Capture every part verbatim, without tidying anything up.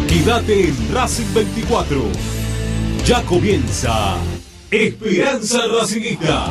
Quédate en Racing veinticuatro. Ya comienza Esperanza Racingista.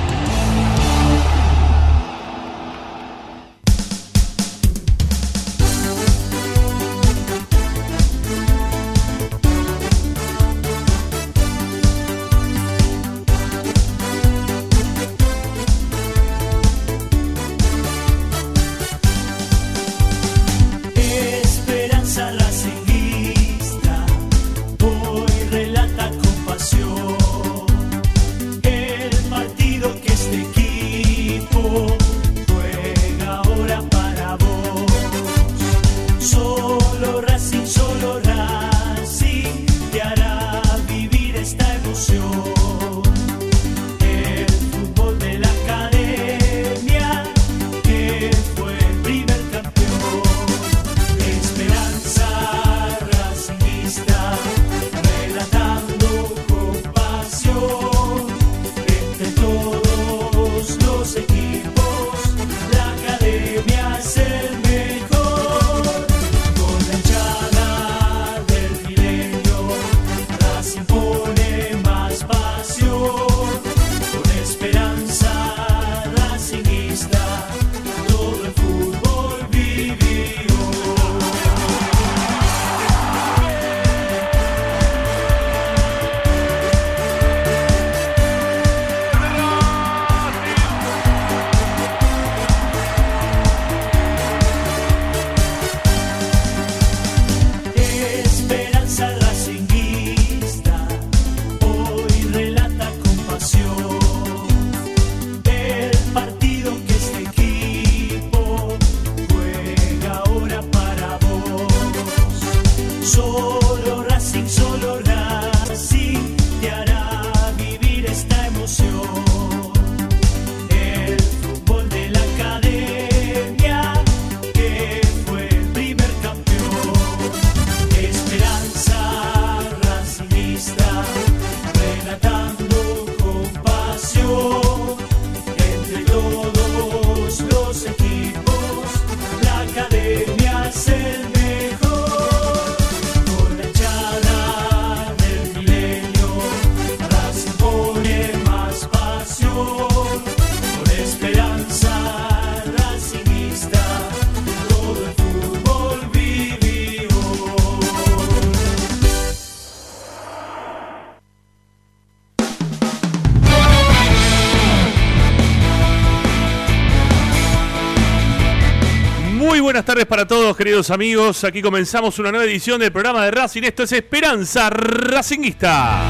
Buenas tardes para todos, queridos amigos. Aquí comenzamos una nueva edición del programa de Racing. Esto es Esperanza Racingista.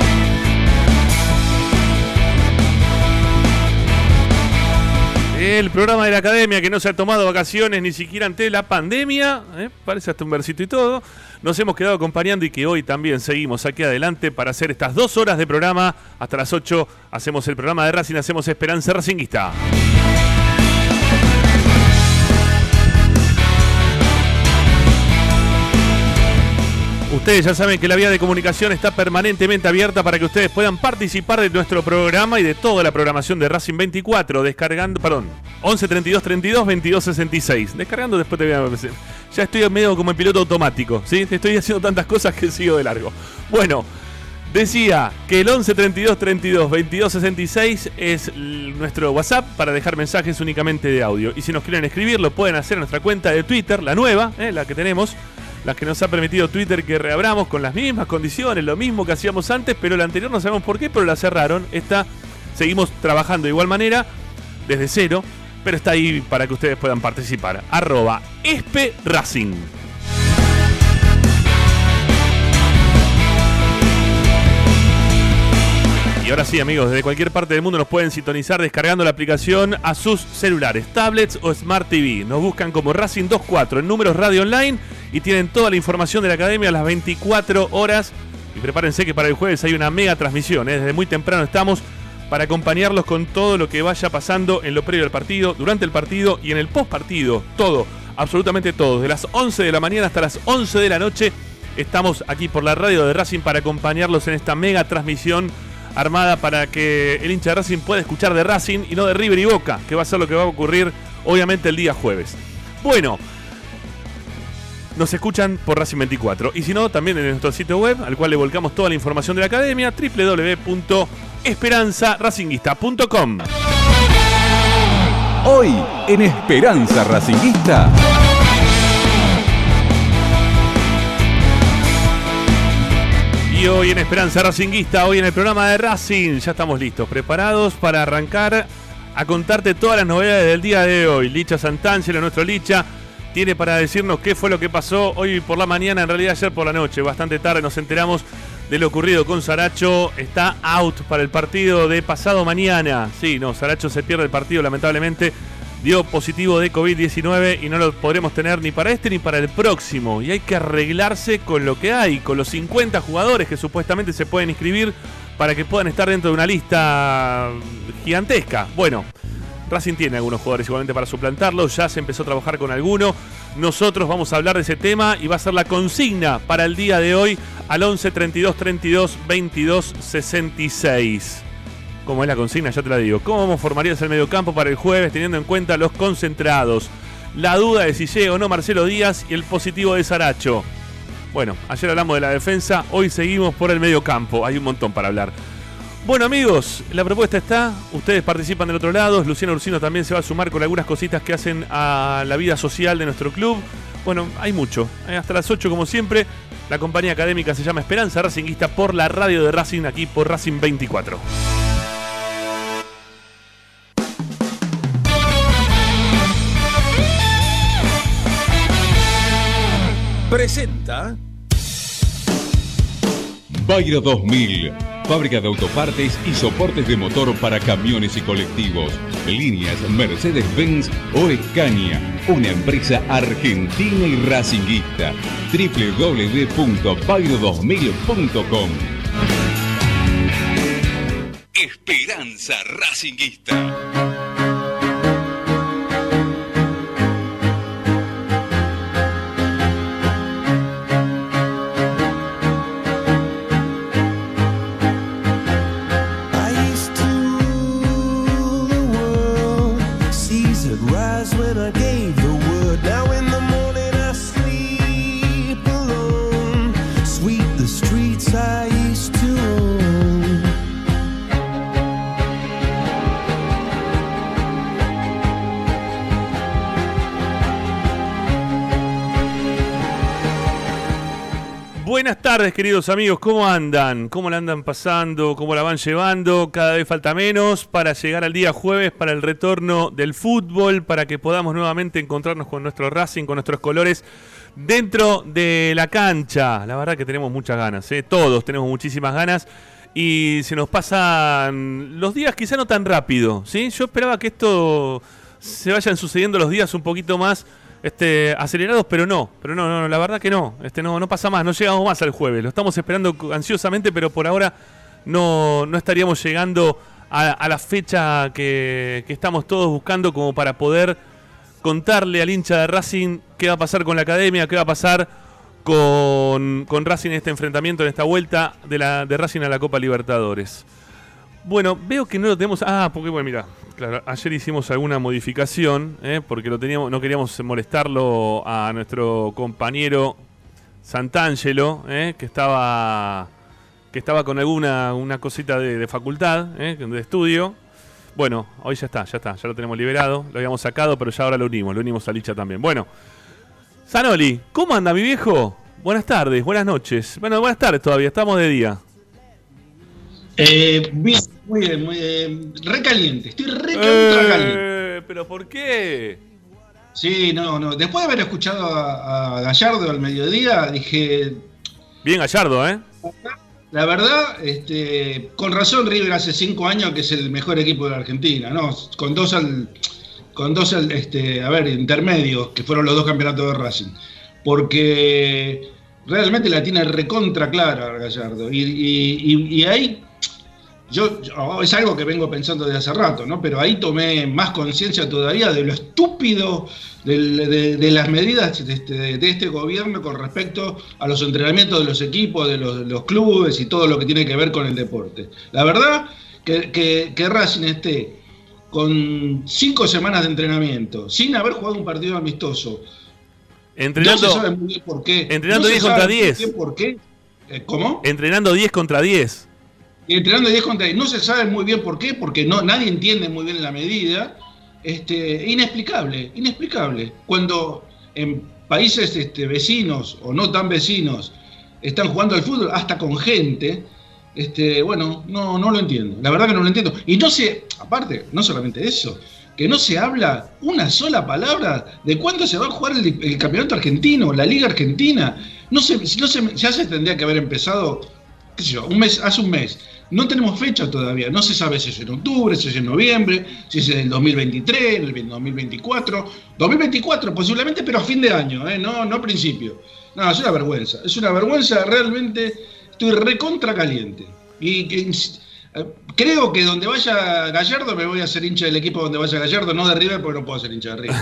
El programa de la academia que no se ha tomado vacaciones ni siquiera ante la pandemia, ¿eh? Parece hasta un versito y todo. Nos hemos quedado acompañando y que hoy también seguimos aquí adelante para hacer estas dos horas de programa. Hasta las ocho hacemos el programa de Racing, hacemos Esperanza Racingista. Ustedes ya saben que la vía de comunicación está permanentemente abierta para que ustedes puedan participar de nuestro programa y de toda la programación de Racing veinticuatro, descargando, perdón, once treinta y dos treinta y dos veintidós sesenta y seis. Descargando, después te voy a... Ya estoy medio como en piloto automático, ¿sí? Te estoy haciendo tantas cosas que sigo de largo. Bueno, decía que el once treinta y dos treinta y dos veintidós sesenta y seis es nuestro WhatsApp para dejar mensajes únicamente de audio. Y si nos quieren escribir, lo pueden hacer en nuestra cuenta de Twitter, la nueva, ¿eh? La que tenemos. Las que nos ha permitido Twitter que reabramos con las mismas condiciones, lo mismo que hacíamos antes, pero la anterior no sabemos por qué, pero la cerraron. Esta seguimos trabajando de igual manera, desde cero, pero está ahí para que ustedes puedan participar. Arroba Espe Racing. Y ahora sí, amigos, desde cualquier parte del mundo nos pueden sintonizar descargando la aplicación a sus celulares, tablets o Smart T V. Nos buscan como Racing veinticuatro en números radio online y tienen toda la información de la academia a las veinticuatro horas. Y prepárense que para el jueves hay una mega transmisión, ¿eh? Desde muy temprano estamos para acompañarlos con todo lo que vaya pasando en lo previo al partido, durante el partido y en el post partido. Todo, absolutamente todo. De las once de la mañana hasta las once de la noche estamos aquí por la radio de Racing para acompañarlos en esta mega transmisión armada para que el hincha de Racing pueda escuchar de Racing y no de River y Boca, que va a ser lo que va a ocurrir obviamente el día jueves. Bueno, nos escuchan por Racing veinticuatro. Y si no, también en nuestro sitio web, al cual le volcamos toda la información de la academia, doble u doble u doble u punto esperanza racinguista punto com. Hoy en Esperanza Racinguista. Y hoy en Esperanza Racinguista, hoy en el programa de Racing, ya estamos listos, preparados para arrancar a contarte todas las novedades del día de hoy. Licha Santangelo, nuestro Licha, tiene para decirnos qué fue lo que pasó hoy por la mañana, en realidad ayer por la noche, bastante tarde nos enteramos de lo ocurrido con Saracho. Está out para el partido de pasado mañana. Sí, no, Saracho se pierde el partido lamentablemente, dio positivo de COVID diecinueve y no lo podremos tener ni para este ni para el próximo. Y hay que arreglarse con lo que hay, con los cincuenta jugadores que supuestamente se pueden inscribir para que puedan estar dentro de una lista gigantesca. Bueno, Racing tiene algunos jugadores igualmente para suplantarlos, ya se empezó a trabajar con alguno. Nosotros vamos a hablar de ese tema y va a ser la consigna para el día de hoy al once, treinta y dos, treinta y dos, veintidós, sesenta y seis. ¿Cómo es la consigna? Ya te la digo. ¿Cómo formarías el mediocampo para el jueves teniendo en cuenta los concentrados? La duda de si llega o no Marcelo Díaz y el positivo de Saracho. Bueno, ayer hablamos de la defensa, hoy seguimos por el mediocampo. Hay un montón para hablar. Bueno amigos, la propuesta está, ustedes participan del otro lado, Luciano Ursino también se va a sumar con algunas cositas que hacen a la vida social de nuestro club. Bueno, hay mucho, hasta las ocho como siempre, la compañía académica se llama Esperanza Racinguista por la radio de Racing, aquí por Racing veinticuatro. Presenta Bayro dos mil, fábrica de autopartes y soportes de motor para camiones y colectivos. Líneas Mercedes-Benz o Scania, una empresa argentina y racinguista. doble u doble u doble u punto bayro dos mil punto com. Esperanza Racinguista. Buenas tardes queridos amigos, ¿cómo andan? ¿Cómo la andan pasando? ¿Cómo la van llevando? Cada vez falta menos para llegar al día jueves, para el retorno del fútbol, para que podamos nuevamente encontrarnos con nuestro Racing, con nuestros colores dentro de la cancha. La verdad que tenemos muchas ganas, ¿eh? Todos tenemos muchísimas ganas y se nos pasan los días quizá no tan rápido, ¿sí? Yo esperaba que esto se vayan sucediendo los días un poquito más Este, acelerados, pero no, pero no, no, la verdad que no, este, no, no pasa más, no llegamos más al jueves, lo estamos esperando ansiosamente, pero por ahora no, no estaríamos llegando a, a la fecha que, que estamos todos buscando como para poder contarle al hincha de Racing qué va a pasar con la academia, qué va a pasar con, con Racing en este enfrentamiento, en esta vuelta de, la, de Racing a la Copa Libertadores. Bueno, veo que no lo tenemos. Ah, porque bueno, mira, claro, ayer hicimos alguna modificación, ¿eh? Porque lo teníamos, no queríamos molestarlo a nuestro compañero Santangelo, ¿eh? que estaba que estaba con alguna una cosita de, de facultad, ¿eh? de estudio. Bueno, hoy ya está, ya está, ya lo tenemos liberado, lo habíamos sacado, pero ya ahora lo unimos, lo unimos a Licha también. Bueno, Zanoli, ¿cómo anda mi viejo? Buenas tardes, buenas noches. Bueno, buenas tardes todavía, estamos de día. Eh, bien, muy bien, muy bien. Recaliente, estoy recontra caliente. Eh, ¿Pero por qué? Sí, no, no. Después de haber escuchado a, a Gallardo al mediodía, dije. Bien Gallardo, ¿eh? La verdad, este, con razón River hace cinco años que es el mejor equipo de la Argentina, ¿no? Con dos al, con dos al, este, a ver, intermedios, que fueron los dos campeonatos de Racing. Porque realmente la tiene recontra clara Gallardo. Y, y, y, y ahí. Yo, yo, es algo que vengo pensando desde hace rato, ¿no? Pero ahí tomé más conciencia todavía de lo estúpido de, de, de las medidas de este, de este gobierno con respecto a los entrenamientos de los equipos, de los, de los clubes y todo lo que tiene que ver con el deporte. La verdad que, que, que Racing esté con cinco semanas de entrenamiento, sin haber jugado un partido amistoso, Entrenando, no se sabe muy bien por qué. Entrenando no diez contra diez. ¿Por qué? Eh, ¿Cómo? Entrenando diez contra diez. Y entrenando diez contra diez. No se sabe muy bien por qué, porque no, nadie entiende muy bien la medida. Este, inexplicable, inexplicable. Cuando en países este, vecinos o no tan vecinos están jugando al fútbol, hasta con gente, este, bueno, no, no lo entiendo. La verdad que no lo entiendo. Y no se, aparte, no solamente eso, que no se habla una sola palabra de cuándo se va a jugar el, el campeonato argentino, la Liga Argentina. No se, no se, ya se tendría que haber empezado, qué sé yo, un mes, hace un mes. No tenemos fecha todavía, no se sabe si es en octubre, si es en noviembre, si es en el dos mil veintitrés, en el dos mil veinticuatro. dos mil veinticuatro posiblemente, pero a fin de año, ¿eh? no, no a principio. No, es una vergüenza, es una vergüenza, realmente estoy recontra caliente. Y que, creo que donde vaya Gallardo me voy a hacer hincha del equipo donde vaya Gallardo, no de River, porque no puedo ser hincha de River.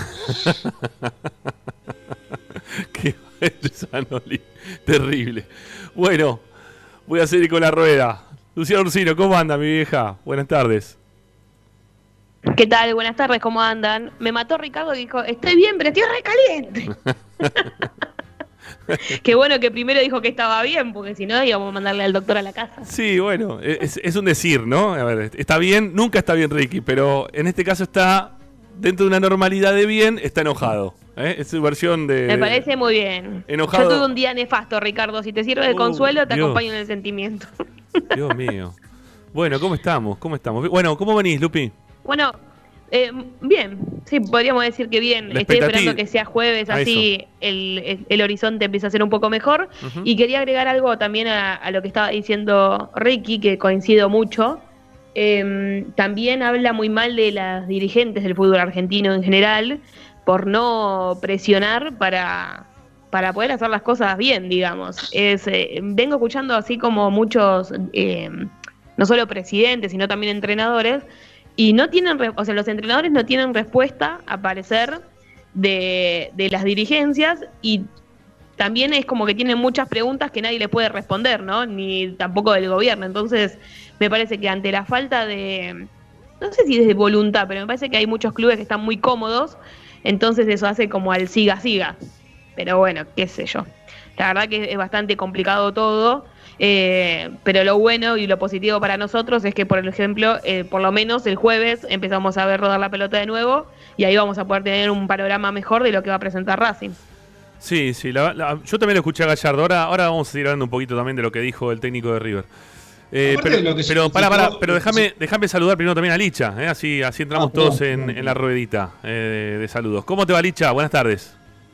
Qué Zanoli, terrible. Bueno, voy a seguir con la rueda. Luciano Ursino, ¿cómo anda mi vieja? Buenas tardes. ¿Qué tal? Buenas tardes, ¿cómo andan? Me mató Ricardo y dijo, estoy bien, pero estoy recaliente. Qué bueno que primero dijo que estaba bien, porque si no íbamos a mandarle al doctor a la casa. Sí, bueno, es, es un decir, ¿no? A ver, está bien, nunca está bien Ricky, pero en este caso está dentro de una normalidad de bien, está enojado. ¿eh? Es su versión de... Me parece muy bien. Enojado. Yo tuve un día nefasto, Ricardo. Si te sirve de uh, consuelo, te Dios. acompaño en el sentimiento. Dios mío. Bueno, ¿cómo estamos? ¿Cómo estamos? Bueno, ¿cómo venís, Lupi? Bueno, eh, bien. Sí, podríamos decir que bien. La Estoy expectativa- esperando que sea jueves, a así el, el, el horizonte empieza a ser un poco mejor. Ujú. Y quería agregar algo también a, a lo que estaba diciendo Ricky, que coincido mucho. Eh, también habla muy mal de las dirigentes del fútbol argentino en general, por no presionar para, para poder hacer las cosas bien, digamos. Es, eh, vengo escuchando así como muchos, eh, no solo presidentes, sino también entrenadores, y no tienen, re- o sea, los entrenadores no tienen respuesta, a parecer, de, de las dirigencias, y también es como que tienen muchas preguntas que nadie les puede responder, ¿no? Ni tampoco del gobierno. Entonces, me parece que ante la falta de, no sé si de voluntad, pero me parece que hay muchos clubes que están muy cómodos, entonces eso hace como al siga siga. Pero bueno, qué sé yo. La verdad que es bastante complicado todo, eh, pero lo bueno y lo positivo para nosotros es que, por ejemplo, eh, por lo menos el jueves empezamos a ver rodar la pelota de nuevo y ahí vamos a poder tener un panorama mejor de lo que va a presentar Racing. Sí, sí, la- la- yo también lo escuché a Gallardo. Ahora, ahora vamos a seguir hablando un poquito también de lo que dijo el técnico de River. Eh, Aparte pero de lo que pero, significó- pará, pará, pero lo que déjame, sí- déjame saludar primero también a Licha, ¿eh? así, así entramos Ah, todos perdón, en, perdón. en la ruedita eh, de, de saludos. ¿Cómo te va, Licha? Buenas tardes.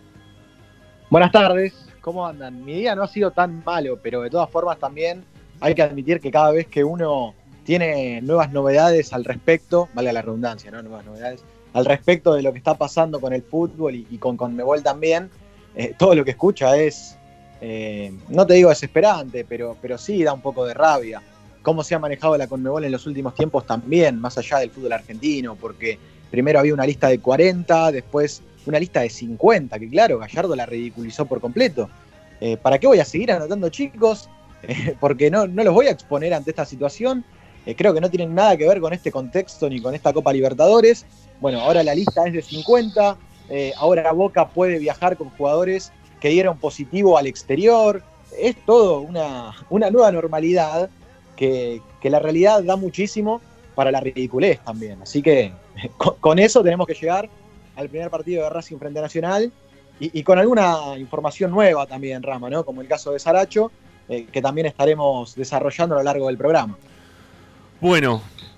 Buenas tardes, ¿cómo andan? Mi día no ha sido tan malo, pero de todas formas también hay que admitir que cada vez que uno tiene nuevas novedades al respecto, valga la redundancia, ¿no? Nuevas novedades, al respecto de lo que está pasando con el fútbol y, y con Conmebol también, eh, todo lo que escucha es, eh, no te digo desesperante, pero, pero sí da un poco de rabia. Cómo se ha manejado la Conmebol en los últimos tiempos también, más allá del fútbol argentino, porque primero había una lista de cuarenta, después una lista de cincuenta, que claro, Gallardo la ridiculizó por completo. Eh, ¿Para qué voy a seguir anotando chicos? Eh, porque no, no los voy a exponer ante esta situación. Eh, creo que no tienen nada que ver con este contexto ni con esta Copa Libertadores. Bueno, ahora la lista es de cincuenta. Eh, ahora Boca puede viajar con jugadores que dieron positivo al exterior. Es todo una, una nueva normalidad que, que la realidad da muchísimo para la ridiculez también. Así que con, con eso tenemos que llegar al primer partido de Racing frente a Nacional y, y con alguna información nueva también, Rama, ¿no? Como el caso de Saracho, eh, que también estaremos desarrollando a lo largo del programa. Bueno,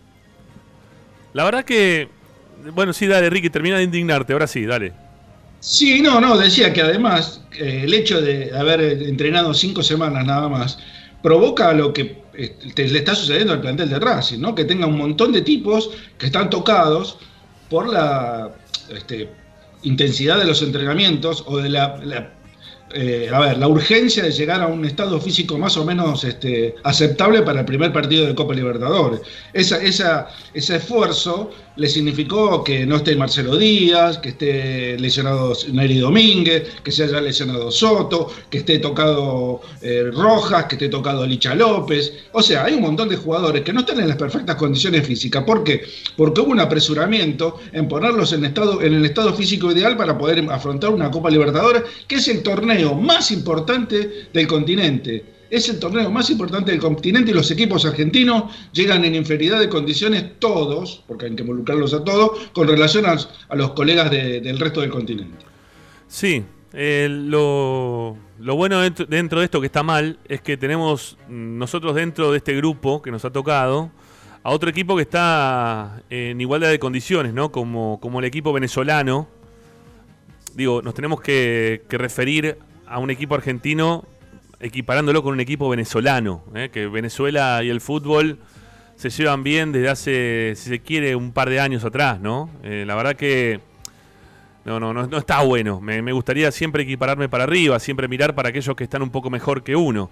la verdad que... Bueno, sí, dale, Ricky, termina de indignarte. Ahora sí, dale. Sí, no, no, decía que además eh, el hecho de haber entrenado cinco semanas nada más provoca lo que eh, te- le está sucediendo al plantel de Racing, ¿no? Que tenga un montón de tipos que están tocados por la este, intensidad de los entrenamientos o de la, la, eh, a ver, la urgencia de llegar a un estado físico más o menos este, aceptable para el primer partido de Copa Libertadores. Esa, esa, ese esfuerzo le significó que no esté Marcelo Díaz, que esté lesionado Neri Domínguez, que se haya lesionado Soto, que esté tocado eh, Rojas, que esté tocado Licha López. O sea, hay un montón de jugadores que no están en las perfectas condiciones físicas. ¿Por qué? Porque hubo un apresuramiento en ponerlos en, estado, en el estado físico ideal para poder afrontar una Copa Libertadores, que es el torneo más importante del continente. Es el torneo más importante del continente y los equipos argentinos llegan en inferioridad de condiciones todos, porque hay que involucrarlos a todos, con relación a, a los colegas de, del resto del continente. Sí, eh, lo, lo bueno dentro, dentro de esto que está mal es que tenemos nosotros dentro de este grupo que nos ha tocado a otro equipo que está en igualdad de condiciones, ¿no? Como, como el equipo venezolano. Digo, nos tenemos que, que referir a un equipo argentino equiparándolo con un equipo venezolano, ¿eh? Que Venezuela y el fútbol se llevan bien desde hace, si se quiere, un par de años atrás, ¿no? Eh, la verdad que no, no, no, no está bueno. Me, me gustaría siempre equipararme para arriba, siempre mirar para aquellos que están un poco mejor que uno.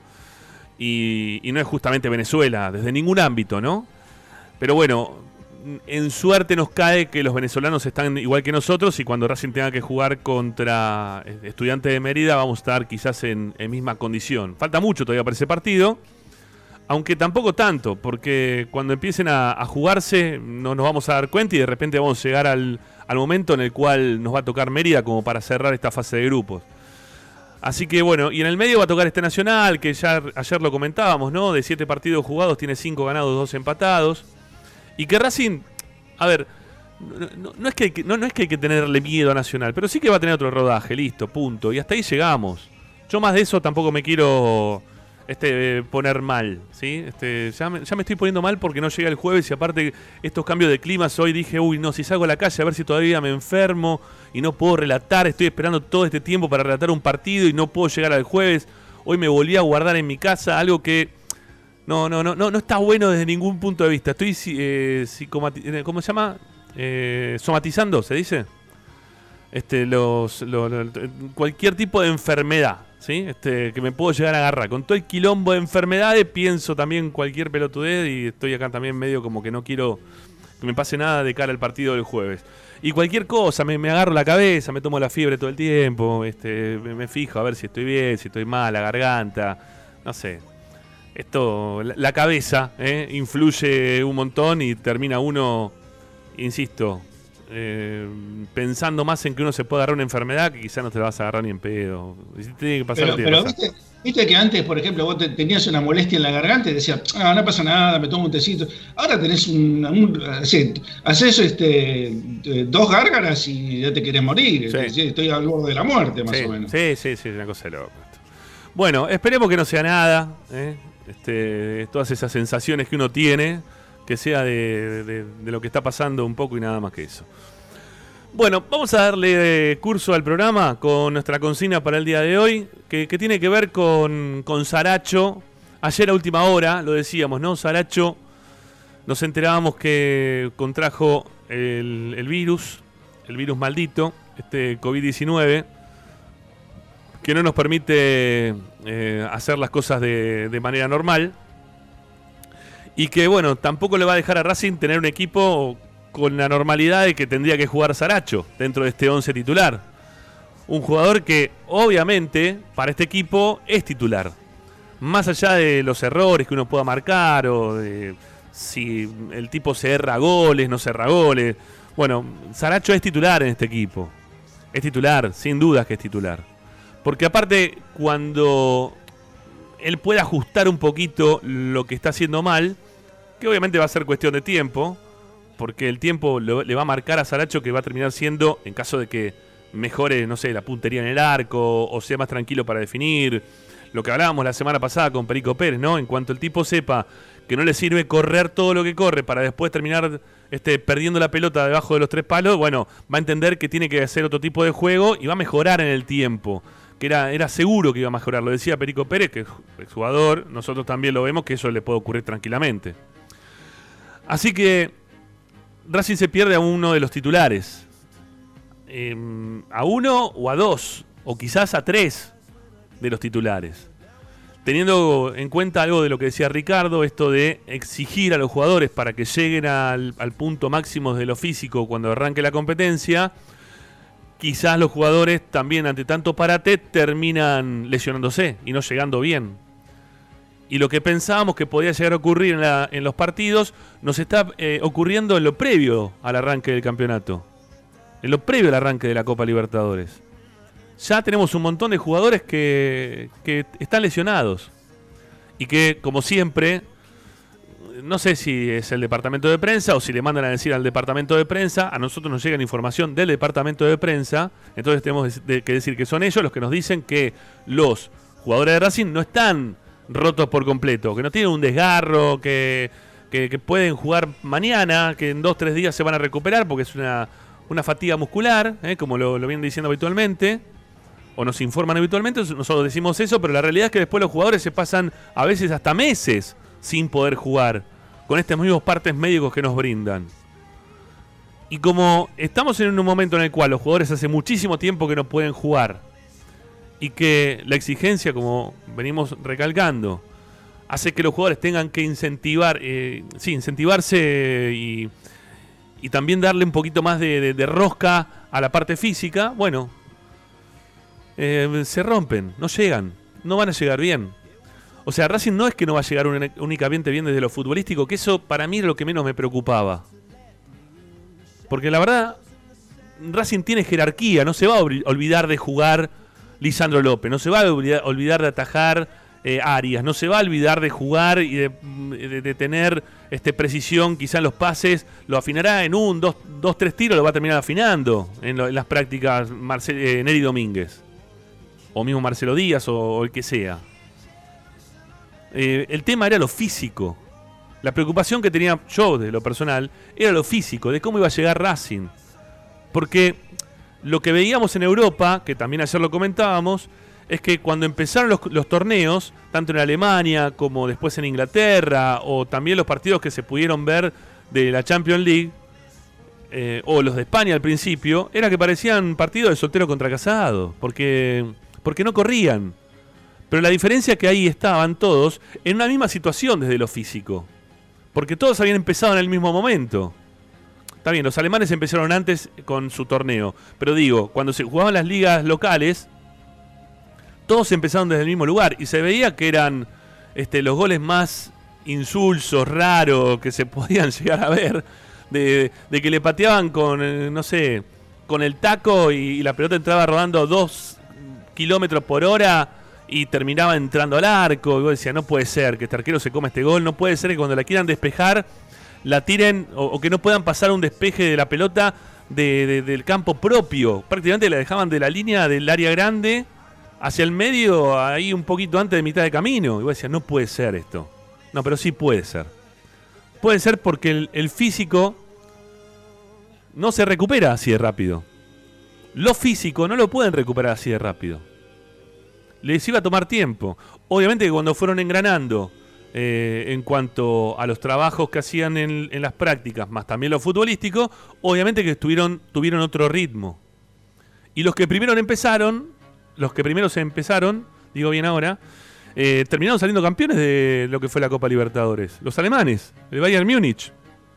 Y, y no es justamente Venezuela, desde ningún ámbito, ¿no? Pero bueno, en suerte nos cae que los venezolanos están igual que nosotros y cuando Racing tenga que jugar contra Estudiantes de Mérida vamos a estar quizás en, en misma condición. Falta mucho todavía para ese partido, aunque tampoco tanto, porque cuando empiecen a, a jugarse no nos vamos a dar cuenta y de repente vamos a llegar al, al momento en el cual nos va a tocar Mérida como para cerrar esta fase de grupos. Así que bueno, y en el medio va a tocar este Nacional, que ya ayer lo comentábamos, ¿no? De siete partidos jugados tiene cinco ganados, dos empatados. Y que Racing, a ver, no, no, es que hay que, no, no es que hay que tenerle miedo a Nacional, pero sí que va a tener otro rodaje, listo, punto. Y hasta ahí llegamos. Yo más de eso tampoco me quiero este, poner mal, ¿sí? Este, ya, me, ya me estoy poniendo mal porque no llega el jueves y aparte estos cambios de climas hoy dije, uy, no, si salgo a la calle a ver si todavía me enfermo y no puedo relatar, estoy esperando todo este tiempo para relatar un partido y no puedo llegar al jueves. Hoy me volví a guardar en mi casa algo que... No, no, no, no, no está bueno desde ningún punto de vista. Estoy, eh, psicomati- ¿cómo se llama? Eh, somatizando, ¿se dice? Este, los, los, los, cualquier tipo de enfermedad, ¿sí? Este, que me puedo llegar a agarrar. Con todo el quilombo de enfermedades pienso también cualquier pelotudez y estoy acá también medio como que no quiero que me pase nada de cara al partido del jueves. Y cualquier cosa, me, me agarro la cabeza, me tomo la fiebre todo el tiempo, este, me, me fijo a ver si estoy bien, si estoy mal, la garganta, no sé. Esto, la, la cabeza, ¿eh? Influye un montón y termina uno, insisto, eh, pensando más en que uno se puede agarrar una enfermedad que quizás no te la vas a agarrar ni en pedo. Si tiene que pasar, pero tiene pero que pasar. ¿viste, viste que antes, por ejemplo, vos te, tenías una molestia en la garganta y decías, ah, no pasa nada, me tomo un tecito. Ahora tenés un... un haces, haces este, dos gárgaras y ya te querés morir. Sí. Es decir, estoy al borde de la muerte, más Sí, o menos. sí, sí, sí, una cosa de loco. Bueno, esperemos que no sea nada, ¿eh? Este, todas esas sensaciones que uno tiene, que sea de, de, de lo que está pasando un poco y nada más que eso. Bueno, vamos a darle curso al programa con nuestra consigna para el día de hoy, que, que tiene que ver con, con Saracho. Ayer a última hora, lo decíamos, ¿no? Saracho, nos enterábamos que contrajo el, el virus, el virus maldito, este COVID diecinueve, que no nos permite eh, hacer las cosas de, de manera normal. Y que, bueno, tampoco le va a dejar a Racing tener un equipo con la normalidad de que tendría que jugar Saracho dentro de este once titular. Un jugador que, obviamente, para este equipo es titular. Más allá de los errores que uno pueda marcar o de si el tipo se erra goles, no se erra goles. Bueno, Saracho es titular en este equipo. Es titular, sin dudas que es titular. Porque aparte, cuando él puede ajustar un poquito lo que está haciendo mal, que obviamente va a ser cuestión de tiempo, porque el tiempo lo, le va a marcar a Saracho que va a terminar siendo, en caso de que mejore, no sé, la puntería en el arco, o sea más tranquilo para definir, lo que hablábamos la semana pasada con Perico Pérez, ¿no? En cuanto el tipo sepa que no le sirve correr todo lo que corre para después terminar este, perdiendo la pelota debajo de los tres palos, bueno, va a entender que tiene que hacer otro tipo de juego y va a mejorar en el tiempo. Que era, era seguro que iba a mejorar, lo decía Perico Pérez, que es jugador, nosotros también lo vemos, que eso le puede ocurrir tranquilamente. Así que Racing se pierde a uno de los titulares, eh, a uno o a dos, o quizás a tres, de los titulares. Teniendo en cuenta algo de lo que decía Ricardo, esto de exigir a los jugadores para que lleguen al, al punto máximo de lo físico cuando arranque la competencia, quizás los jugadores también ante tanto parate terminan lesionándose y no llegando bien. Y lo que pensábamos que podía llegar a ocurrir en, la, en los partidos nos está eh, ocurriendo en lo previo al arranque del campeonato. En lo previo al arranque de la Copa Libertadores. Ya tenemos un montón de jugadores que, que están lesionados. Y que, como siempre, no sé si es el departamento de prensa o si le mandan a decir al departamento de prensa. A nosotros nos llega la información del departamento de prensa. Entonces tenemos que decir que son ellos los que nos dicen que los jugadores de Racing no están rotos por completo. Que no tienen un desgarro, que, que, que pueden jugar mañana, que en dos o tres días se van a recuperar porque es una, una fatiga muscular, ¿eh? Como lo, lo vienen diciendo habitualmente. O nos informan habitualmente, nosotros decimos eso, pero la realidad es que después los jugadores se pasan a veces hasta meses sin poder jugar, con estos mismos partes médicos que nos brindan. Y como estamos en un momento en el cual los jugadores hace muchísimo tiempo que no pueden jugar, y que la exigencia, como venimos recalcando, hace que los jugadores tengan que incentivar, eh, sí, incentivarse y, y también darle un poquito más de, de, de rosca a la parte física, bueno, Eh, se rompen, no llegan, no van a llegar bien. O sea, Racing no es que no va a llegar un, únicamente bien desde lo futbolístico, que eso para mí era lo que menos me preocupaba. Porque la verdad, Racing tiene jerarquía, no se va a olvidar de jugar Lisandro López, no se va a olvidar, olvidar de atajar eh, Arias, no se va a olvidar de jugar y de, de, de tener este, precisión quizá en los pases, lo afinará en un, dos, dos tres tiros, lo va a terminar afinando en, lo, en las prácticas Marcel, eh, Neri Domínguez. O mismo Marcelo Díaz, o, o el que sea. Eh, el tema era lo físico. La preocupación que tenía yo, de lo personal, era lo físico, de cómo iba a llegar Racing. Porque lo que veíamos en Europa, que también ayer lo comentábamos, es que cuando empezaron los, los torneos, tanto en Alemania como después en Inglaterra, o también los partidos que se pudieron ver de la Champions League, eh, o los de España al principio, era que parecían partidos de soltero contra casado, porque... porque no corrían. Pero la diferencia es que ahí estaban todos en una misma situación desde lo físico. Porque todos habían empezado en el mismo momento. Está bien, los alemanes empezaron antes con su torneo. Pero digo, cuando se jugaban las ligas locales, todos empezaron desde el mismo lugar. Y se veía que eran este, los goles más insulsos, raros, que se podían llegar a ver. De, de que le pateaban con, eh, no sé, con el taco y, y la pelota entraba rodando dos kilómetros por hora y terminaba entrando al arco. Y vos decías, no puede ser que este arquero se coma este gol, no puede ser que cuando la quieran despejar la tiren, o, o que no puedan pasar un despeje de la pelota de, de, del campo propio. Prácticamente la dejaban de la línea del área grande hacia el medio, ahí un poquito antes de mitad de camino. Y vos decías, no puede ser esto. No, pero sí puede ser. Puede ser porque el, el físico no se recupera así de rápido. Lo físico no lo pueden recuperar así de rápido. Les iba a tomar tiempo. Obviamente que cuando fueron engranando eh, en cuanto a los trabajos que hacían en, en las prácticas, más también lo futbolístico, obviamente que estuvieron, tuvieron otro ritmo. Y los que primero empezaron, los que primero se empezaron, digo bien ahora, eh, terminaron saliendo campeones de lo que fue la Copa Libertadores. Los alemanes, el Bayern Múnich.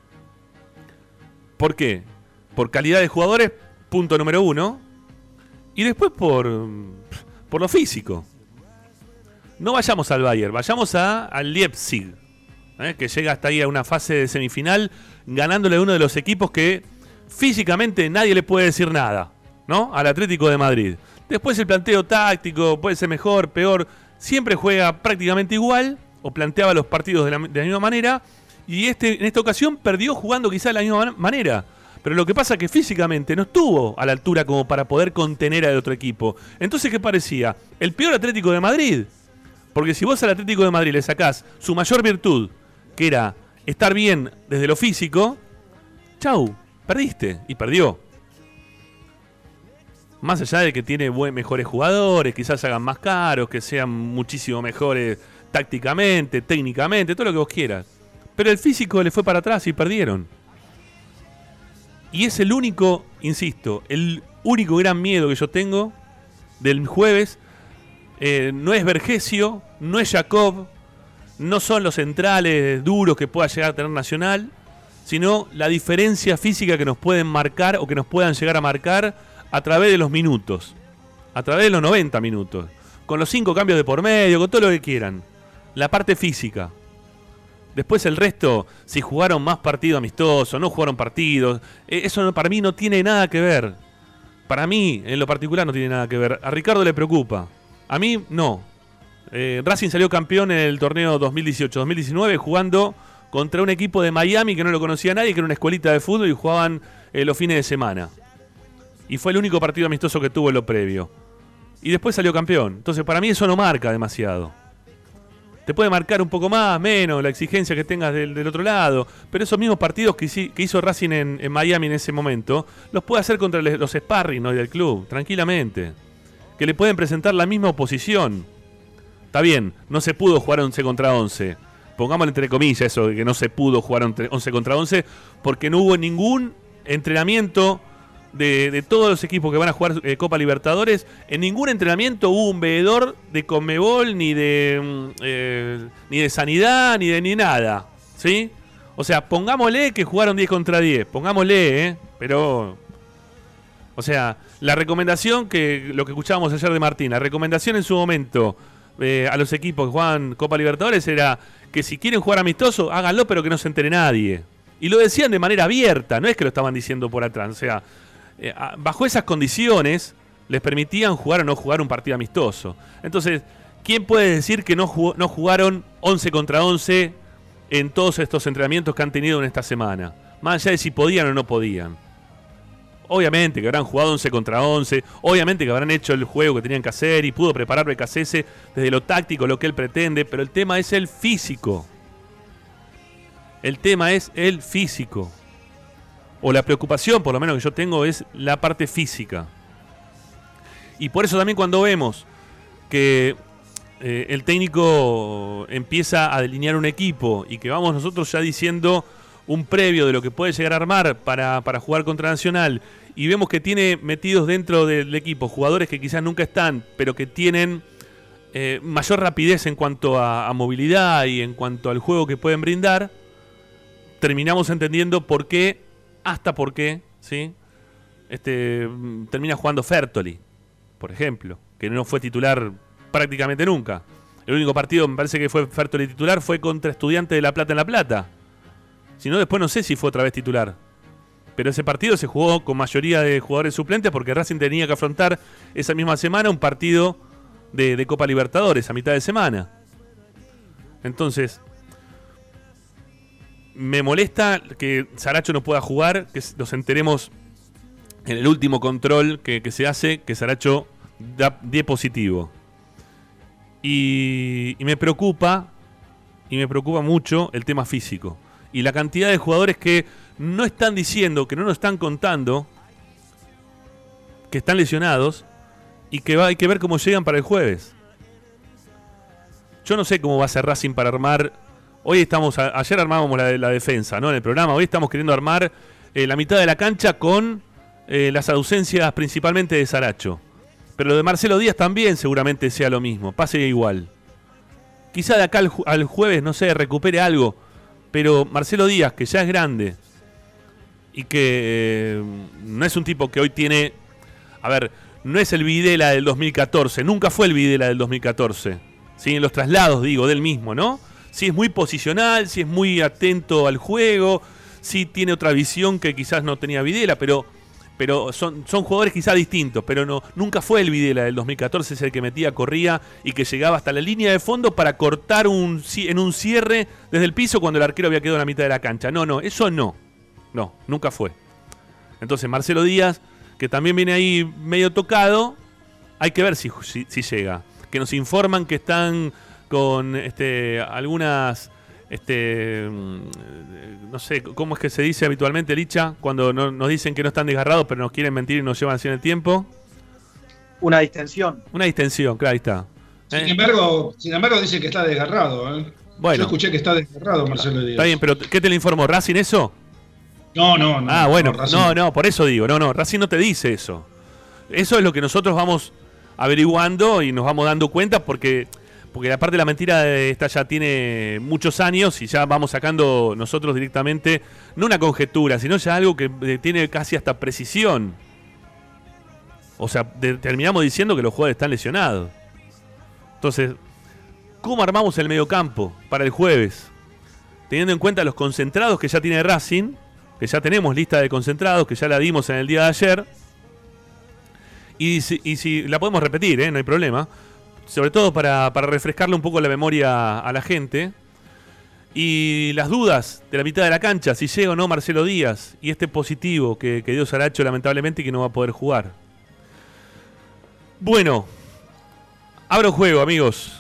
¿Por qué? Por calidad de jugadores, punto número uno. Y después por, por lo físico. No vayamos al Bayern, vayamos a, al Leipzig, ¿eh? Que llega hasta ahí a una fase de semifinal, ganándole a uno de los equipos que físicamente nadie le puede decir nada, ¿no? Al Atlético de Madrid. Después el planteo táctico puede ser mejor, peor. Siempre juega prácticamente igual, o planteaba los partidos de la, de la misma manera. Y este, en esta ocasión perdió jugando quizá de la misma manera. Pero lo que pasa es que físicamente no estuvo a la altura como para poder contener al otro equipo. Entonces, ¿qué parecía? El peor Atlético de Madrid. Porque si vos al Atlético de Madrid le sacás su mayor virtud, que era estar bien desde lo físico, chau, perdiste. Y perdió. Más allá de que tiene buen, mejores jugadores, quizás hagan más caros, que sean muchísimo mejores tácticamente, técnicamente, todo lo que vos quieras. Pero el físico le fue para atrás y perdieron. Y es el único, insisto, el único gran miedo que yo tengo del jueves, eh, no es Vergesio, no es Jacob, no son los centrales duros que pueda llegar a tener Nacional, sino la diferencia física que nos pueden marcar o que nos puedan llegar a marcar a través de los minutos, a través de los noventa minutos, con los cinco cambios de por medio, con todo lo que quieran. La parte física. Después el resto, si jugaron más partidos amistosos, no jugaron partidos, eh, eso no, para mí no tiene nada que ver. Para mí, en lo particular, no tiene nada que ver. A Ricardo le preocupa. A mí, no. Eh, Racing salió campeón en el torneo dos mil dieciocho dos mil diecinueve jugando contra un equipo de Miami que no lo conocía nadie, que era una escuelita de fútbol y jugaban eh, los fines de semana. Y fue el único partido amistoso que tuvo en lo previo. Y después salió campeón. Entonces, para mí eso no marca demasiado. Te puede marcar un poco más, menos, la exigencia que tengas del, del otro lado. Pero esos mismos partidos que, hici, que hizo Racing en, en Miami en ese momento, los puede hacer contra les, los sparring, ¿no?, del club, tranquilamente. Que le pueden presentar la misma oposición. Está bien, no se pudo jugar once contra once. Pongámosle entre comillas eso de que no se pudo jugar once contra once, porque no hubo ningún entrenamiento de, de todos los equipos que van a jugar eh, Copa Libertadores. En ningún entrenamiento hubo un veedor de Conmebol, ni de eh, ni de Sanidad, ni de ni nada, ¿sí? O sea, pongámosle que jugaron diez contra diez, pongámosle, ¿eh? Pero, o sea, la recomendación, que lo que escuchábamos ayer de Martín, la recomendación en su momento eh, a los equipos que juegan Copa Libertadores era que si quieren jugar amistoso, háganlo, pero que no se entere nadie. Y lo decían de manera abierta, no es que lo estaban diciendo por atrás. O sea, eh, bajo esas condiciones les permitían jugar o no jugar un partido amistoso. Entonces, ¿quién puede decir que no, jugó, no jugaron once contra once en todos estos entrenamientos que han tenido en esta semana? Más allá de si podían o no podían. Obviamente que habrán jugado once contra once, obviamente que habrán hecho el juego que tenían que hacer y pudo preparar Becasese desde lo táctico, lo que él pretende, pero el tema es el físico. El tema es el físico. O la preocupación, por lo menos que yo tengo, es la parte física. Y por eso también cuando vemos que eh, el técnico empieza a delinear un equipo y que vamos nosotros ya diciendo un previo de lo que puede llegar a armar para, para jugar contra Nacional, y vemos que tiene metidos dentro del equipo jugadores que quizás nunca están, pero que tienen eh, mayor rapidez en cuanto a, a movilidad y en cuanto al juego que pueden brindar, terminamos entendiendo por qué, hasta por qué, ¿sí? Este, termina jugando Fertoli, por ejemplo, que no fue titular prácticamente nunca. El único partido, me parece que fue Fertoli titular, fue contra Estudiantes de La Plata en La Plata. Si no, después no sé si fue otra vez titular. Pero ese partido se jugó con mayoría de jugadores suplentes porque Racing tenía que afrontar esa misma semana un partido de, de Copa Libertadores a mitad de semana. Entonces, me molesta que Saracho no pueda jugar, que nos enteremos en el último control que, que se hace, que Saracho da diez positivo. Y, y me preocupa, y me preocupa mucho el tema físico. Y la cantidad de jugadores que no están diciendo, que no nos están contando, que están lesionados y que va, hay que ver cómo llegan para el jueves. Yo no sé cómo va a ser Racing para armar. Hoy estamos, a, ayer armábamos la, la defensa, ¿no?, en el programa. Hoy estamos queriendo armar eh, la mitad de la cancha con eh, las ausencias principalmente de Saracho. Pero lo de Marcelo Díaz también seguramente sea lo mismo, pase igual. Quizá de acá al, al jueves, no sé, recupere algo. Pero Marcelo Díaz, que ya es grande y que eh, no es un tipo que hoy tiene... A ver, no es el Videla del dos mil catorce, nunca fue el Videla del dos mil catorce. ¿Sí? En los traslados, digo, del mismo, ¿no? Sí es muy posicional, sí es muy atento al juego, sí tiene otra visión que quizás no tenía Videla, pero, pero son, son jugadores quizás distintos, pero no, nunca fue el Videla del dos mil catorce, es el que metía, corría y que llegaba hasta la línea de fondo para cortar un, en un cierre desde el piso cuando el arquero había quedado en la mitad de la cancha. No, no, eso no. No, nunca fue. Entonces Marcelo Díaz, que también viene ahí medio tocado, hay que ver si, si, si llega. Que nos informan que están con este, algunas... Este, no sé, ¿cómo es que se dice habitualmente, Licha? Cuando no, nos dicen que no están desgarrados, pero nos quieren mentir y nos llevan así en el tiempo. Una distensión. Una distensión, claro, ahí está. Sin ¿Eh? embargo, sin embargo dice que está desgarrado, ¿eh? Bueno. Yo escuché que está desgarrado Marcelo Díaz. Está bien, pero ¿qué te le informó? ¿Racing eso? No, no, no. Ah, bueno, no, no, no, por eso digo, no, no, Racing no te dice eso. Eso es lo que nosotros vamos averiguando y nos vamos dando cuenta porque, porque la parte de la mentira de esta ya tiene muchos años y ya vamos sacando nosotros directamente, no una conjetura, sino ya algo que tiene casi hasta precisión. O sea, de, terminamos diciendo que los jugadores están lesionados. Entonces, ¿cómo armamos el mediocampo para el jueves? Teniendo en cuenta los concentrados que ya tiene Racing, que ya tenemos lista de concentrados, que ya la dimos en el día de ayer. Y si, y si la podemos repetir, ¿eh? No hay problema. Sobre todo para, para refrescarle un poco la memoria a la gente. Y las dudas de la mitad de la cancha, si llega o no Marcelo Díaz. Y este positivo que, que dio Saracho lamentablemente y que no va a poder jugar. Bueno, abro juego, amigos.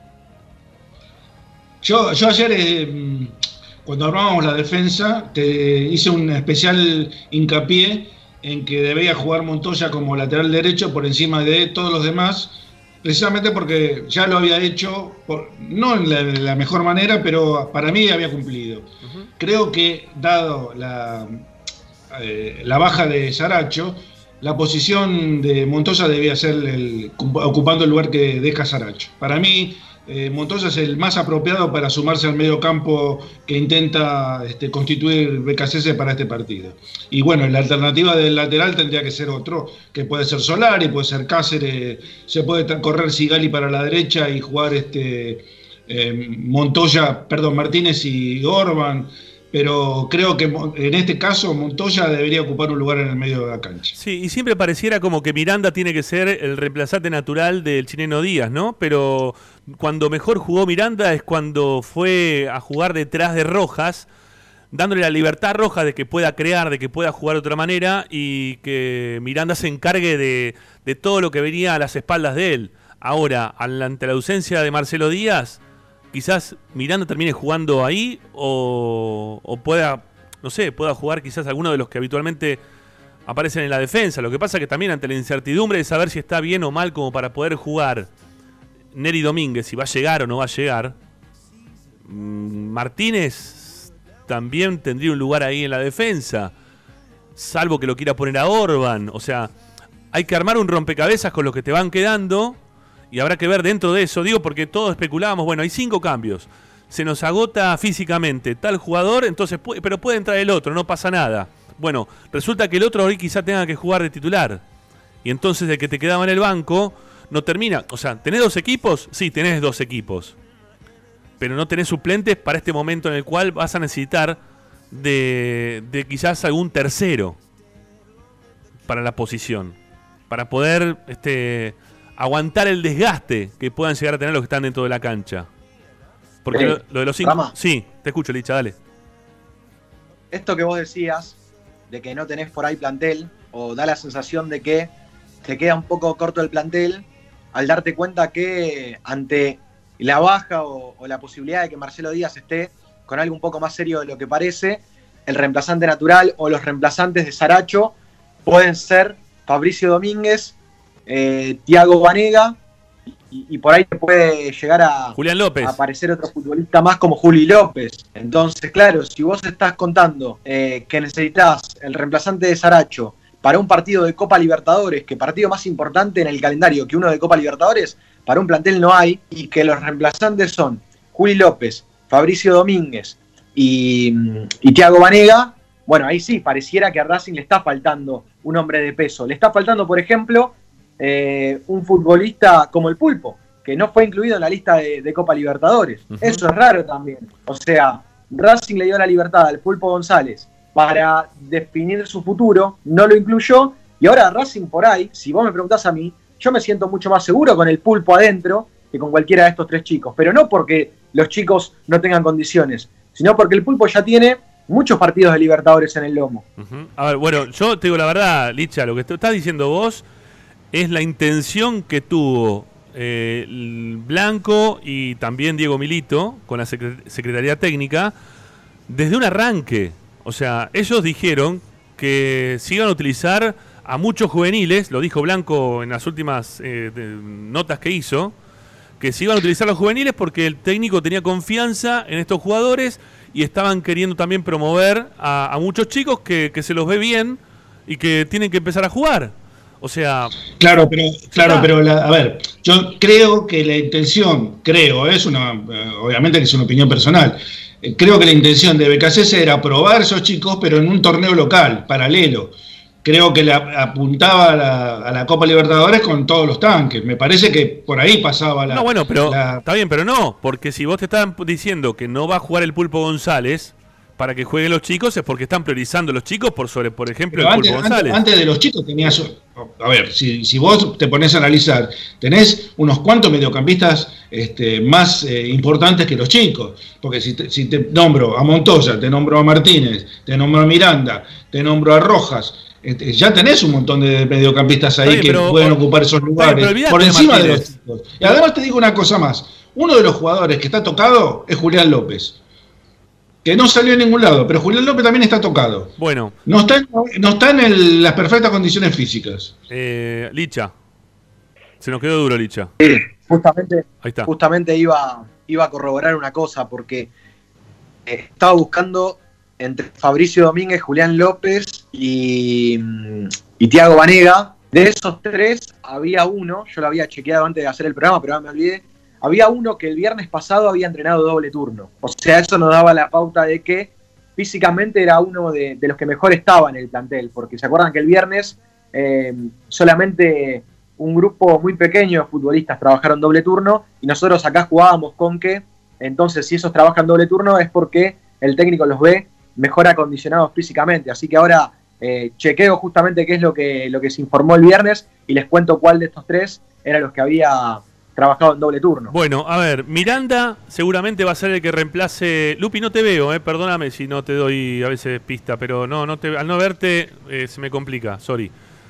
Yo, yo ayer, eh, cuando armábamos la defensa, te hice un especial hincapié en que debía jugar Montoya como lateral derecho por encima de todos los demás, precisamente porque ya lo había hecho, por, no en la, en la mejor manera, pero para mí había cumplido. Uh-huh. Creo que, dado la, eh, la baja de Saracho, la posición de Montoya debía ser el, ocupando el lugar que deja Saracho. Para mí, Eh, Montoya es el más apropiado para sumarse al medio campo que intenta este, constituir B K C S para este partido. Y bueno, la alternativa del lateral tendría que ser otro, que puede ser Solari, puede ser Cáceres, se puede correr Sigali para la derecha y jugar este eh, Montoya, perdón, Martínez y Orban. Pero creo que en este caso Montoya debería ocupar un lugar en el medio de la cancha. Sí, y siempre pareciera como que Miranda tiene que ser el reemplazante natural del chileno Díaz, ¿no? Pero cuando mejor jugó Miranda es cuando fue a jugar detrás de Rojas, dándole la libertad a Rojas de que pueda crear, de que pueda jugar de otra manera y que Miranda se encargue de, de todo lo que venía a las espaldas de él. Ahora, ante la ausencia de Marcelo Díaz, quizás Miranda termine jugando ahí o, o pueda, no sé, pueda jugar quizás alguno de los que habitualmente aparecen en la defensa. Lo que pasa es que también ante la incertidumbre de saber si está bien o mal como para poder jugar Neri Domínguez, si va a llegar o no va a llegar, Martínez también tendría un lugar ahí en la defensa, salvo que lo quiera poner a Orban. O sea, hay que armar un rompecabezas con los que te van quedando. Y habrá que ver dentro de eso, digo, porque todos especulábamos, bueno, hay cinco cambios. Se nos agota físicamente tal jugador, entonces puede, pero puede entrar el otro, no pasa nada. Bueno, resulta que el otro hoy quizá tenga que jugar de titular. Y entonces el que te quedaba en el banco no termina. O sea, ¿tenés dos equipos? Sí, tenés dos equipos. Pero no tenés suplentes para este momento en el cual vas a necesitar de, de quizás algún tercero para la posición. Para poder... este aguantar el desgaste que puedan llegar a tener los que están dentro de la cancha. Porque eh, lo, lo de los cinco... Rama. Sí, te escucho, Licha, dale. Esto que vos decías, de que no tenés por ahí plantel, o da la sensación de que te queda un poco corto el plantel, al darte cuenta que ante la baja o, o la posibilidad de que Marcelo Díaz esté con algo un poco más serio de lo que parece, el reemplazante natural o los reemplazantes de Saracho pueden ser Fabricio Domínguez, Eh, Thiago Banega y, y por ahí te puede llegar a, Julián López. a aparecer otro futbolista más como Juli López. Entonces, claro, si vos estás contando eh, que necesitas el reemplazante de Saracho para un partido de Copa Libertadores, que partido más importante en el calendario que uno de Copa Libertadores, para un plantel no hay, y que los reemplazantes son Juli López, Fabricio Domínguez y, y Thiago Banega, bueno, ahí sí, pareciera que a Racing le está faltando un hombre de peso. Le está faltando, por ejemplo, Eh, un futbolista como el Pulpo, que no fue incluido en la lista de, de Copa Libertadores. Uh-huh. Eso es raro también. O sea, Racing le dio la libertad al Pulpo González para definir su futuro, no lo incluyó, y ahora Racing por ahí, si vos me preguntás a mí, yo me siento mucho más seguro con el Pulpo adentro que con cualquiera de estos tres chicos, pero no porque los chicos no tengan condiciones, sino porque el Pulpo ya tiene muchos partidos de Libertadores en el lomo. Uh-huh. A ver, bueno, yo te digo la verdad, Licha, lo que estás diciendo vos es la intención que tuvo eh, Blanco y también Diego Milito con la Secretaría Técnica desde un arranque. O sea, ellos dijeron que se iban a utilizar a muchos juveniles, lo dijo Blanco en las últimas eh, notas que hizo, que se iban a utilizar los juveniles porque el técnico tenía confianza en estos jugadores y estaban queriendo también promover a, a muchos chicos que, que se los ve bien y que tienen que empezar a jugar. O sea... Claro, pero, claro, está. pero la, a ver, yo creo que la intención, creo, es una, obviamente que es una opinión personal, eh, creo que la intención de B K C S era probar a esos chicos, pero en un torneo local, paralelo. Creo que la, apuntaba a la, a la Copa Libertadores con todos los tanques. Me parece que por ahí pasaba la... No, bueno, pero la... está bien, pero no, porque si vos te están diciendo que no va a jugar el Pulpo González para que jueguen los chicos, es porque están priorizando los chicos por sobre, por ejemplo, Pero el antes, Pulpo antes, González. antes de los chicos tenías... A ver, si, si vos te pones a analizar, tenés unos cuantos mediocampistas este, más eh, importantes que los chicos. Porque si te, si te nombro a Montoya, te nombro a Martínez, te nombro a Miranda, te nombro a Rojas... Ya tenés un montón de mediocampistas ahí bien, que pero, pueden ocupar esos lugares bien, por encima de, de los chicos. Y además te digo una cosa más. Uno de los jugadores que está tocado es Julián López. Que no salió en ningún lado, pero Julián López también está tocado. Bueno. No está, no está en el, las perfectas condiciones físicas. Eh, Licha. Se nos quedó duro, Licha. Sí, justamente, ahí está. justamente iba, iba a corroborar una cosa, porque eh, estaba buscando... entre Fabricio Domínguez, Julián López y, y Thiago Banega. De esos tres había uno, yo lo había chequeado antes de hacer el programa, pero ahora me olvidé, había uno que el viernes pasado había entrenado doble turno. O sea, eso nos daba la pauta de que físicamente era uno de, de los que mejor estaba en el plantel, porque se acuerdan que el viernes eh, solamente un grupo muy pequeño de futbolistas trabajaron doble turno y nosotros acá jugábamos con que, entonces si esos trabajan doble turno es porque el técnico los ve mejor acondicionados físicamente, así que ahora eh, chequeo justamente qué es lo que, lo que se informó el viernes y les cuento cuál de estos tres eran los que había trabajado en doble turno. Bueno, a ver, Miranda seguramente va a ser el que reemplace... Lupi, no te veo, eh, perdóname si no te doy a veces pista, pero no, no te, al no verte eh, se me complica, sorry.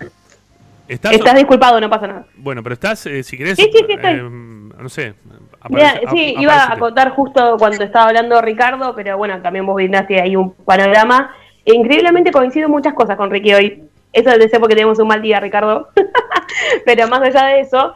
¿Estás, estás o... disculpado, no pasa nada. Bueno, pero estás, eh, si querés... Sí, sí, sí, estoy. Eh, no sé... Aparece, Mira, sí, a, iba a contar justo cuando estaba hablando Ricardo, pero bueno, también vos brindaste ahí un panorama. E increíblemente coincido muchas cosas con Ricky hoy. Eso debe ser porque tenemos un mal día, Ricardo. Pero más allá de eso,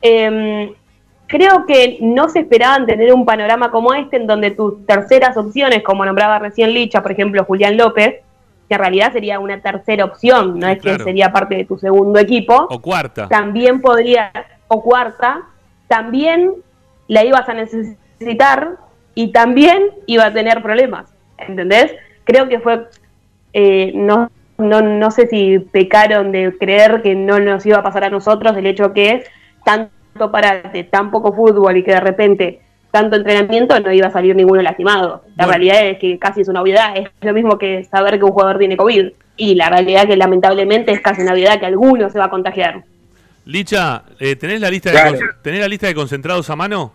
eh, creo que no se esperaban tener un panorama como este, en donde tus terceras opciones, como nombraba recién Licha, por ejemplo, Julián López, que en realidad sería una tercera opción, no sí, es claro. que sería parte de tu segundo equipo. O cuarta. También podría, o cuarta, también la ibas a necesitar y también iba a tener problemas, ¿entendés? Creo que fue, eh, no, no, no sé si pecaron de creer que no nos iba a pasar a nosotros el hecho que tanto parate, tan poco fútbol y que de repente tanto entrenamiento no iba a salir ninguno lastimado. La bueno. realidad es que casi es una obviedad, es lo mismo que saber que un jugador tiene COVID y la realidad es que lamentablemente es casi una obviedad que alguno se va a contagiar. Licha, eh, ¿tenés, la lista de claro. ¿tenés la lista de concentrados a mano?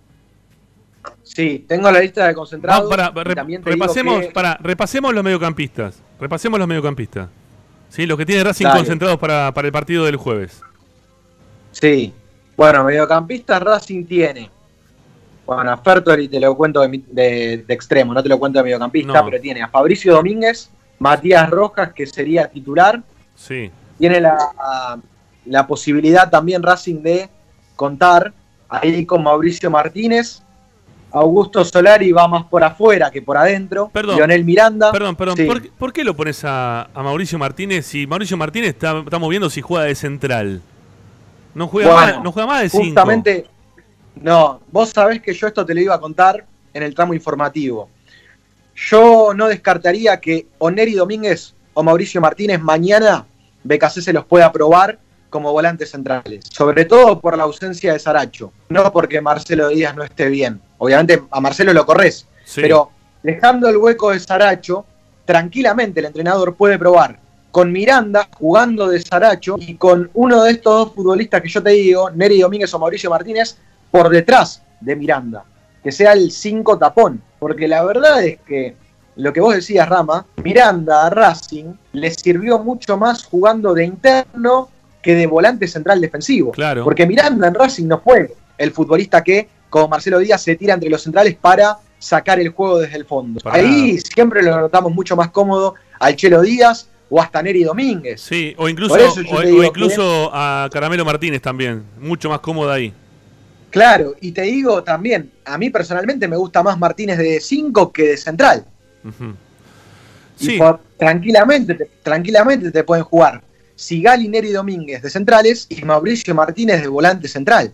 Sí, tengo la lista de concentrados. Vamos, para, re, repasemos, que... para, repasemos los mediocampistas. Repasemos los mediocampistas. ¿Sí? Los que tiene Racing Dale. concentrados para, para el partido del jueves. Sí. Bueno, mediocampistas Racing tiene. Bueno, a Fertoli te lo cuento de, de, de extremo, no te lo cuento de mediocampista, no. pero tiene a Fabricio Domínguez, Matías Rojas, que sería titular. Sí. Tiene la... A, la posibilidad también Racing de contar ahí con Mauricio Martínez, Augusto Solari va más por afuera que por adentro, perdón, Lionel Miranda. Perdón, perdón, sí. ¿por, ¿por qué lo pones a, a Mauricio Martínez si Mauricio Martínez está, estamos viendo si juega de central? No juega, bueno, más, no juega más de cinco. Justamente, no, vos sabés que yo esto te lo iba a contar en el tramo informativo. Yo no descartaría que o Neri Domínguez o Mauricio Martínez mañana B K C se los pueda probar como volantes centrales, sobre todo por la ausencia de Saracho, no porque Marcelo Díaz no esté bien, obviamente a Marcelo lo corres, sí. pero dejando el hueco de Saracho, tranquilamente el entrenador puede probar con Miranda jugando de Saracho y con uno de estos dos futbolistas que yo te digo, Neri Domínguez o Mauricio Martínez, por detrás de Miranda, que sea el cinco tapón, porque la verdad es que lo que vos decías, Rama, Miranda a Racing le sirvió mucho más jugando de interno que de volante central defensivo. Claro. Porque Miranda en Racing no fue el futbolista que, como Marcelo Díaz, se tira entre los centrales para sacar el juego desde el fondo. Para Ahí nada. siempre lo notamos mucho más cómodo al Chelo Díaz o hasta Neri Domínguez. Sí, o incluso, o, o incluso que... a Caramelo Martínez también, mucho más cómodo ahí. Claro, y te digo también, a mí personalmente me gusta más Martínez de cinco que de central. Uh-huh. Y Sí. por, tranquilamente, te, tranquilamente te pueden jugar Sigali, Neri Domínguez de centrales y Mauricio Martínez de volante central.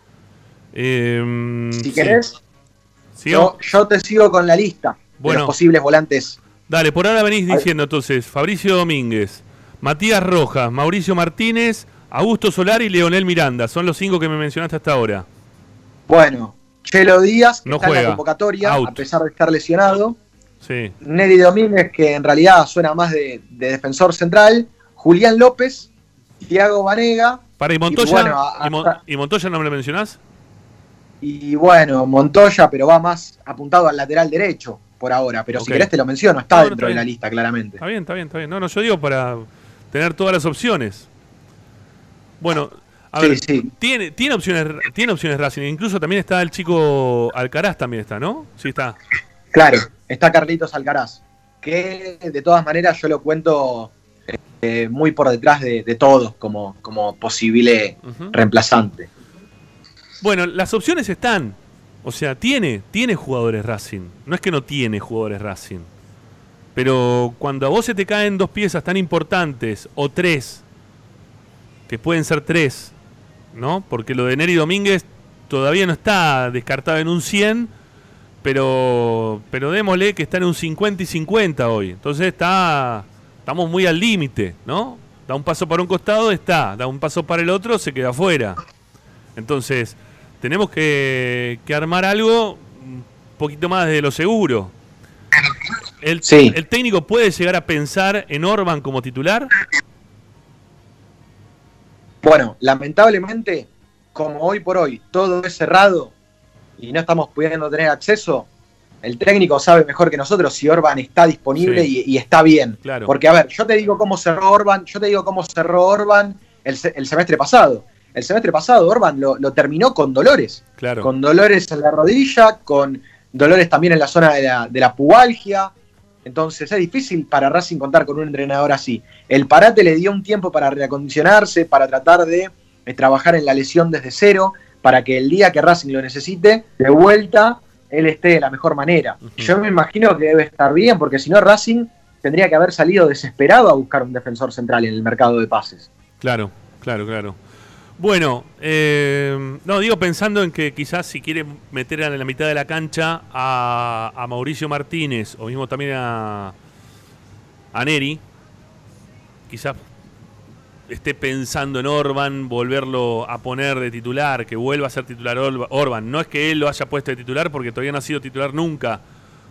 Eh, si querés, sí. yo, yo te sigo con la lista bueno, de los posibles volantes. Dale, por ahora venís diciendo entonces Fabricio Domínguez, Matías Rojas, Mauricio Martínez, Augusto Solari y Leonel Miranda. Son los cinco que me mencionaste hasta ahora. Bueno, Chelo Díaz, que no está juega. en la convocatoria, Out. a pesar de estar lesionado. Sí. Neri Domínguez, que en realidad suena más de, de defensor central. Julián López, Thiago Banega. Para, ¿y Montoya? Y, bueno, a, ¿Y, Mo ¿Y Montoya no me lo mencionás? Y bueno, Montoya, pero va más apuntado al lateral derecho por ahora. Pero okay. si querés te lo menciono, está no, dentro no, está de la lista, claramente. Está bien, está bien, está bien. No, no, yo digo para tener todas las opciones. Bueno, a sí, ver, sí. Tiene, tiene opciones, tiene opciones Racing. Incluso también está el chico Alcaraz, también está, ¿no? Sí, está. Claro, está Carlitos Alcaraz, que de todas maneras yo lo cuento eh, muy por detrás de, de todos como, como posible uh-huh. reemplazante. Bueno, las opciones están. O sea, tiene, tiene jugadores Racing. No es que no tiene jugadores Racing. Pero cuando a vos se te caen dos piezas tan importantes, o tres, que pueden ser tres, ¿no? Porque lo de Neri Domínguez todavía no está descartado en un cien, pero, pero démosle que está en un cincuenta y cincuenta hoy. Entonces está, estamos muy al límite, ¿no? Da un paso para un costado, está. Da un paso para el otro, se queda afuera. Entonces, tenemos que, que armar algo un poquito más de lo seguro. ¿El, sí. ¿El técnico puede llegar a pensar en Orban como titular? Bueno, lamentablemente, como hoy por hoy todo es cerrado y no estamos pudiendo tener acceso, el técnico sabe mejor que nosotros si Orban está disponible sí. y, y está bien. Claro. Porque, a ver, yo te digo cómo cerró Orban, yo te digo cómo cerró Orban el, el semestre pasado. El semestre pasado Orban lo, lo terminó con dolores. Claro. Con dolores en la rodilla, con dolores también en la zona de la, de la pubalgia. Entonces es difícil para Racing contar con un entrenador así. El Parate le dio un tiempo para reacondicionarse, para tratar de, de trabajar en la lesión desde cero, para que el día que Racing lo necesite, de vuelta, él esté de la mejor manera. Uh-huh. Yo me imagino que debe estar bien, porque si no Racing tendría que haber salido desesperado a buscar un defensor central en el mercado de pases. Claro, claro, claro. Bueno, eh, no, digo pensando en que quizás si quiere meter en la mitad de la cancha a, a Mauricio Martínez o mismo también a, a Neri, quizás esté pensando en Orban, volverlo a poner de titular, que vuelva a ser titular Orban. No es que él lo haya puesto de titular porque todavía no ha sido titular nunca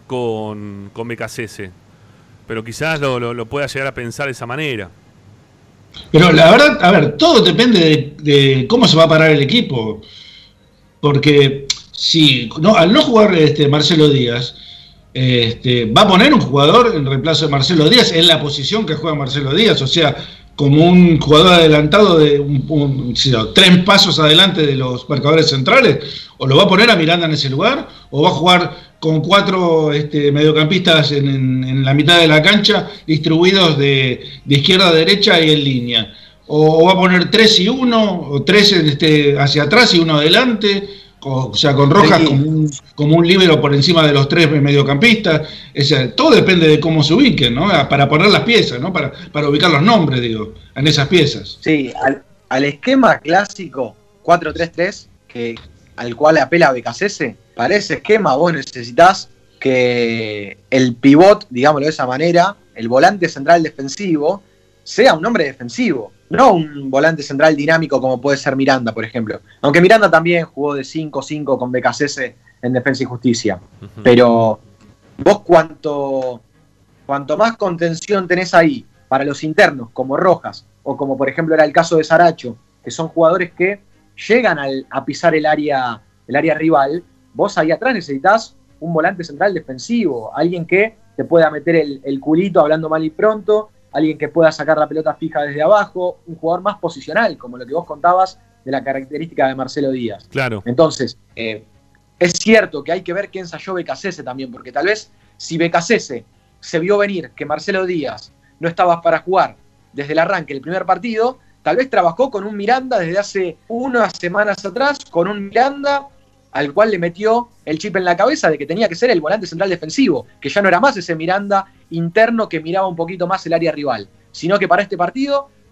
con, con B K C S, pero quizás lo, lo, lo pueda llegar a pensar de esa manera. Pero la verdad, a ver, todo depende de, de cómo se va a parar el equipo. Porque si no, al no jugar este Marcelo Díaz, este, va a poner un jugador en reemplazo de Marcelo Díaz en la posición que juega Marcelo Díaz. O sea, como un jugador adelantado de un, un, un, tres pasos adelante de los marcadores centrales. O lo va a poner a Miranda en ese lugar, o va a jugar con cuatro este, mediocampistas en, en, en la mitad de la cancha, distribuidos de, de izquierda a derecha y en línea. O, o va a poner tres y uno, o tres este, hacia atrás y uno adelante, o, o sea, con Rojas sí. como, un, como un líbero por encima de los tres mediocampistas. O sea, todo depende de cómo se ubiquen, ¿no? Para poner las piezas, ¿no? Para, para ubicar los nombres, digo, en esas piezas. Sí, al, al esquema clásico cuatro tres tres, que al cual apela B K C S, para ese esquema vos necesitas que el pivot, digámoslo de esa manera, el volante central defensivo, sea un hombre defensivo, no un volante central dinámico como puede ser Miranda, por ejemplo. Aunque Miranda también jugó de cinco cinco con B K C S en Defensa y Justicia. Uh-huh. Pero vos cuanto, cuanto más contención tenés ahí para los internos, como Rojas, o como por ejemplo era el caso de Saracho, que son jugadores que llegan al, a pisar el área, el área rival, vos ahí atrás necesitas un volante central defensivo, alguien que te pueda meter el, el culito hablando mal y pronto, alguien que pueda sacar la pelota fija desde abajo, un jugador más posicional, como lo que vos contabas de la característica de Marcelo Díaz. Claro. Entonces, eh, es cierto que hay que ver qué ensayó B K C S también, porque tal vez si B K C S se vio venir que Marcelo Díaz no estaba para jugar desde el arranque del primer partido, tal vez trabajó con un Miranda desde hace unas semanas atrás, con un Miranda al cual le metió el chip en la cabeza de que tenía que ser el volante central defensivo, que ya no era más ese Miranda interno que miraba un poquito más el área rival, sino que para este partido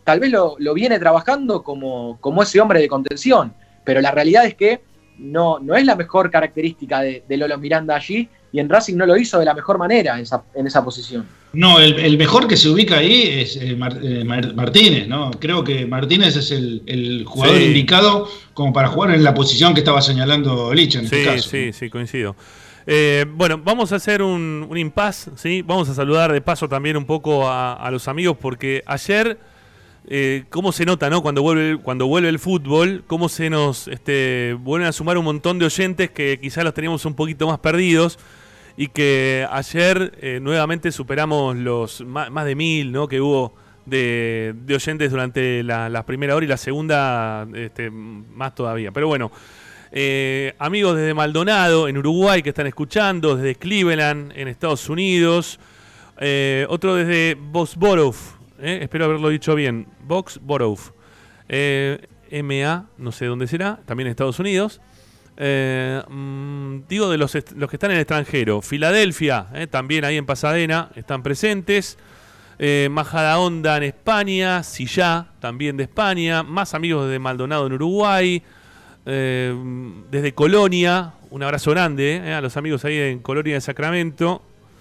tal vez lo, lo viene trabajando como, como ese hombre de contención, pero la realidad es que no, no es la mejor característica de, de Lolo Miranda allí, y en Racing no lo hizo de la mejor manera en esa, en esa posición. No, el, el mejor que se ubica ahí es eh, Mar, eh, Mar, Martínez, ¿no? Creo que Martínez es el, el jugador sí. indicado como para jugar en la posición que estaba señalando Licha en sí, este caso. Sí, ¿no? sí, coincido. Eh, bueno, vamos a hacer un, un impasse, ¿sí? Vamos a saludar de paso también un poco a, a los amigos, porque ayer, eh, cómo se nota, ¿no? Cuando vuelve, cuando vuelve el fútbol, cómo se nos este, vuelven a sumar un montón de oyentes que quizás los teníamos un poquito más perdidos, y que ayer eh, nuevamente superamos los más, más de mil, ¿no? Que hubo de, de oyentes durante la, la primera hora, y la segunda este, más todavía. Pero bueno, eh, amigos desde Maldonado, en Uruguay, que están escuchando, desde Cleveland, en Estados Unidos, eh, otro desde Boxborough, eh, espero haberlo dicho bien, Boxborough, eh, M A, no sé dónde será, también en Estados Unidos. Eh, mmm, digo de los, los que están en el extranjero, Filadelfia, eh, también ahí en Pasadena están presentes, eh, Majadahonda en España, Sillá también de España, más amigos de Maldonado en Uruguay, eh, desde Colonia, un abrazo grande eh, a los amigos ahí en Colonia de Sacramento,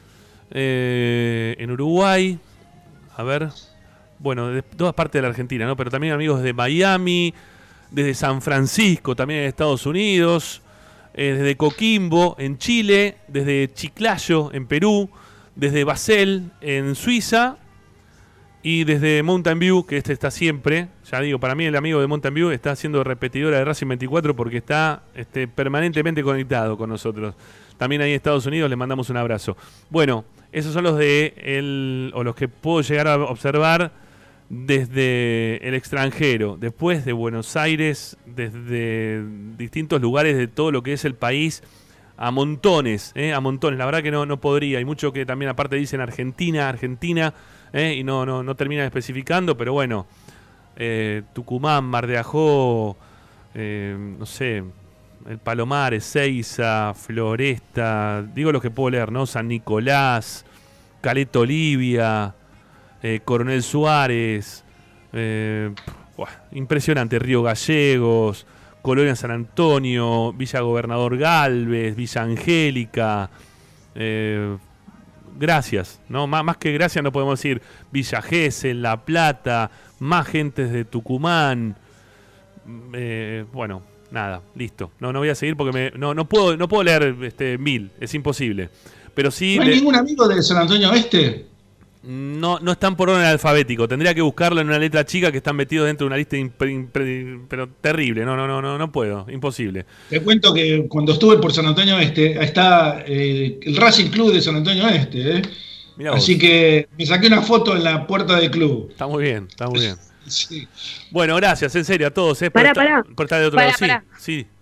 eh, en Uruguay, a ver, bueno, de todas partes de la Argentina, ¿no? Pero también amigos de Miami, desde San Francisco, también en Estados Unidos, eh, desde Coquimbo, en Chile, desde Chiclayo, en Perú, desde Basel, en Suiza, y desde Mountain View, que este está siempre, ya digo, para mí el amigo de Mountain View está haciendo repetidora de Racing veinticuatro porque está este, permanentemente conectado con nosotros. También ahí en Estados Unidos le mandamos un abrazo. Bueno, esos son los de el, o los que puedo llegar a observar desde el extranjero, después de Buenos Aires, desde distintos lugares de todo lo que es el país, a montones, eh, a montones. La verdad que no, no podría. Hay mucho que también aparte dicen Argentina, Argentina, eh, y no, no, no terminan especificando, pero bueno, eh, Tucumán, Mar de Ajó, eh, no sé, el Palomar, Ezeiza, Floresta, digo los que puedo leer, ¿no? San Nicolás, Caleta Olivia, Eh, Coronel Suárez, eh, buah, impresionante, Río Gallegos, Colonia San Antonio, Villa Gobernador Galvez, Villa Angélica, eh, gracias, ¿no? Más, más que gracias no podemos decir, Villa Gesell, La Plata, más gentes de Tucumán, eh, bueno, nada, listo, no, no voy a seguir porque me, no, no puedo, no puedo leer este, mil, es imposible, pero sí. ¿No hay le... ningún amigo de San Antonio Oeste? No, no están por orden alfabético. Tendría que buscarlo en una letra chica que están metidos dentro de una lista impre, impre, pero terrible. No, no, no, no, no puedo. Imposible. Te cuento que cuando estuve por San Antonio Oeste está eh, el Racing Club de San Antonio Oeste. ¿eh? Así que me saqué una foto en la puerta del club. Está muy bien, está muy bien. Sí. Bueno, gracias, en serio, a todos. ¿eh? Por, pará, estar, pará. por estar de otro pará, lado. pará. Sí, sí.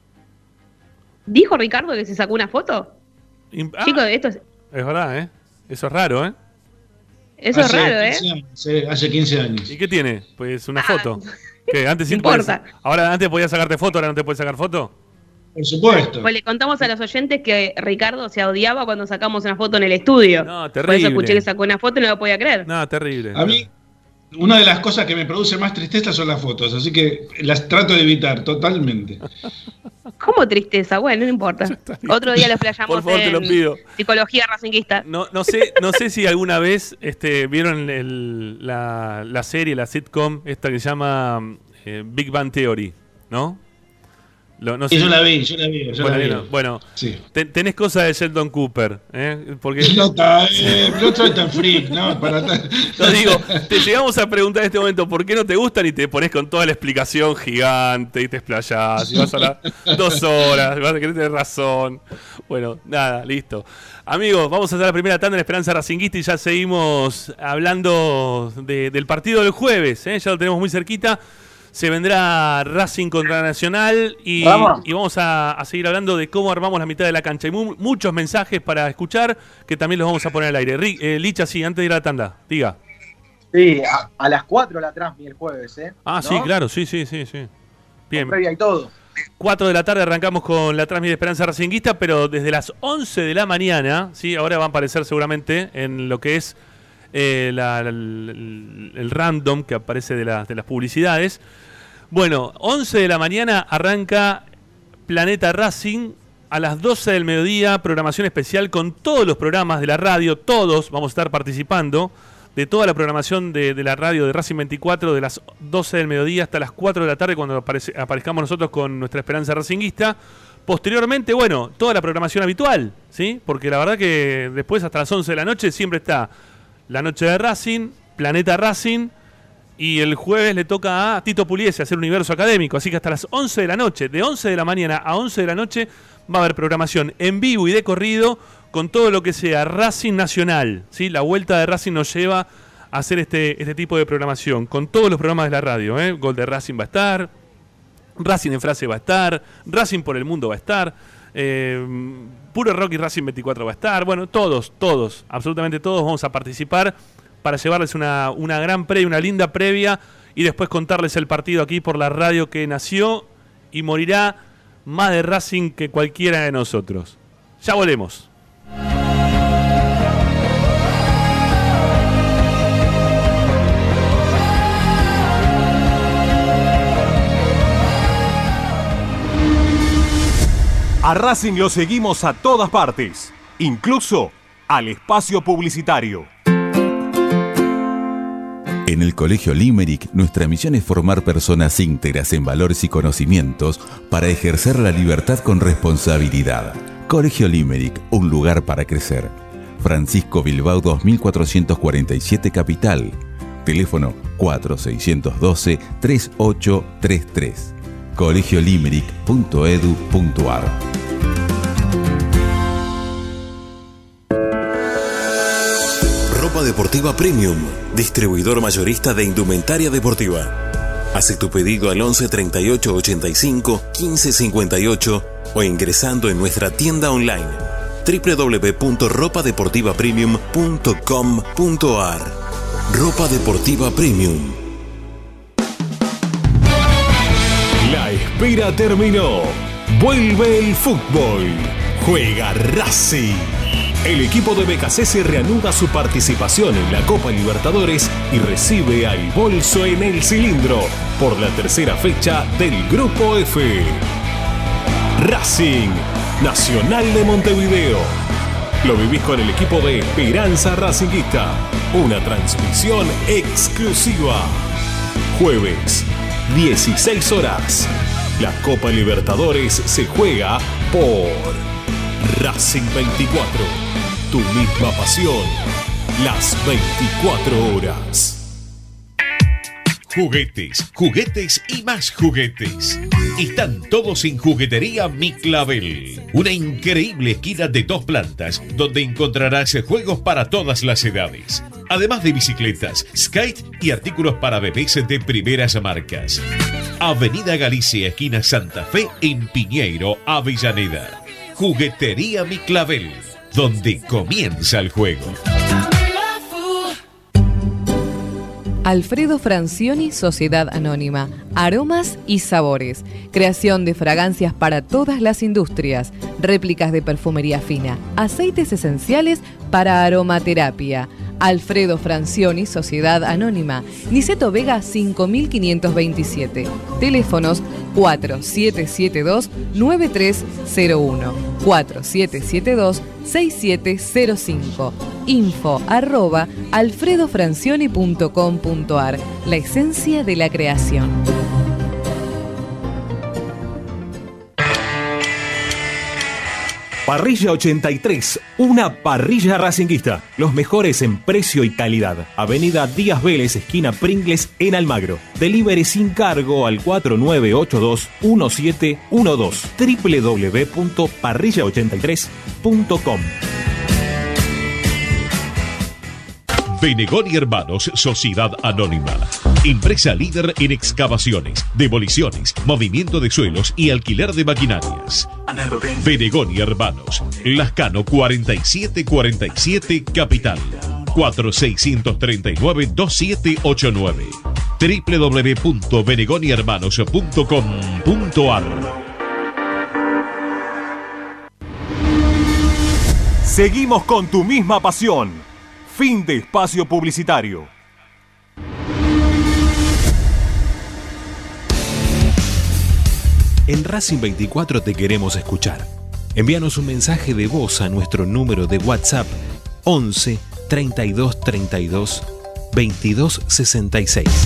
¿Dijo Ricardo que se sacó una foto? Ah, Chicos, esto es... Es verdad, ¿eh? Eso es raro, ¿eh? Eso hace es raro, ¿eh? quince años, eh, hace quince años. ¿Y qué tiene? Pues una Ah. foto. ¿Qué? Antes sí No podías- importa. Ahora antes podías sacarte foto, ahora no te puedes sacar foto. Por supuesto. Pues le contamos a los oyentes que Ricardo se odiaba cuando sacamos una foto en el estudio. No, Por terrible. eso escuché que sacó una foto y no lo podía creer. No, terrible. A mí, una de las cosas que me produce más tristeza son las fotos, así que las trato de evitar totalmente. ¿Cómo tristeza? Bueno, no importa. Otro día lo explayamos Por favor, te lo en pido. psicología racinguista. No, no sé, no sé si alguna vez este, vieron el- la, la serie, la sitcom, esta que se llama eh, Big Bang Theory, ¿no? Lo, no Sí, sé. yo la vi, yo la vi, yo Bueno, la vi. bueno, bueno, Sí. te- tenés cosas de Sheldon Cooper, ¿eh? Porque No, está, eh, no soy tan freak, ¿no? Para tan- no digo, te llegamos a preguntar en este momento por qué no te gustan y te pones con toda la explicación gigante y te explayás y vas a hablar dos horas, vas a querer tener razón. Bueno, nada, listo. Amigos, vamos a hacer la primera tanda en Esperanza Racinguista y ya seguimos hablando de- del partido del jueves, ¿eh? Ya lo tenemos muy cerquita. Se vendrá Racing contra Nacional y, Vamos. y vamos a, a seguir hablando de cómo armamos la mitad de la cancha. Hay mu- muchos mensajes para escuchar que también los vamos a poner al aire. Ri- eh, Licha, sí, antes de ir a la tanda, diga. Sí, a, a las cuatro la transmi el jueves, ¿eh? Ah, ¿no? sí, claro, sí, sí, sí, sí. Bien, Con previa y todo. cuatro de la tarde arrancamos con la transmisión de Esperanza Racinguista, pero desde las once de la mañana, sí, ahora va a aparecer seguramente en lo que es eh, la, la, el, el random que aparece de, la, de las publicidades. Bueno, once de la mañana arranca Planeta Racing. A las doce del mediodía, programación especial con todos los programas de la radio. Todos vamos a estar participando de toda la programación de, de la radio de Racing veinticuatro, de las doce del mediodía hasta las cuatro de la tarde, cuando aparece, aparezcamos nosotros con nuestra Esperanza Racinguista. Posteriormente, bueno, toda la programación habitual, ¿sí? Porque la verdad que después, hasta las once de la noche, siempre está la noche de Racing, Planeta Racing, y el jueves le toca a Tito Pugliese hacer Universo Académico. Así que hasta las once de la noche, de once de la mañana a once de la noche, va a haber programación en vivo y de corrido con todo lo que sea Racing Nacional, ¿sí? La vuelta de Racing nos lleva a hacer este, este tipo de programación con todos los programas de la radio, ¿eh? Gol de Racing va a estar, Racing en Frase va a estar, Racing por el Mundo va a estar, eh, Puro Rock y Racing veinticuatro va a estar. Bueno, todos, todos, absolutamente todos vamos a participar para llevarles una, una gran previa, una linda previa, y después contarles el partido aquí por la radio que nació y morirá más de Racing que cualquiera de nosotros. Ya volvemos. A Racing lo seguimos a todas partes, incluso al espacio publicitario. En el Colegio Limerick, nuestra misión es formar personas íntegras en valores y conocimientos para ejercer la libertad con responsabilidad. Colegio Limerick, un lugar para crecer. Francisco Bilbao dos mil cuatrocientos cuarenta y siete Capital. Teléfono cuatro seis uno dos, tres ocho tres tres. colegio limerick punto edu punto ar. Ropa Deportiva Premium, distribuidor mayorista de indumentaria deportiva. Hace tu pedido al once treinta y ocho ochenta y cinco quince cincuenta y ocho o ingresando en nuestra tienda online doble u doble u doble u punto ropa deportiva premium punto com punto ar. Ropa Deportiva Premium. La espera terminó. Vuelve el fútbol. Juega Racing. El equipo de B K C se reanuda su participación en la Copa Libertadores y recibe al Bolso en el Cilindro por la tercera fecha del Grupo F. Racing, Nacional de Montevideo. Lo vivís con el equipo de Esperanza Racinguista. Una transmisión exclusiva. Jueves, dieciséis horas. La Copa Libertadores se juega por Racing veinticuatro. Tu misma pasión, las veinticuatro horas. Juguetes, juguetes y más juguetes. Están todos en Juguetería Mi Clavel. Una increíble esquina de dos plantas donde encontrarás juegos para todas las edades. Además de bicicletas, skate y artículos para bebés de primeras marcas. Avenida Galicia, esquina Santa Fe, en Piñeiro, Avellaneda. Juguetería Mi Clavel, donde comienza el juego. Alfredo Francioni, Sociedad Anónima. Aromas y sabores. Creación de fragancias para todas las industrias. Réplicas de perfumería fina. Aceites esenciales para aromaterapia. Alfredo Francioni, Sociedad Anónima. Niceto Vega cinco mil quinientos veintisiete. Teléfonos cuatro siete siete dos nueve tres cero uno, cuatro siete siete dos seis siete cero cinco. Info arroba alfredofrancioni punto com punto ar. La esencia de la creación. Parrilla ochenta y tres, una parrilla racinguista. Los mejores en precio y calidad. Avenida Díaz Vélez, esquina Pringles, en Almagro. Delivery sin cargo al cuatro nueve ocho dos uno siete uno dos. doble u doble u doble u punto parrilla ochenta y tres punto com. Venegoni Hermanos, Sociedad Anónima. Empresa líder en excavaciones, demoliciones, movimiento de suelos y alquiler de maquinarias. Venegoni Hermanos, Lascano cuarenta y siete cuarenta y siete, Capital. cuatro seis tres nueve dos siete ocho nueve. doble u doble u doble u punto venegoni hermanos punto com punto ar. Seguimos con tu misma pasión. Fin de espacio publicitario. En Racing veinticuatro te queremos escuchar. Envíanos un mensaje de voz a nuestro número de WhatsApp once treinta y dos treinta y dos veintidós sesenta y seis.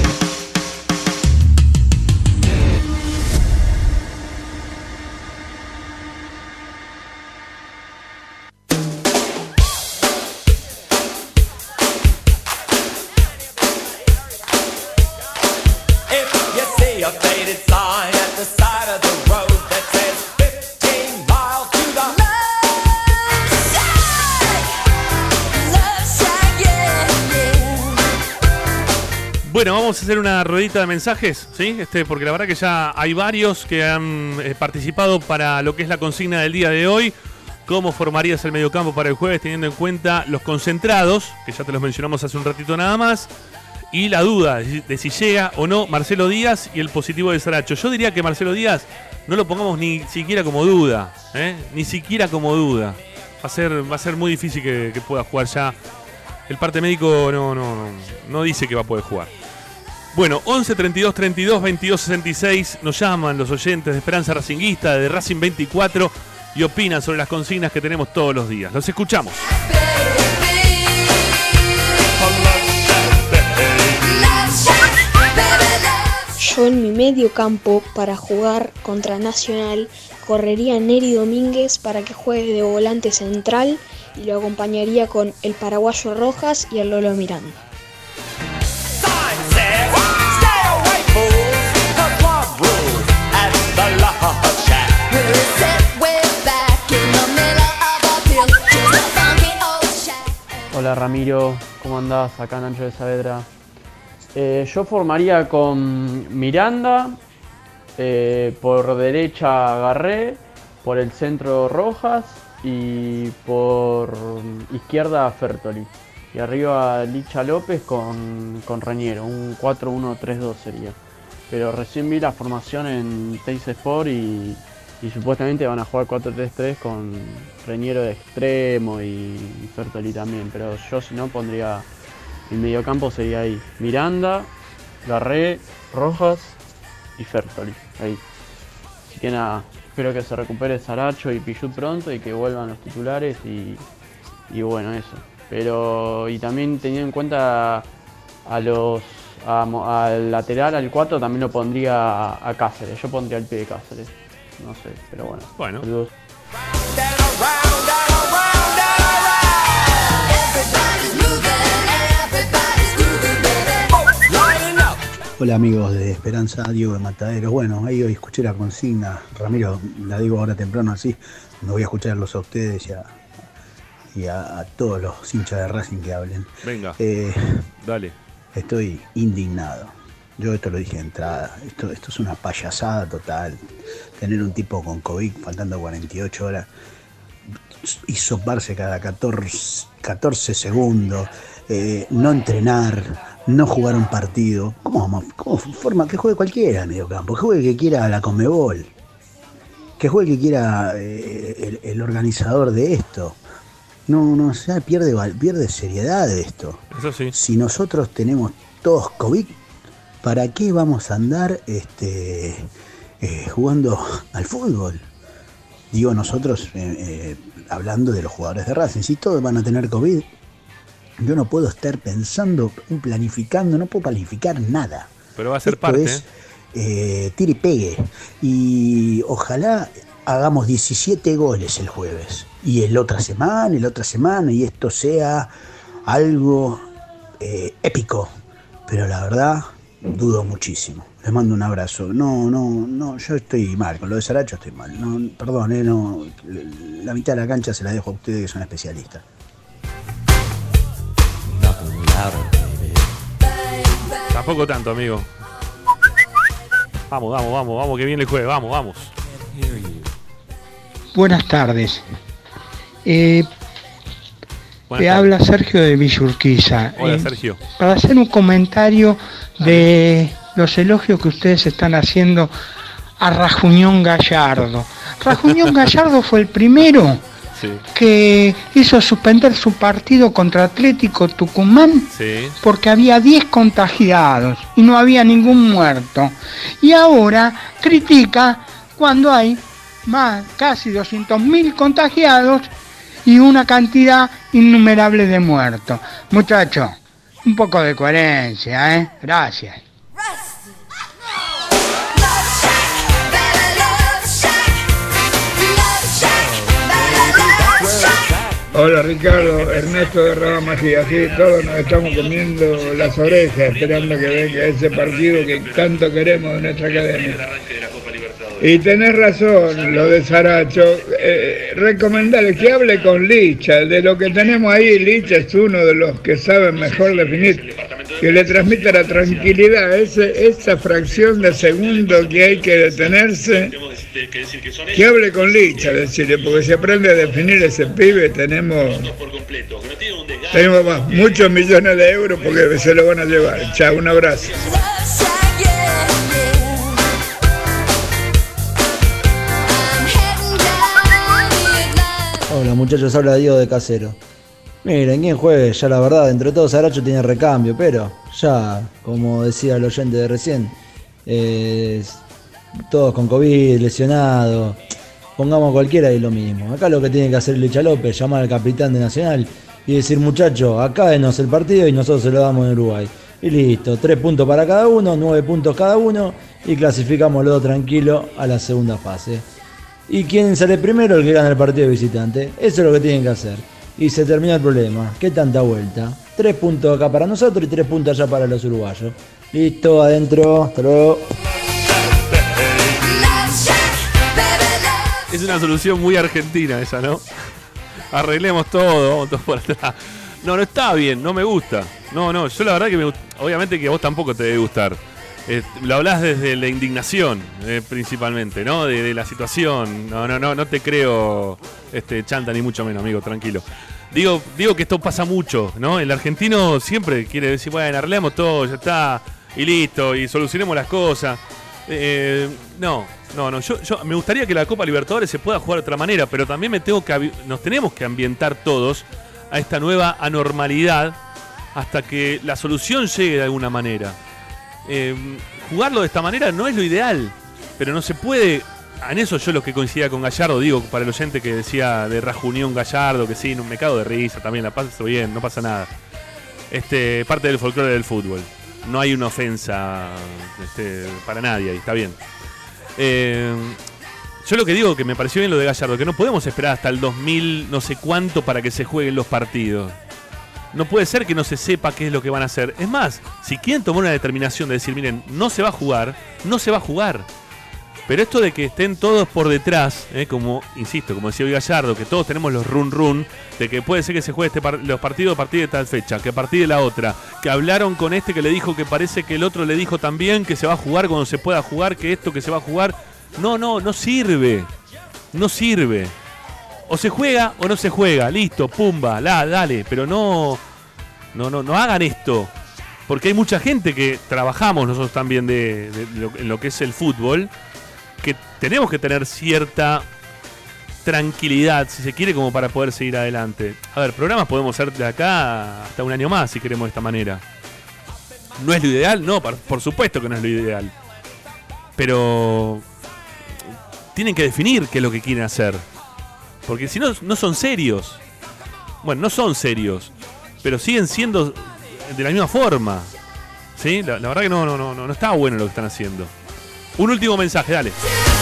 Bueno, vamos a hacer una ruedita de mensajes, ¿sí? Este, porque la verdad que ya hay varios que han eh, participado para lo que es la consigna del día de hoy. ¿Cómo formarías el mediocampo para el jueves teniendo en cuenta los concentrados, que ya te los mencionamos hace un ratito nada más, y la duda de si llega o no Marcelo Díaz y el positivo de Saracho? Yo diría que Marcelo Díaz no lo pongamos ni siquiera como duda, ¿eh? Ni siquiera como duda. Va a ser, va a ser muy difícil que, que pueda jugar ya. El parte médico no, no, no, no dice que va a poder jugar. Bueno, once treinta y dos treinta y dos veintidós sesenta y seis, nos llaman los oyentes de Esperanza Racinguista, de Racing veinticuatro, y opinan sobre las consignas que tenemos todos los días. Los escuchamos. Yo en mi medio campo, para jugar contra Nacional, correría a Neri Domínguez para que juegue de volante central y lo acompañaría con el paraguayo Rojas y el Lolo Miranda. Hola Ramiro, ¿cómo andás? Acá Nacho de Saavedra. Eh, yo formaría con Miranda, eh, por derecha Garré, por el centro Rojas y por izquierda Fertoli. Y arriba Licha López con, con Reñero, un cuatro uno tres dos sería. Pero recién vi la formación en Teis Sport y, y supuestamente van a jugar cuatro tres tres con Reñero de extremo y, y Fertoli también. Pero yo si no pondría, el mediocampo sería ahí, Miranda, Garré, Rojas y Fertoli, ahí. Así que nada, espero que se recupere Saracho y Pichut pronto y que vuelvan los titulares y, y bueno, eso. Pero, y también teniendo en cuenta a los a, al lateral, al cuatro, también lo pondría a, a Cáceres. Yo pondría el pie de Cáceres. No sé, pero bueno. Bueno. Saludos. Hola amigos de Esperanza, Diego de Mataderos. Bueno, ahí hoy escuché la consigna. Ramiro, la digo ahora temprano así. Me voy a escucharlos a ustedes y a, y a, a todos los hinchas de Racing que hablen. Venga, eh, dale. Estoy indignado. Yo esto lo dije de entrada. Esto, esto es una payasada total. Tener un tipo con COVID faltando cuarenta y ocho horas y soparse cada catorce, catorce segundos, eh, no entrenar, no jugar un partido. ¿Cómo vamos? ¿Cómo forma? Que juegue cualquiera en medio campo. Que juegue que quiera la Conmebol. Que juegue que quiera eh, el, el organizador de esto. No, no, o sea, pierde, pierde seriedad esto. Eso sí. Si nosotros tenemos todos COVID, ¿para qué vamos a andar este, eh, jugando al fútbol? Digo nosotros, eh, eh, hablando de los jugadores de Racing, si todos van a tener COVID, yo no puedo estar pensando, planificando, no puedo planificar nada. Pero va a ser Esto parte. Es, eh, tire y pegue. Y ojalá hagamos diecisiete goles el jueves. Y el otra semana, y la otra semana, y esto sea algo eh, épico. Pero la verdad, dudo muchísimo. Les mando un abrazo. No, no, no, yo estoy mal. Con lo de Saracho estoy mal. No, perdón, eh, no, la mitad de la cancha se la dejo a ustedes que son especialistas. Tampoco tanto, amigo. Vamos, vamos, vamos, vamos, que bien le juegue. Vamos, vamos. Buenas tardes. Eh, Buenas te tardes. habla Sergio de Villurquiza. Hola, Eh, Sergio. Para hacer un comentario de los elogios que ustedes están haciendo a Rajuñón Gallardo. Rajuñón Gallardo fue el primero Sí. que hizo suspender su partido contra Atlético Tucumán Sí. porque había diez contagiados y no había ningún muerto. Y ahora critica cuando hay más, casi doscientos mil contagiados y una cantidad innumerable de muertos. Muchachos, un poco de coherencia, ¿eh? Gracias. Hola Ricardo, Ernesto de Rama Magia, sí, todos nos estamos comiendo las orejas esperando que venga ese partido que tanto queremos de nuestra academia. Y tenés razón, lo de Saracho, eh, recomendarle que hable con Licha, de lo que tenemos ahí, Licha es uno de los que saben mejor definir, que le transmita la tranquilidad, ese, esa fracción de segundo que hay que detenerse, que hable con Licha, decirle, porque si aprende a definir ese pibe tenemos, tenemos más, muchos millones de euros porque se lo van a llevar. Chao, un abrazo. Hola muchachos, habla Diego de Casero. Miren, quien juegue, ya la verdad, entre todos Saracho tiene recambio, pero ya, como decía el oyente de recién, eh, todos con COVID, lesionados, pongamos cualquiera y lo mismo. Acá lo que tiene que hacer Licha López, llamar al capitán de Nacional y decir, muchachos, acá denos el partido y nosotros se lo damos en Uruguay. Y listo, tres puntos para cada uno, nueve puntos cada uno y clasificamos los dos tranquilos a la segunda fase. Y quien sale primero, el que gana el partido de visitante. Eso es lo que tienen que hacer. Y se termina el problema. ¿Qué tanta vuelta? Tres puntos acá para nosotros y tres puntos allá para los uruguayos. Listo, adentro. Hasta luego. Es una solución muy argentina esa, ¿no? Arreglemos todo, vamos todos por atrás. No, no está bien, no me gusta. No, no, yo la verdad que me, obviamente que a vos tampoco te debe gustar. Eh, lo hablás desde la indignación, eh, principalmente, ¿no? De, de la situación. No, no, no, no te creo este, chanta ni mucho menos, amigo, tranquilo. Digo, digo que esto pasa mucho, ¿no? El argentino siempre quiere decir, bueno, arreglemos todo, ya está, y listo, y solucionemos las cosas. Eh, no, no, no. Yo, yo me gustaría que la Copa Libertadores se pueda jugar de otra manera, pero también me tengo que nos tenemos que ambientar todos a esta nueva anormalidad hasta que la solución llegue de alguna manera. Eh, jugarlo de esta manera no es lo ideal, pero no se puede. En eso yo lo que coincidía con Gallardo, digo, para el oyente que decía de Rajunión Gallardo, que sí, me cago de risa también, la paso bien, no pasa nada. Este, parte del folclore del fútbol. No hay una ofensa este, para nadie ahí, está bien. Eh, yo lo que digo que me pareció bien lo de Gallardo, que no podemos esperar hasta el dos mil no sé cuánto para que se jueguen los partidos. No puede ser que no se sepa qué es lo que van a hacer. Es más, si quieren tomar una determinación de decir, miren, no se va a jugar, no se va a jugar. Pero esto de que estén todos por detrás, eh, como, insisto, como decía hoy Gallardo, que todos tenemos los run run, de que puede ser que se juegue este par los partidos a partir de tal fecha, que a partir de la otra, que hablaron con este que le dijo que parece que el otro le dijo también que se va a jugar cuando se pueda jugar, que esto que se va a jugar. No, no, no sirve. No sirve. O se juega o no se juega, listo, pumba, la, dale, pero no, no, no, no hagan esto, porque hay mucha gente que trabajamos nosotros también de, de, de lo, en lo que es el fútbol, que tenemos que tener cierta tranquilidad, si se quiere, como para poder seguir adelante. A ver, programas podemos hacer de acá hasta un año más, si queremos de esta manera. ¿No es lo ideal? No, por, por supuesto que no es lo ideal, pero tienen que definir qué es lo que quieren hacer. Porque si no, no son serios. Bueno, no son serios, pero siguen siendo de la misma forma. ¿Sí? La, la verdad que no, no, no, no está bueno lo que están haciendo. Un último mensaje, dale.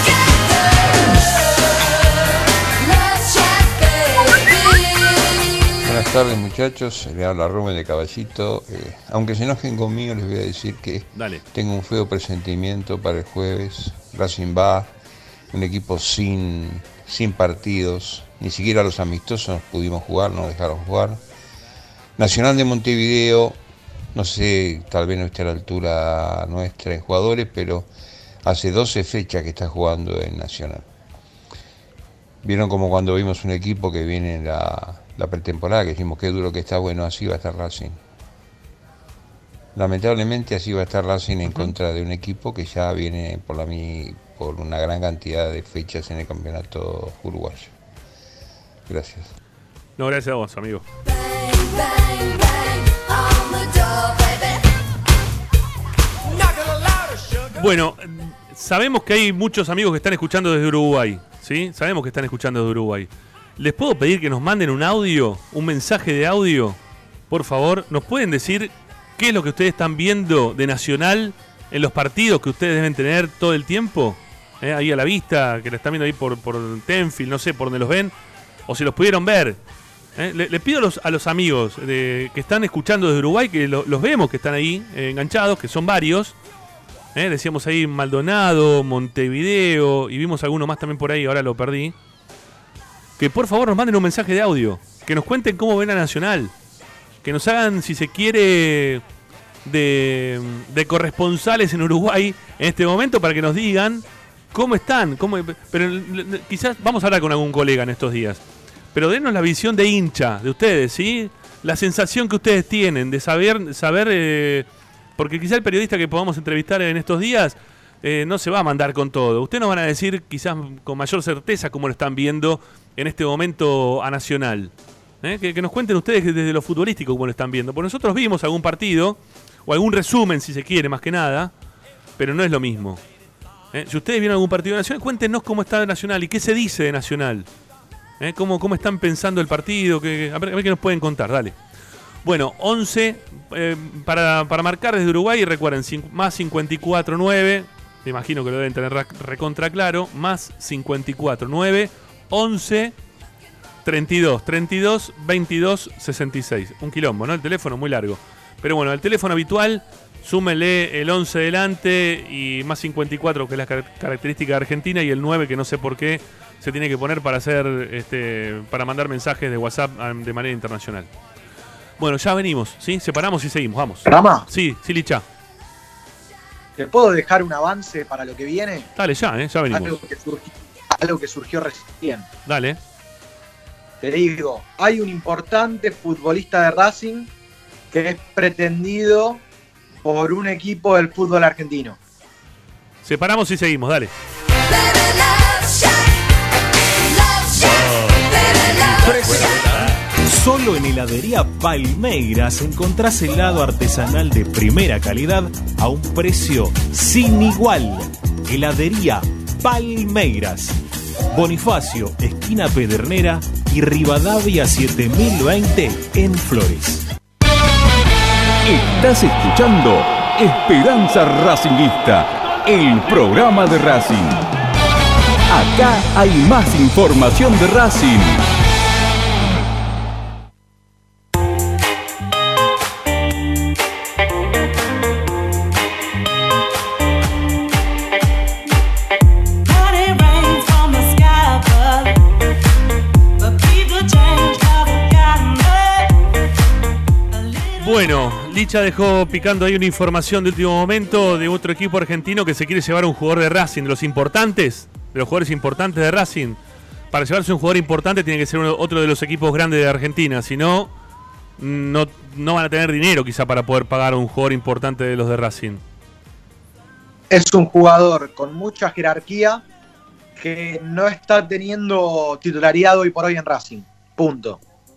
Buenas tardes muchachos, le habla Rubén de Caballito. Eh, aunque se enojen conmigo, les voy a decir que dale. Tengo un feo presentimiento para el jueves. Racing va, un equipo sin... sin partidos, ni siquiera los amistosos pudimos jugar, no dejaron jugar. Nacional de Montevideo, no sé, tal vez no esté a la altura nuestra en jugadores, pero hace doce fechas que está jugando en Nacional. Vieron como cuando vimos un equipo que viene en la, la pretemporada, que dijimos qué duro que está, bueno, así va a estar Racing. Lamentablemente así va a estar Racing en contra de un equipo que ya viene por la mi por una gran cantidad de fechas en el campeonato uruguayo. Gracias. No, gracias a vos, amigo. Bueno, sabemos que hay muchos amigos que están escuchando desde Uruguay, ¿sí? Sabemos que están escuchando desde Uruguay. ¿Les puedo pedir que nos manden un audio, un mensaje de audio? Por favor, ¿nos pueden decir qué es lo que ustedes están viendo de Nacional en los partidos que ustedes deben tener todo el tiempo? ¿Eh? Ahí a la vista, que la están viendo ahí por, por Tenfield, no sé por dónde los ven, o si los pudieron ver. ¿Eh? Le, le pido a los, a los amigos de, que están escuchando desde Uruguay, que lo, los vemos, que están ahí eh, enganchados, que son varios. ¿Eh? Decíamos ahí Maldonado, Montevideo, y vimos alguno más también por ahí, ahora lo perdí. Que por favor nos manden un mensaje de audio, que nos cuenten cómo ven a Nacional, que nos hagan, si se quiere, de, de corresponsales en Uruguay en este momento, para que nos digan cómo están, cómo, pero quizás vamos a hablar con algún colega en estos días, pero denos la visión de hincha de ustedes, ¿sí? La sensación que ustedes tienen de saber, saber eh, porque quizás el periodista que podamos entrevistar en estos días eh, no se va a mandar con todo. Ustedes nos van a decir quizás con mayor certeza cómo lo están viendo en este momento a Nacional. ¿Eh? Que, que nos cuenten ustedes desde lo futbolístico cómo lo están viendo. Porque nosotros vimos algún partido, o algún resumen si se quiere, más que nada, pero no es lo mismo. ¿Eh? Si ustedes vieron algún partido de Nacional, cuéntenos cómo está Nacional y qué se dice de Nacional. ¿Eh? ¿Cómo, ¿Cómo están pensando el partido? Que, a, ver, a ver qué nos pueden contar, dale. Bueno, once eh, para, para marcar desde Uruguay, y recuerden, cinco, más cincuenta y cuatro nueve, me imagino que lo deben tener recontra claro, más cincuenta y cuatro nueve, once, treinta y dos, treinta y dos, veintidós, sesenta y seis. Un quilombo, ¿no? El teléfono muy largo. Pero bueno, el teléfono habitual, súmenle el once delante y más cincuenta y cuatro, que es la car característica de Argentina, y el nueve, que no sé por qué se tiene que poner para hacer este para mandar mensajes de WhatsApp de manera internacional. Bueno, ya venimos, ¿sí? Separamos y seguimos, vamos. ¿Rama? Sí, sí, Licha. ¿Te puedo dejar un avance para lo que viene? Dale, ya, ¿eh? Ya venimos. Algo que surgió, algo que surgió recién. Dale. Te digo, hay un importante futbolista de Racing que es pretendido por un equipo del fútbol argentino. Separamos y seguimos, dale. Solo en Heladería Palmeiras encontrás helado artesanal de primera calidad a un precio sin igual. Heladería Palmeiras. Bonifacio, esquina Pedernera y Rivadavia siete mil veinte en Flores. Estás escuchando Esperanza Racingista, el programa de Racing. Acá hay más información de Racing. Bueno, Licha dejó picando ahí una información de último momento de otro equipo argentino que se quiere llevar a un jugador de Racing, de los importantes, de los jugadores importantes de Racing. Para llevarse un jugador importante tiene que ser uno, otro de los equipos grandes de Argentina, si no, no, no van a tener dinero quizá para poder pagar a un jugador importante de los de Racing. Es un jugador con mucha jerarquía que no está teniendo titularidad hoy por hoy en Racing. Punto.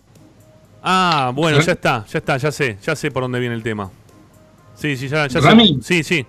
Ah, bueno, ya está, ya está, ya sé, ya sé por dónde viene el tema. Sí, sí, ya, ya Rami, sé. Sí, sí.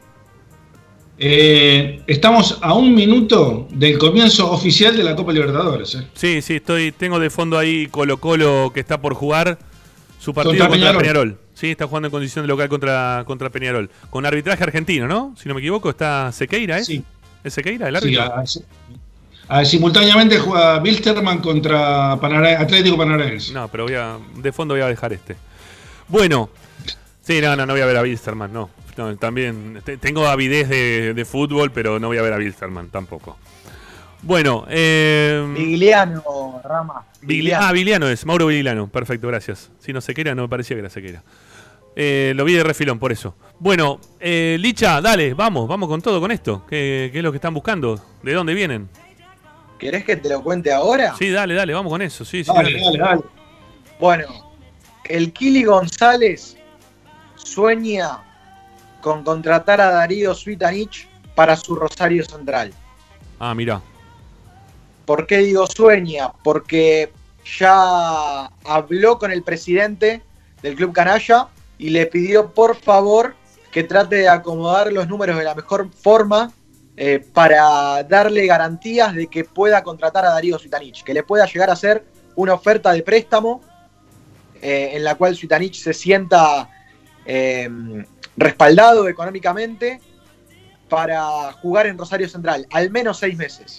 Eh, estamos a un minuto del comienzo oficial de la Copa Libertadores. ¿eh? Sí, sí, estoy, tengo de fondo ahí Colo Colo que está por jugar su partido Contra contra, Peñarol. Peñarol. Sí, está jugando en condición de local contra, contra Peñarol. Con arbitraje argentino, ¿no? Si no me equivoco, está Sequeira, ¿eh? Sí. ¿Es Sequeira el Sí, árbitro? a- a- simultáneamente juega Wilstermann contra Panara- Atlético Paranaense. No, pero voy a, de fondo voy a dejar este. Bueno, sí, no, no, no voy a ver a Wilstermann, no. No, también te- tengo avidez de, de fútbol, pero no voy a ver a Wilstermann tampoco. Bueno, eh, Vigliano, Rama. Vigli- ah, Vigliano es, Mauro Vigliano, perfecto, gracias. Si no Sequeira, no me parecía que era Sequeira. Eh, lo vi de refilón, por eso. Bueno, eh, Licha, dale, vamos, vamos con todo con esto. ¿Qué, qué es lo que están buscando? ¿De dónde vienen? ¿Querés que te lo cuente ahora? Sí, dale, dale, vamos con eso. Sí, sí, Dale, dale. dale, dale. Bueno, el Kili González sueña con contratar a Darío Svitanich para su Rosario Central. Ah, mirá. ¿Por qué digo sueña? Porque ya habló con el presidente del club canalla y le pidió por favor que trate de acomodar los números de la mejor forma eh, para darle garantías de que pueda contratar a Darío Cvitanich, que le pueda llegar a hacer una oferta de préstamo eh, en la cual Cvitanich se sienta eh, respaldado económicamente para jugar en Rosario Central, al menos seis meses.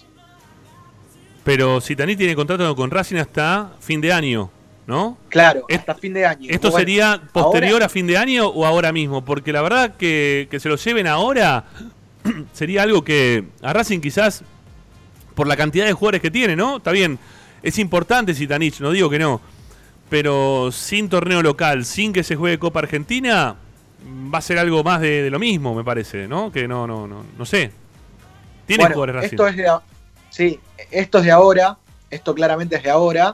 Pero Cvitanich tiene contrato con Racing hasta fin de año, ¿no? Claro, hasta fin de año. ¿Esto bueno, sería posterior ahora, a fin de año o ahora mismo? Porque la verdad que, que se lo lleven ahora sería algo que a Racing quizás, por la cantidad de jugadores que tiene, ¿no? Está bien, es importante Cvitanich, no digo que no, pero sin torneo local, sin que se juegue Copa Argentina, va a ser algo más de, de lo mismo, me parece, ¿no? Que no, no, no, no sé. Tiene bueno, jugadores Racing. Esto es de, sí, esto es de ahora, esto claramente es de ahora.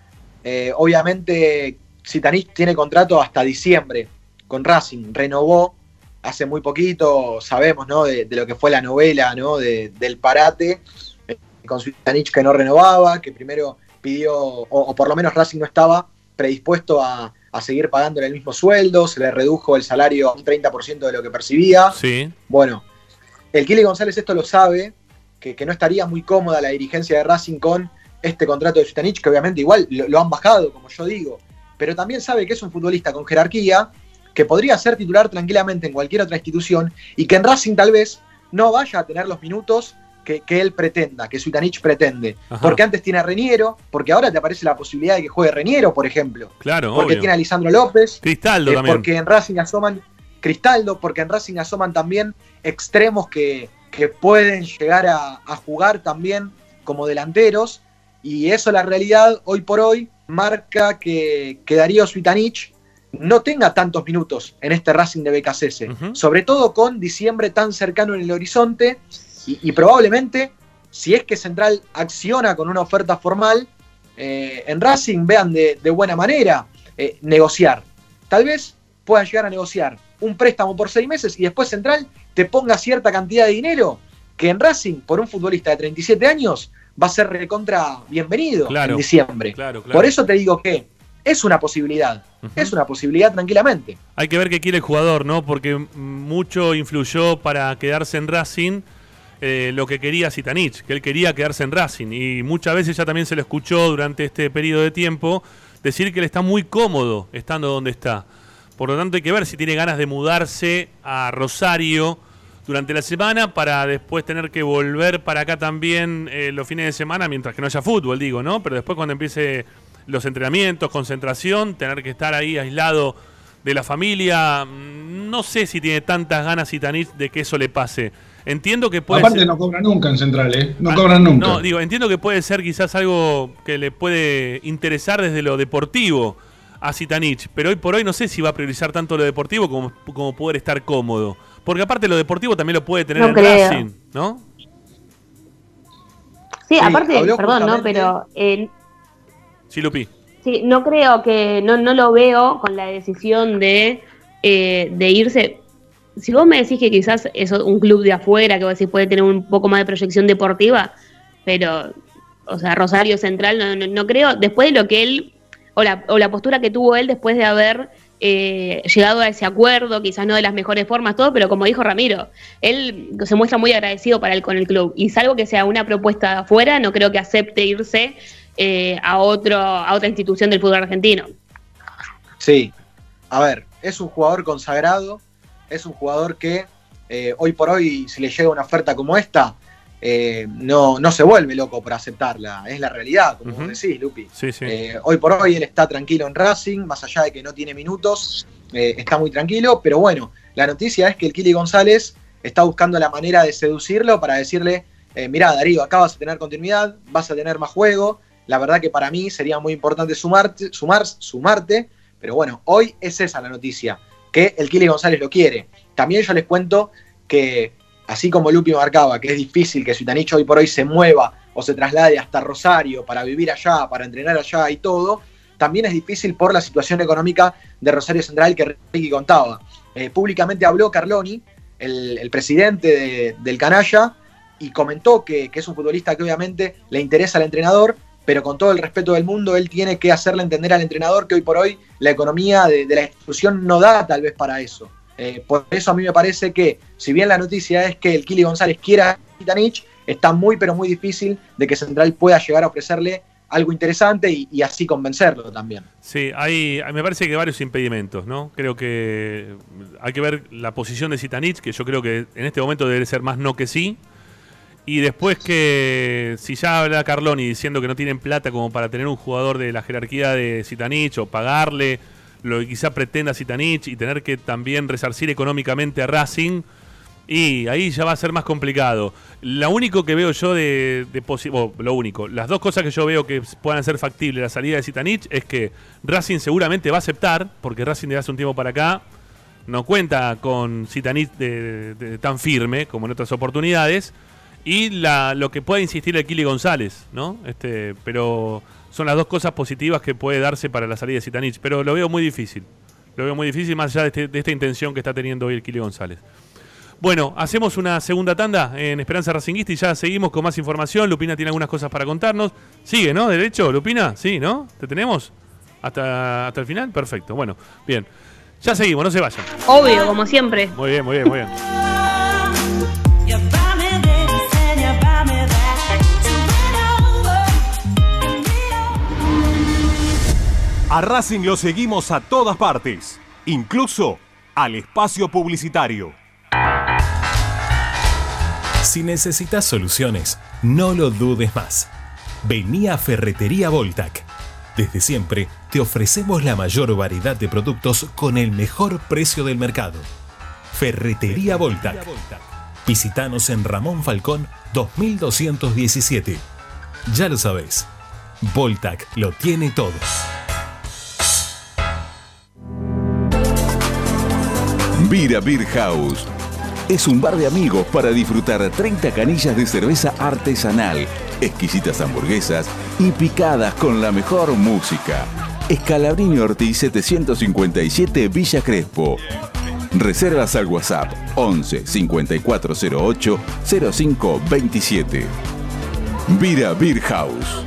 Eh, obviamente Cvitanich tiene contrato hasta diciembre con Racing, renovó hace muy poquito, sabemos, ¿no? De, de lo que fue la novela, ¿no? De, del parate, eh, con Cvitanich que no renovaba, que primero pidió, o, o por lo menos Racing no estaba predispuesto a, a seguir pagándole el mismo sueldo, se le redujo el salario a un treinta por ciento de lo que percibía. Sí. Bueno, el Kili González esto lo sabe, que, que no estaría muy cómoda la dirigencia de Racing con este contrato de Cvitanich, que obviamente igual lo, lo han bajado, como yo digo, pero también sabe que es un futbolista con jerarquía, que podría ser titular tranquilamente en cualquier otra institución y que en Racing tal vez no vaya a tener los minutos que, que él pretenda, que Cvitanich pretende. Ajá. Porque antes tiene a Reñero, porque ahora te aparece la posibilidad de que juegue Reñero, por ejemplo. Claro, porque obvio. tiene a Lisandro López. Cristaldo eh, también. Porque en Racing asoman Cristaldo, porque en Racing asoman también extremos que, que pueden llegar a, a jugar también como delanteros. Y eso, la realidad, hoy por hoy, marca que, que Darío Cvitanich no tenga tantos minutos en este Racing de B K C S, uh-huh. sobre todo con diciembre tan cercano en el horizonte y, y probablemente, si es que Central acciona con una oferta formal, eh, en Racing vean de, de buena manera eh, negociar. Tal vez puedan llegar a negociar un préstamo por seis meses y después Central te ponga cierta cantidad de dinero que en Racing, por un futbolista de treinta y siete años, va a ser recontra bienvenido claro, en diciembre. Claro, claro. Por eso te digo que es una posibilidad, uh-huh. es una posibilidad tranquilamente. Hay que ver qué quiere el jugador, ¿no? Porque mucho influyó para quedarse en Racing eh, lo que quería Cvitanich, que él quería quedarse en Racing. Y muchas veces ya también se lo escuchó durante este periodo de tiempo decir que él está muy cómodo estando donde está. Por lo tanto hay que ver si tiene ganas de mudarse a Rosario durante la semana para después tener que volver para acá también eh, los fines de semana, mientras que no haya fútbol, digo, ¿no? Pero después cuando empiece los entrenamientos, concentración, tener que estar ahí aislado de la familia, no sé si tiene tantas ganas Cvitanich de que eso le pase. Entiendo que puede Aparte ser... no cobra nunca en Central, ¿eh? No ah, cobran nunca. No, digo, entiendo que puede ser quizás algo que le puede interesar desde lo deportivo a Cvitanich, pero hoy por hoy no sé si va a priorizar tanto lo deportivo como, como poder estar cómodo. Porque aparte lo deportivo también lo puede tener no en creo. Racing, ¿no? Sí, sí aparte, perdón, justamente... ¿no? Pero... Eh, sí, Lupi. Sí, no creo que... No, no lo veo con la decisión de, eh, de irse... Si vos me decís que quizás es un club de afuera, que vos decís puede tener un poco más de proyección deportiva, pero... O sea, Rosario Central, no, no, no creo... Después de lo que él... O la, o la postura que tuvo él después de haber... Eh, llegado a ese acuerdo, quizás no de las mejores formas, todo, pero como dijo Ramiro, él se muestra muy agradecido para él con el club, y salvo que sea una propuesta de afuera, no creo que acepte irse eh, a otro a otra institución del fútbol argentino. Sí, a ver, es un jugador consagrado, es un jugador que eh, hoy por hoy, si le llega una oferta como esta, eh, no, no se vuelve loco por aceptarla, es la realidad, como uh-huh. decís, Lupi. Sí, sí. Eh, hoy por hoy él está tranquilo en Racing, más allá de que no tiene minutos, eh, está muy tranquilo, pero bueno, la noticia es que el Kili González está buscando la manera de seducirlo para decirle, eh, mirá Darío, acá vas a tener continuidad, vas a tener más juego, la verdad que para mí sería muy importante sumarte, sumar, sumarte, pero bueno, hoy es esa la noticia, que el Kili González lo quiere. También yo les cuento que así como Lupi marcaba que es difícil que Cvitanich hoy por hoy se mueva o se traslade hasta Rosario para vivir allá, para entrenar allá y todo, también es difícil por la situación económica de Rosario Central que Ricky contaba. Eh, públicamente habló Carloni, el, el presidente de, del Canalla, y comentó que, que es un futbolista que obviamente le interesa al entrenador, pero con todo el respeto del mundo, él tiene que hacerle entender al entrenador que hoy por hoy la economía de, de la institución no da tal vez para eso. Eh, por eso a mí me parece que, si bien la noticia es que el Kili González quiera a Zitanich, está muy pero muy difícil de que Central pueda llegar a ofrecerle algo interesante y, y así convencerlo también. Sí, hay, me parece que hay varios impedimentos, ¿no? Creo que hay que ver la posición de Zitanich, que yo creo que en este momento debe ser más no que sí. Y después que, si ya habla Carloni diciendo que no tienen plata como para tener un jugador de la jerarquía de Zitanich o pagarle lo que quizá pretenda Zitanich y tener que también resarcir económicamente a Racing, y ahí ya va a ser más complicado. Lo único que veo yo de, de oh, lo único, las dos cosas que yo veo que puedan ser factibles la salida de Zitanich es que Racing seguramente va a aceptar, porque Racing de hace un tiempo para acá no cuenta con Zitanich de, de, de tan firme como en otras oportunidades, y la, lo que puede insistir el Kili González, ¿no? Este, pero son las dos cosas positivas que puede darse para la salida de Zitanich, pero lo veo muy difícil. Lo veo muy difícil más allá de, este, de esta intención que está teniendo hoy el Kili González. Bueno, hacemos una segunda tanda en Esperanza Racinguista y ya seguimos con más información. Lupina tiene algunas cosas para contarnos. Sigue, ¿no? ¿Derecho, Lupina? Sí, ¿no? ¿Te tenemos? ¿Hasta, hasta el final? Perfecto. Bueno, bien. Ya seguimos, no se vayan. Obvio, como siempre. Muy bien, muy bien, muy bien. A Racing lo seguimos a todas partes, incluso al espacio publicitario. Si necesitas soluciones, no lo dudes más. Vení a Ferretería Voltac. Desde siempre te ofrecemos la mayor variedad de productos con el mejor precio del mercado. Ferretería Voltac. Visítanos en Ramón Falcón dos mil doscientos diecisiete. Ya lo sabés, Voltac lo tiene todo. Vira Beer House. Es un bar de amigos para disfrutar treinta canillas de cerveza artesanal, exquisitas hamburguesas y picadas con la mejor música. Escalabrini Ortiz setecientos cincuenta y siete Villa Crespo. Reservas al WhatsApp once cincuenta y cuatro cero ocho cero cinco veintisiete. Vira Beer House.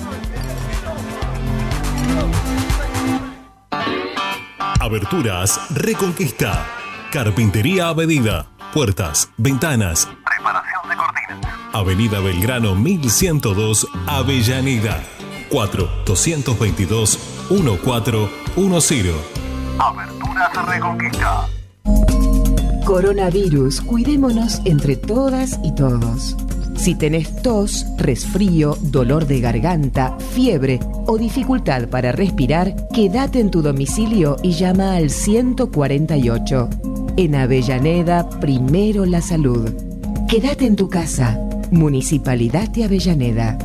Aberturas Reconquista. Carpintería a medida. Puertas, ventanas. Preparación de cortinas. Avenida Belgrano mil ciento dos, Avellaneda. cuatro dos dos dos uno cuatro uno cero. Aberturas Reconquista. Coronavirus, cuidémonos entre todas y todos. Si tenés tos, resfrío, dolor de garganta, fiebre o dificultad para respirar, quédate en tu domicilio y llama al ciento cuarenta y ocho. En Avellaneda, primero la salud. Quédate en tu casa. Municipalidad de Avellaneda.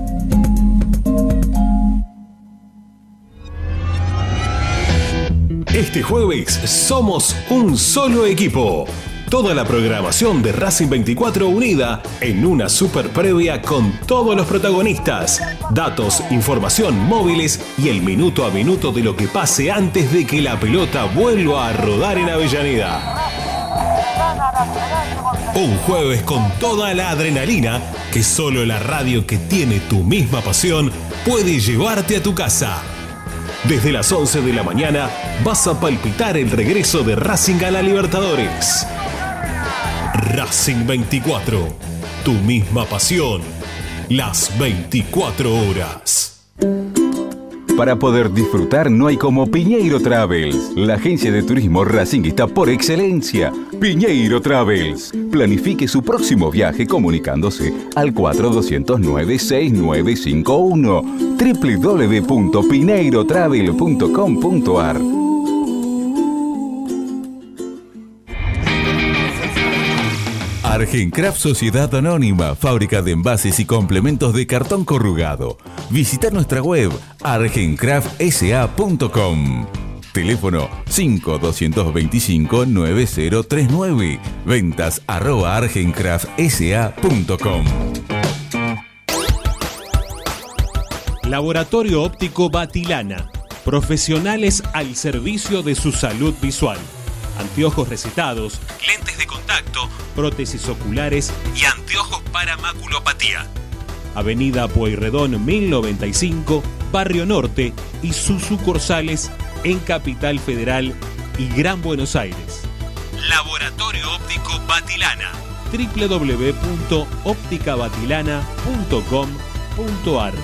Este jueves somos un solo equipo. Toda la programación de Racing veinticuatro unida en una super previa con todos los protagonistas, datos, información, móviles y el minuto a minuto de lo que pase antes de que la pelota vuelva a rodar en Avellaneda. Un jueves con toda la adrenalina que solo la radio que tiene tu misma pasión puede llevarte a tu casa. Desde las once de la mañana vas a palpitar el regreso de Racing a la Libertadores. Racing veinticuatro, tu misma pasión, las veinticuatro horas. Para poder disfrutar no hay como Piñeiro Travels, la agencia de turismo racinguista por excelencia. Piñeiro Travels. Planifique su próximo viaje comunicándose al cuatro dos cero nueve seis nueve cinco uno w w w punto pineiro travel punto com punto a r. Argencraft Sociedad Anónima, fábrica de envases y complementos de cartón corrugado. Visita nuestra web argencraft s a punto com. Teléfono cinco dos dos cinco nueve cero tres nueve. Ventas arroba argencraft s a punto com. Laboratorio Óptico Batilana. Profesionales al servicio de su salud visual. Anteojos recetados, lentes de contacto, prótesis oculares y anteojos para maculopatía. Avenida Pueyrredón mil noventa y cinco, Barrio Norte y sus sucursales en Capital Federal y Gran Buenos Aires. Laboratorio Óptico Batilana. doble u doble u doble u punto óptica batilana punto com punto a r.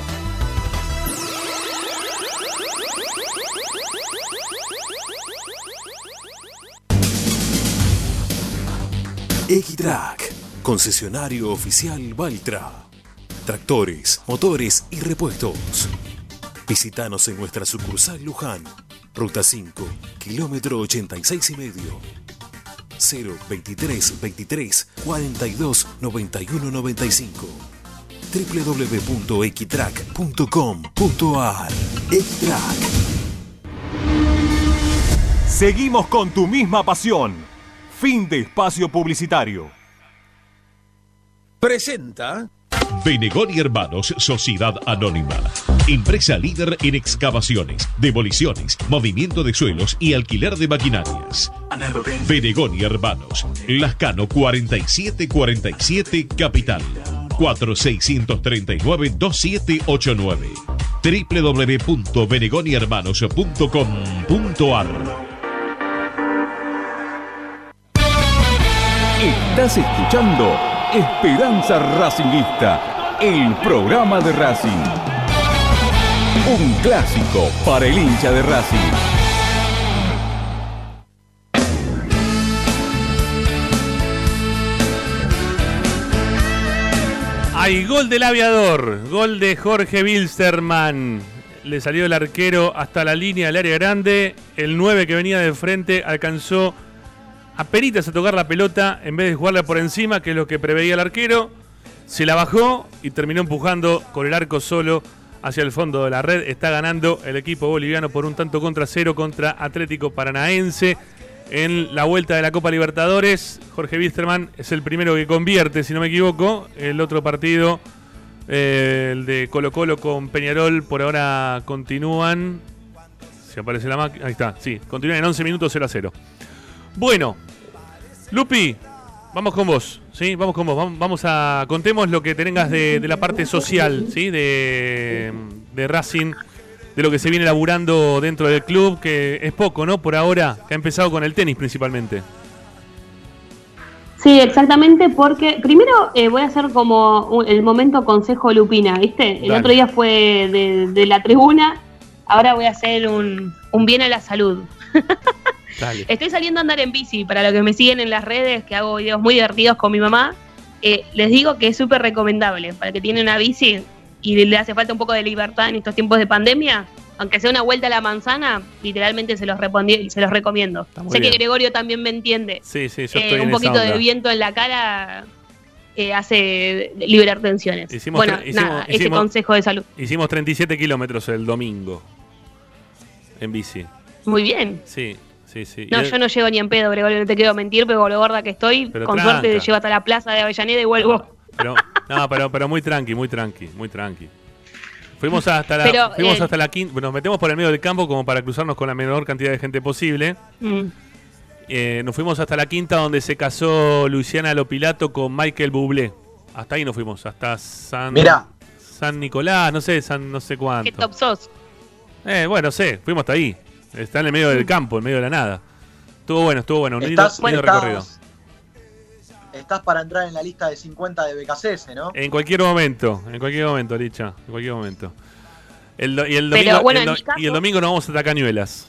Equitrack, concesionario oficial Valtra. Tractores, motores y repuestos. Visítanos en nuestra sucursal Luján, Ruta cinco, kilómetro ochenta y seis y medio. cero veintitrés veintitrés cuarenta y dos noventa y uno noventa y cinco. doble u doble u doble u punto equitrack punto com punto a r. Equitrack. Seguimos con tu misma pasión. Fin de espacio publicitario. Presenta Venegón y Hermanos, Sociedad Anónima. Empresa líder en excavaciones, demoliciones, movimiento de suelos y alquiler de maquinarias. Venegón y Hermanos, Lascano cuarenta y siete cuarenta y siete, Capital. cuatro seis tres nueve dos siete ocho nueve. doble u doble u doble u punto venegón y hermanos punto com punto a r. Estás escuchando Esperanza Racingista, el programa de Racing. Un clásico para el hincha de Racing. Hay gol del Aviador, gol de Jorge Wilstermann. Le salió el arquero hasta la línea del área grande. El nueve que venía de frente alcanzó apenitas a tocar la pelota en vez de jugarla por encima, que es lo que preveía el arquero. Se la bajó y terminó empujando con el arco solo hacia el fondo de la red. Está ganando el equipo boliviano por un tanto contra cero contra Atlético Paranaense en la vuelta de la Copa Libertadores. Jorge Wilstermann es el primero que convierte, si no me equivoco. El otro partido, eh, el de Colo Colo con Peñarol, por ahora continúan. Si aparece la máquina, ahí está, sí, continúan en once minutos cero a cero. Bueno, Lupi, vamos con vos, ¿sí? Vamos con vos, vamos a... Contemos lo que tengas de, de la parte social, ¿sí? De, de Racing, de lo que se viene laburando dentro del club, que es poco, ¿no? Por ahora, que ha empezado con el tenis principalmente. Sí, exactamente, porque primero eh, voy a hacer como un, el momento consejo Lupina, ¿viste? El Dale. Otro día fue de, de la tribuna, ahora voy a hacer un, un bien a la salud. Dale. Estoy saliendo a andar en bici, para los que me siguen en las redes, que hago videos muy divertidos con mi mamá, eh, les digo que es súper recomendable, para el que tiene una bici y le hace falta un poco de libertad en estos tiempos de pandemia, aunque sea una vuelta a la manzana, literalmente se los, repondi- se los recomiendo. Sé bien. que Gregorio también me entiende. Sí, sí, yo Eh, estoy en un esa poquito onda. de viento en la cara eh, hace liberar tensiones. Hicimos bueno, tre- hicimos- nada, ese hicimos- consejo de salud. Hicimos treinta y siete kilómetros el domingo en bici. Muy bien. Sí, sí, sí. No, Y el- yo no llego ni en pedo, Gregorio, no te quiero mentir, pero con lo gorda que estoy, Pero con tranca. suerte llego hasta la plaza de Avellaneda y vuelvo. Pero, no, pero, pero muy tranqui, muy tranqui, muy tranqui. Fuimos hasta la, Pero, fuimos eh, hasta la quinta, nos metemos por el medio del campo como para cruzarnos con la menor cantidad de gente posible. Mm. Eh, nos fuimos hasta la quinta donde se casó Luciana Lopilato con Michael Bublé. Hasta ahí nos fuimos, hasta San, Mirá. San Nicolás, no sé, San no sé ¿Qué cuánto. top sos? Eh, bueno, sé, fuimos hasta ahí. Está en el medio del campo, en medio de la nada. Estuvo bueno, estuvo bueno, un lindo, Estás, lindo estás- recorrido. estás para entrar en la lista de cincuenta de B K C S, ¿no? En cualquier momento, en cualquier momento, Licha, en cualquier momento. El do- y, el Pero, domingo, bueno, el en do- mi caso- y el domingo nos vamos hasta Cañuelas.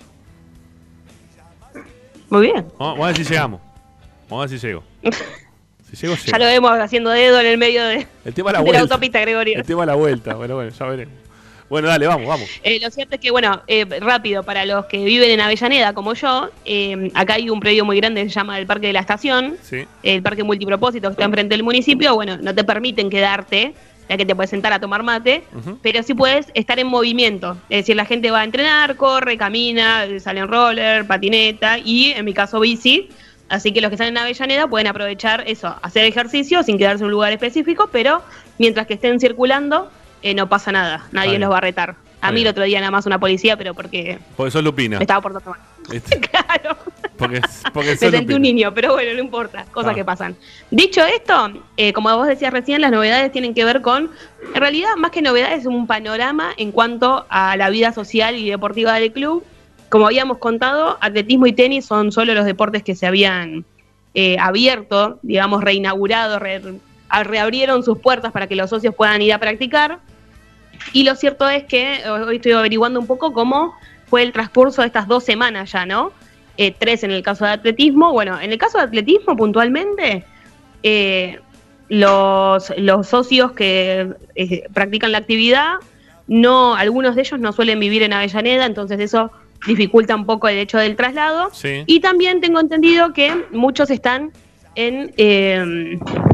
Muy bien. Vamos, vamos a ver si llegamos. Vamos a ver si llego. Si llego, llego. Ya lo vemos haciendo dedo en el medio de, El tema de la de la vuelta. autopista, Gregorio. El tema de la vuelta. Bueno, bueno, ya veremos. Bueno, dale, vamos, vamos. Eh, lo cierto es que, bueno, eh, rápido, para los que viven en Avellaneda, como yo, eh, acá hay un predio muy grande que se llama el Parque de la Estación, Sí. el Parque Multipropósito que está enfrente del municipio. Bueno, no te permiten quedarte, ya que te puedes sentar a tomar mate, Ujú. pero sí puedes estar en movimiento. Es decir, la gente va a entrenar, corre, camina, sale en roller, patineta y, en mi caso, bici. Así que los que están en Avellaneda pueden aprovechar eso, hacer ejercicio sin quedarse en un lugar específico, pero mientras que estén circulando, eh, no pasa nada, nadie bien. los va a retar. Está A mí bien. el otro día nada más una policía, pero porque Porque sos Lupina. me estaba portando mal. ¿Viste? Claro. Porque, porque Me solo sentí un niño, pero bueno, no importa, cosas Ah. que pasan. Dicho esto, eh, como vos decías recién, las novedades tienen que ver con, en realidad, más que novedades, un panorama en cuanto a la vida social y deportiva del club. Como habíamos contado, atletismo y tenis son solo los deportes que se habían eh, abierto, digamos, reinaugurado, re- reabrieron sus puertas para que los socios puedan ir a practicar. Y lo cierto es que hoy estoy averiguando un poco cómo fue el transcurso de estas dos semanas ya, ¿no? Eh, tres en el caso de atletismo. Bueno, en el caso de atletismo puntualmente, eh, los, los socios que eh, practican la actividad, no, algunos de ellos no suelen vivir en Avellaneda, entonces eso dificulta un poco el hecho del traslado. Sí. Y también tengo entendido que muchos están en eh,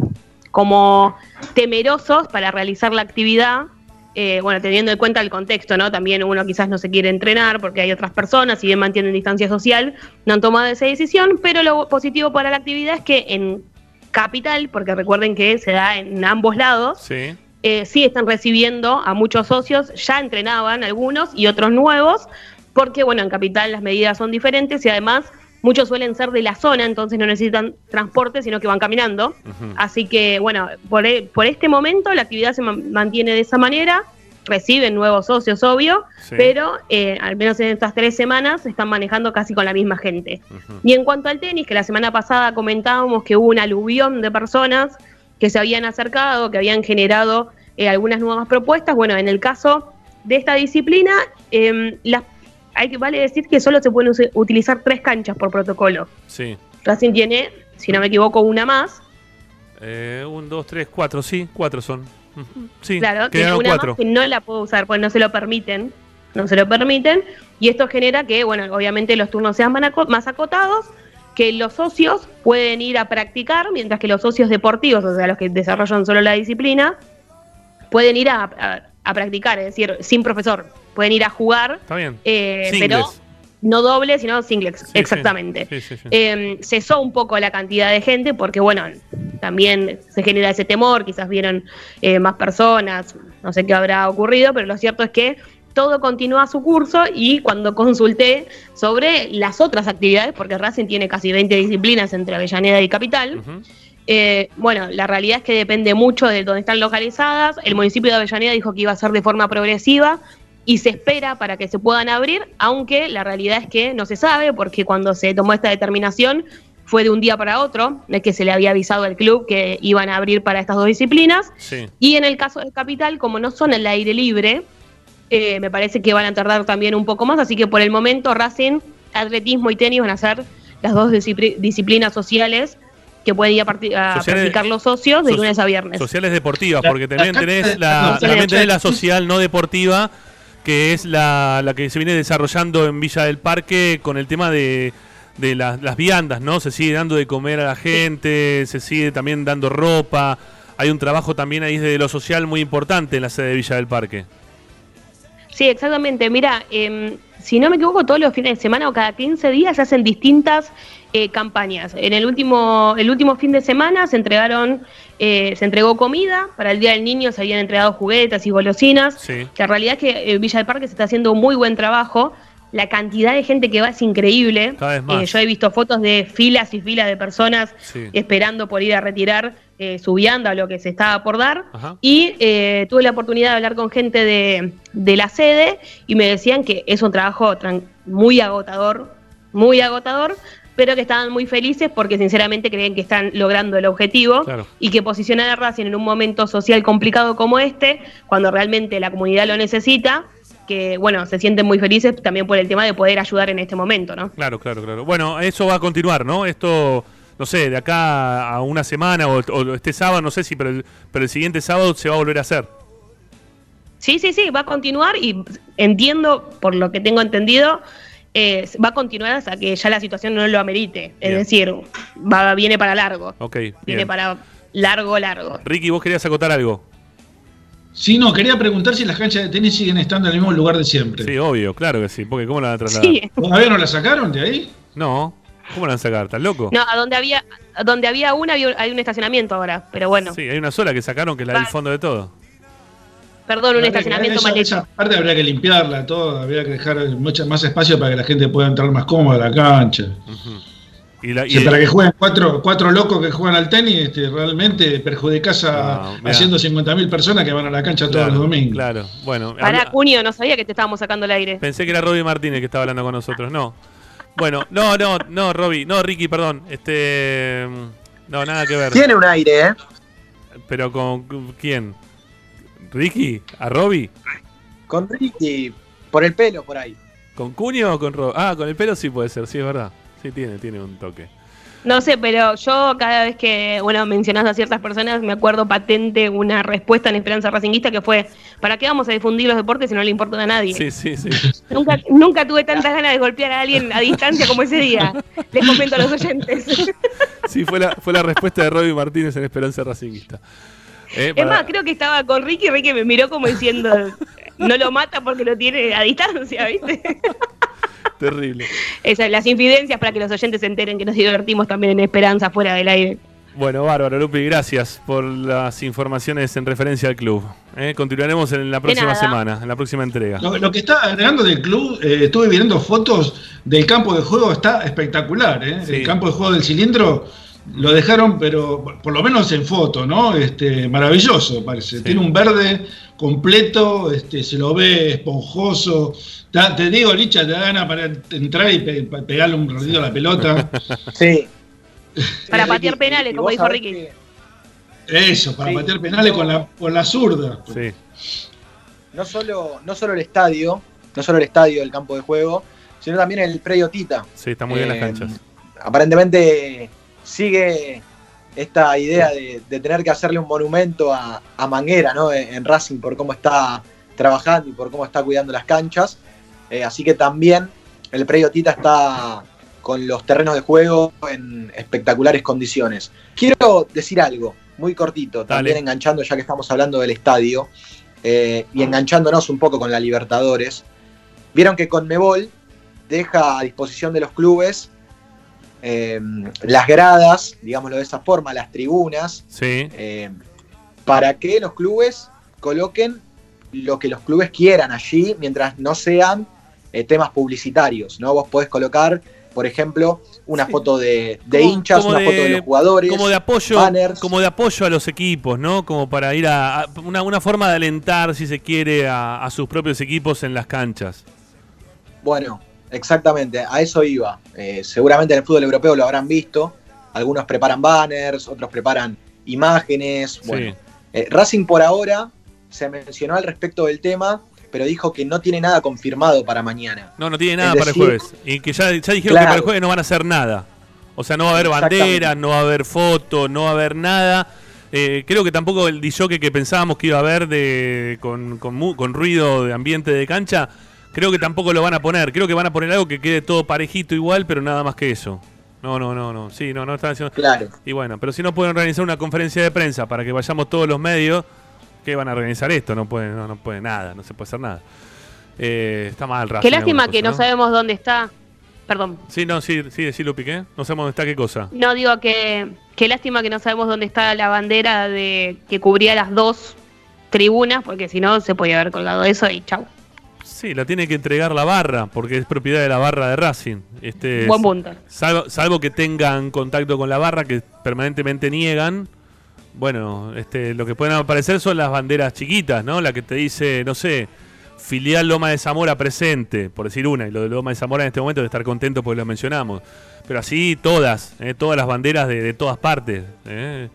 como temerosos para realizar la actividad. Eh, bueno, teniendo en cuenta el contexto, ¿no? También uno quizás no se quiere entrenar porque hay otras personas, si bien mantienen distancia social, no han tomado esa decisión, pero lo positivo para la actividad es que en Capital, porque recuerden que se da en ambos lados, Sí. eh, sí están recibiendo a muchos socios, ya entrenaban algunos y otros nuevos, porque bueno, en Capital las medidas son diferentes y además muchos suelen ser de la zona, entonces no necesitan transporte, sino que van caminando. Ujú. Así que, bueno, por, e- por este momento la actividad se man- mantiene de esa manera, reciben nuevos socios, obvio, Sí. pero eh, al menos en estas tres semanas se están manejando casi con la misma gente. Ujú. Y en cuanto al tenis, que la semana pasada comentábamos que hubo un aluvión de personas que se habían acercado, que habían generado eh, algunas nuevas propuestas, bueno, en el caso de esta disciplina, eh, las hay que vale decir que solo se pueden us- utilizar tres canchas por protocolo. Sí. Racing tiene, si no me equivoco, una más. Eh, un, dos, tres, cuatro, sí, cuatro son. Ujú. Sí, Claro, tiene quedaron una cuatro. más que no la puedo usar, pues no se lo permiten. No se lo permiten. Y esto genera que, bueno, obviamente los turnos sean más aco- más acotados, que los socios pueden ir a practicar, mientras que los socios deportivos, o sea, los que desarrollan solo la disciplina, pueden ir a, a- a practicar, es decir, sin profesor. Pueden ir a jugar, Está bien. eh, Singles. pero no doble, sino singles, Sí, exactamente. sí, sí, sí. Eh, cesó un poco la cantidad de gente porque, bueno, también se genera ese temor, quizás vieron eh, más personas, no sé qué habrá ocurrido, pero lo cierto es que todo continúa su curso y cuando consulté sobre las otras actividades, porque Racing tiene casi veinte disciplinas entre Avellaneda y Capital, eh, bueno, la realidad es que depende mucho de dónde están localizadas. El municipio de Avellaneda dijo que iba a ser de forma progresiva y se espera para que se puedan abrir, aunque la realidad es que no se sabe, porque cuando se tomó esta determinación fue de un día para otro, es que se le había avisado al club que iban a abrir para estas dos disciplinas. Sí. Y en el caso de Capital, como no son al aire libre, eh, me parece que van a tardar también un poco más, así que por el momento Racing, atletismo y tenis van a ser las dos discipli- disciplinas sociales que pueden ir a, parti- a Sociales- practicar los socios de so- lunes a viernes. Sociales deportivas, La- porque también la- tenés la- la, la- también tenés la- la social no deportiva, que es la, la que se viene desarrollando en Villa del Parque con el tema de, de las, las viandas, ¿no? Se sigue dando de comer a la gente, se sigue también dando ropa. Hay un trabajo también ahí desde lo social muy importante en la sede de Villa del Parque. Sí, exactamente. Mira, eh, si no me equivoco, todos los fines de semana o cada quince días se hacen distintas eh, campañas. En el último, el último fin de semana se entregaron, eh, se entregó comida. Para el Día del Niño se habían entregado juguetes y golosinas. Sí. La realidad es que eh, Villa del Parque se está haciendo un muy buen trabajo. La cantidad de gente que va es increíble. Cada vez más. Eh, yo he visto fotos de filas y filas de personas Sí. esperando por ir a retirar eh, su vianda o lo que se estaba por dar. Ajá. Y eh, tuve la oportunidad de hablar con gente de, de la sede y me decían que es un trabajo tran- muy agotador, muy agotador, pero que estaban muy felices porque sinceramente creen que están logrando el objetivo Claro. y que posicionar a Racing en un momento social complicado como este, cuando realmente la comunidad lo necesita, que bueno, se sienten muy felices también por el tema de poder ayudar en este momento, ¿no? Claro, claro, claro. Bueno, eso va a continuar, ¿no? Esto, no sé, de acá a una semana o, o este sábado, no sé si, pero el, pero el siguiente sábado se va a volver a hacer. Sí, sí, sí, va a continuar y entiendo, por lo que tengo entendido, eh, va a continuar hasta que ya la situación no lo amerite. Es Bien. decir, va, viene para largo. Ok, Viene bien. para largo, largo. Ricky, vos querías acotar algo. Sí, no, quería preguntar si las canchas de tenis siguen estando en el mismo lugar de siempre. Sí, obvio, claro que sí, porque ¿cómo la van a trasladar? Sí. ¿Todavía no la sacaron de ahí? No, ¿cómo la van a sacar? ¿Estás loco? No, a donde había, a donde había una había- hay un estacionamiento ahora, pero bueno, Sí, hay una sola que sacaron que es la del fondo de todo. perdón, un Habría que- estacionamiento esa, mal hecho. esa parte habría que limpiarla todo, habría que dejar mucho más espacio para que la gente pueda entrar más cómoda a la cancha. Y la, y sí, para que jueguen cuatro, cuatro locos que juegan al tenis, este, realmente perjudicás a, no, a ciento cincuenta mil personas que van a la cancha claro, todos los domingos. Claro, bueno. Para habla, Cunio, no sabía que te estábamos sacando el aire. Pensé que era Robbie Martínez que estaba hablando con nosotros, no. Bueno, no, no, no, Robbie, no, Ricky, perdón. Este. No, nada que ver. Tiene un aire, ¿eh? Pero con quién? ¿Ricky? ¿A Robbie? Con Ricky, por el pelo, por ahí. ¿Con Cunio o con Robbie? Ah, con el pelo sí puede ser, sí, es verdad. Sí, tiene, tiene un toque. No sé, pero yo cada vez que, bueno, mencionás a ciertas personas, me acuerdo patente una respuesta en Esperanza Racinguista que fue: ¿para qué vamos a difundir los deportes si no le importan a nadie? Sí, sí, sí. Nunca, nunca tuve tantas ganas de golpear a alguien a distancia como ese día. Les comento a los oyentes. Sí, fue la, fue la respuesta de Robbie Martínez en Esperanza Racinguista. Eh, Es más, creo que estaba con Ricky y Ricky me miró como diciendo, no lo mata porque lo tiene a distancia, ¿viste? Terrible. Esas, las infidencias para que los oyentes se enteren que nos divertimos también en Esperanza fuera del aire. Bueno, bárbaro, Lupi, gracias por las informaciones en referencia al club. Eh, continuaremos en la próxima semana, en la próxima entrega. Lo, lo que está agregando del club, eh, estuve viendo fotos del campo de juego, está espectacular. ¿eh? Sí. El campo de juego del Cilindro lo dejaron, pero por lo menos en foto, ¿no? Este, maravilloso, parece. Sí. Tiene un verde completo, este, se lo ve esponjoso. Ta, te digo, Licha, te da ganas para entrar y pe, pe, pegarle un ratito a la pelota. Sí. Para sí, patear Ricky, penales, como dijo Ricky. Que... Eso, para sí, patear penales no, con la, con la zurda. Sí. No solo, no solo el estadio, no solo el estadio del campo de juego, sino también el predio Tita. Sí, está muy eh, bien las canchas. Aparentemente sigue esta idea de, de tener que hacerle un monumento a, a Manguera, ¿no? En, en Racing por cómo está trabajando y por cómo está cuidando las canchas. Eh, así que también el predio Tita está con los terrenos de juego en espectaculares condiciones. Quiero decir algo muy cortito, Dale. también enganchando ya que estamos hablando del estadio eh, y enganchándonos un poco con la Libertadores. Vieron que Conmebol deja a disposición de los clubes Eh, las gradas, digámoslo de esa forma, las tribunas, sí. eh, para que los clubes coloquen lo que los clubes quieran allí, mientras no sean eh, temas publicitarios, ¿no? Vos podés colocar, por ejemplo, una sí. foto de, de como, hinchas, como una de, foto de los jugadores, como de apoyo, banners. Como de apoyo a los equipos, ¿no? Como para ir a, a una, una forma de alentar, si se quiere, a, a sus propios equipos en las canchas. Bueno, exactamente, a eso iba. Eh, seguramente en el fútbol europeo lo habrán visto. Algunos preparan banners, otros preparan imágenes. Bueno, sí. eh, Racing por ahora se mencionó al respecto del tema, pero dijo que no tiene nada confirmado para mañana. No, no tiene nada es para decir, el jueves. Y que ya, ya dijeron claro. que para el jueves no van a hacer nada. O sea, no va a haber banderas, no va a haber fotos, no va a haber nada. Eh, creo que tampoco el disjockey que pensábamos que iba a haber de, con, con, con ruido de ambiente de cancha, creo que tampoco lo van a poner. Creo que van a poner algo que quede todo parejito igual, pero nada más que eso. No, no, no, no. Sí, no, no están haciendo. Claro. Y bueno, pero si no pueden organizar una conferencia de prensa para que vayamos todos los medios, ¿qué van a organizar esto? No puede, no, no puede nada, no se puede hacer nada. Eh, está mal, Racing. Qué lástima cosa, que no, ¿no? sabemos dónde está. Perdón. Sí, no, sí, sí, sí, Lupi, ¿qué? No sabemos dónde está qué cosa. No, digo que qué lástima que no sabemos dónde está la bandera de que cubría las dos tribunas, porque si no se podía haber colgado eso y chau. Sí, la tiene que entregar la barra, porque es propiedad de la barra de Racing. Este, Buen punto. Salvo, salvo que tengan contacto con la barra, que permanentemente niegan. Bueno, este, lo que pueden aparecer son las banderas chiquitas, ¿no? La que te dice, no sé, filial Loma de Zamora presente, por decir una. Y lo de Loma de Zamora en este momento de estar contento porque lo mencionamos. Pero así todas, ¿eh? Todas las banderas de, de todas partes, ¿eh?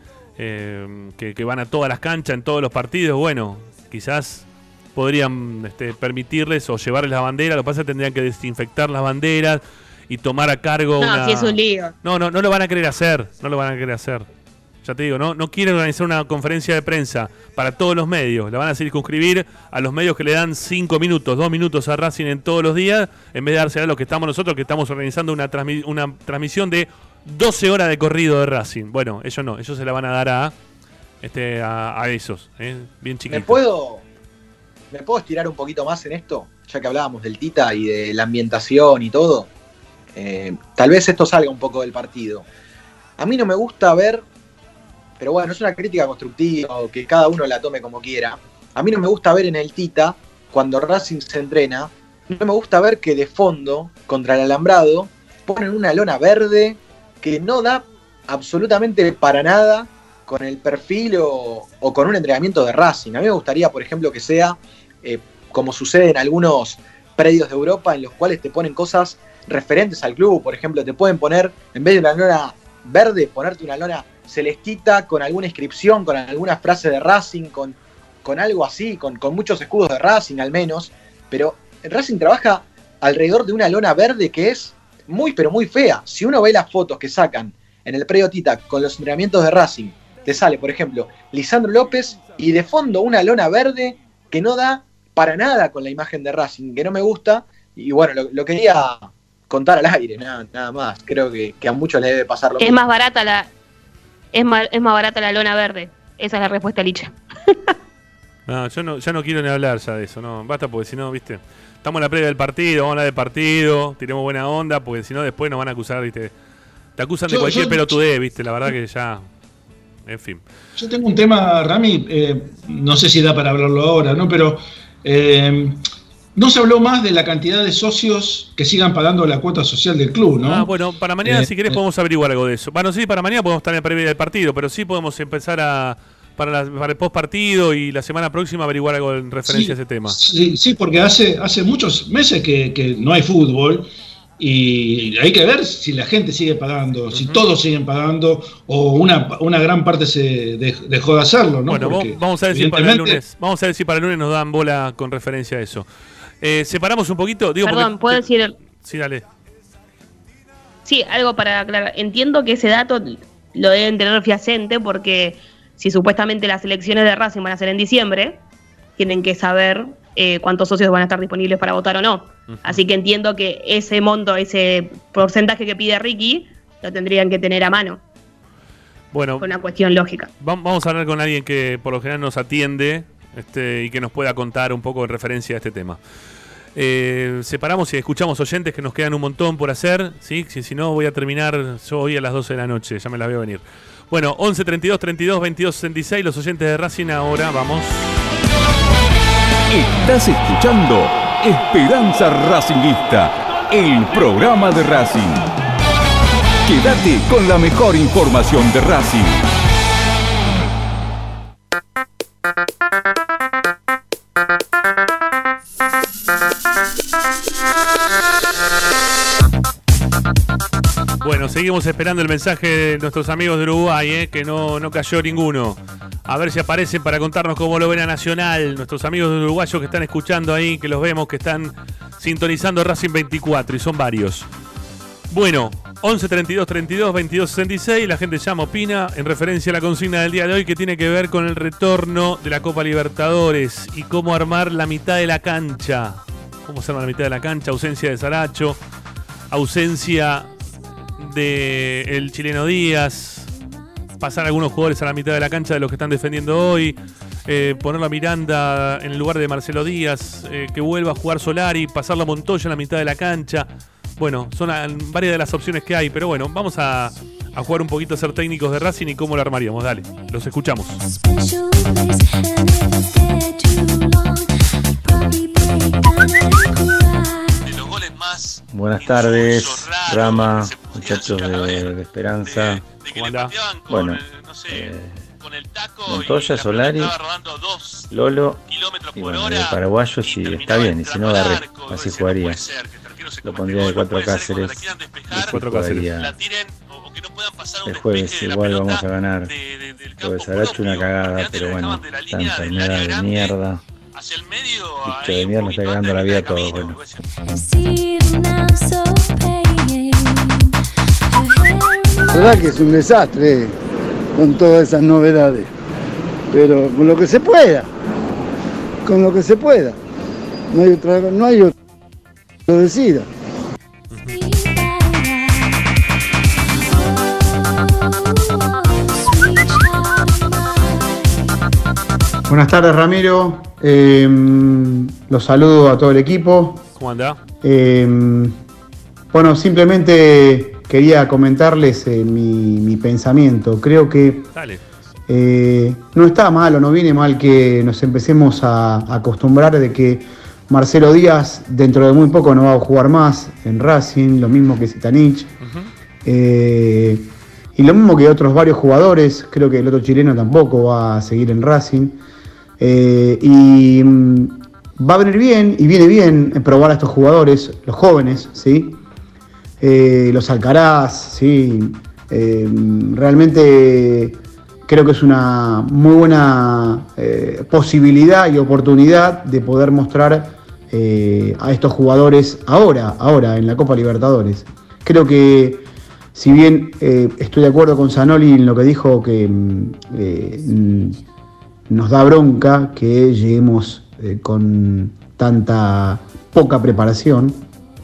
Eh, que, que van a todas las canchas, en todos los partidos. Bueno, quizás podrían este, permitirles o llevarles la bandera. Lo que pasa es que tendrían que desinfectar las banderas y tomar a cargo no, una... No, si es un lío. No, no, no lo van a querer hacer. No lo van a querer hacer. Ya te digo, no, no quieren organizar una conferencia de prensa para todos los medios. La van a circunscribir a los medios que le dan cinco minutos, dos minutos a Racing en todos los días, en vez de dársela a los que estamos nosotros, que estamos organizando una, transmi- una transmisión de doce horas de corrido de Racing. Bueno, ellos no, ellos se la van a dar a, este, a, a esos, ¿eh? Bien chiquitos. ¿Me puedo, ¿Me puedo estirar un poquito más en esto? Ya que hablábamos del Tita y de la ambientación y todo. Eh, tal vez esto salga un poco del partido. A mí no me gusta ver... Pero bueno, es una crítica constructiva, o que cada uno la tome como quiera. A mí no me gusta ver en el Tita, cuando Racing se entrena, no me gusta ver que de fondo, contra el alambrado, ponen una lona verde que no da absolutamente para nada con el perfil o, o con un entrenamiento de Racing. A mí me gustaría, por ejemplo, que sea eh, como sucede en algunos predios de Europa, en los cuales te ponen cosas referentes al club. Por ejemplo, te pueden poner, en vez de una lona verde, ponerte una lona celestita con alguna inscripción, con alguna frase de Racing, con, con algo así, con, con muchos escudos de Racing al menos. Pero Racing trabaja alrededor de una lona verde que es muy pero muy fea. Si uno ve las fotos que sacan en el predio Tita con los entrenamientos de Racing, te sale, por ejemplo, Lisandro López y de fondo una lona verde que no da para nada con la imagen de Racing, que no me gusta. Y bueno, lo, lo quería contar al aire, nada, nada más. Creo que, que a muchos les debe pasar lo Es mismo. más barata la es más, es más barata la lona verde. Esa es la respuesta, Licha. No, yo no, ya no quiero ni hablar ya de eso, no, basta porque si no, viste, estamos en la previa del partido, vamos a hablar del partido, tiremos buena onda, porque si no después nos van a acusar, viste, te acusan de Yo- cualquier yo- pelotudez, viste, la verdad que ya, en fin. Yo tengo un tema, Rami, eh, no sé si da para hablarlo ahora, ¿no? Pero eh, no se habló más de la cantidad de socios que sigan pagando la cuota social del club, ¿no? Ah, bueno, para mañana Eh, si querés eh. podemos averiguar algo de eso. Bueno, sí, para mañana podemos estar en la previa del partido, pero sí podemos empezar a, para, la- para el post partido y la semana próxima averiguar algo en referencia Sí, a ese tema. Sí, sí, porque hace, hace muchos meses que, que no hay fútbol y hay que ver si la gente sigue pagando, si todos siguen pagando o una, una gran parte se dej- dejó de hacerlo, ¿no? Bueno, Porque, vamos- vamos a ver si para el evidentemente, lunes, vamos a ver si para el lunes nos dan bola con referencia a eso. Eh, separamos un poquito, digo, Perdón, porque- ¿puedo decir? Sí, dale. Sí, algo para aclarar. Entiendo que ese dato lo deben tener fiacente porque si supuestamente las elecciones de Racing van a ser en diciembre, tienen que saber eh, cuántos socios van a estar disponibles para votar o no. Así que entiendo que ese monto, ese porcentaje que pide Ricky, lo tendrían que tener a mano. Bueno, Por una cuestión lógica. va- vamos a hablar con alguien que por lo general nos atiende este, y que nos pueda contar un poco en referencia a este tema. Eh, separamos y escuchamos oyentes que nos quedan un montón por hacer, ¿sí? Si, si no voy a terminar yo hoy a las doce de la noche, ya me la veo venir. Bueno, once treinta y dos treinta y dos veintidós sesenta y seis, los oyentes de Racing ahora, vamos. Estás escuchando Esperanza Racingista, el programa de Racing. Quédate con la mejor información de Racing. Bueno, seguimos esperando el mensaje de nuestros amigos de Uruguay, eh, que no, no cayó ninguno. A ver si aparecen para contarnos cómo lo ven a Nacional. Nuestros amigos de uruguayos que están escuchando ahí, que los vemos, que están sintonizando Racing veinticuatro, y son varios. Bueno, once treinta y dos treinta y dos veintidós sesenta y seis, la gente llama, opina en referencia a la consigna del día de hoy que tiene que ver con el retorno de la Copa Libertadores y cómo armar la mitad de la cancha. Cómo se arma la mitad de la cancha, ausencia de Saracho, ausencia de el chileno Díaz, pasar algunos jugadores a la mitad de la cancha de los que están defendiendo hoy, eh, ponerlo a Miranda en el lugar de Marcelo Díaz, eh, que vuelva a jugar Solari, pasarlo a Montoya en la mitad de la cancha. Bueno, son a- varias de las opciones que hay, pero bueno, vamos a, a jugar un poquito a ser técnicos de Racing y cómo lo armaríamos. Dale, los escuchamos. Buenas tardes, Rama, muchachos de, de Esperanza. ¿Cómo anda? Bueno, eh, Montoya, Solari, Lolo y bueno, de paraguayo sí está bien, y si no Garré, así jugaría. Lo pondría de cuatro Cáceres, y Cuatro jugaría el jueves, igual vamos a ganar. Lo de Saracho una cagada, pero bueno, esta enfermedad de mierda. Bicho de mierda, me está cagando la vida a todos, bueno. La verdad que es un desastre con todas esas novedades, pero con lo que se pueda, con lo que se pueda, no hay otra, no hay otro que lo decida. Buenas tardes, Ramiro. Eh, los saludo a todo el equipo. ¿Cómo anda? Eh, bueno, simplemente quería comentarles eh, mi, mi pensamiento. Creo que Dale. eh, no está mal o no viene mal que nos empecemos a, a acostumbrar de que Marcelo Díaz dentro de muy poco no va a jugar más en Racing, lo mismo que Zitanich. Eh, y lo mismo que otros varios jugadores, creo que el otro chileno tampoco va a seguir en Racing. Eh, y mm, va a venir bien, y viene bien probar a estos jugadores, los jóvenes, ¿sí? Eh, los Alcaraz, ¿sí? Eh, realmente creo que es una muy buena eh, posibilidad y oportunidad de poder mostrar eh, a estos jugadores ahora, ahora en la Copa Libertadores. Creo que si bien eh, estoy de acuerdo con Zanoli en lo que dijo, que eh, nos da bronca que lleguemos eh, con tanta poca preparación,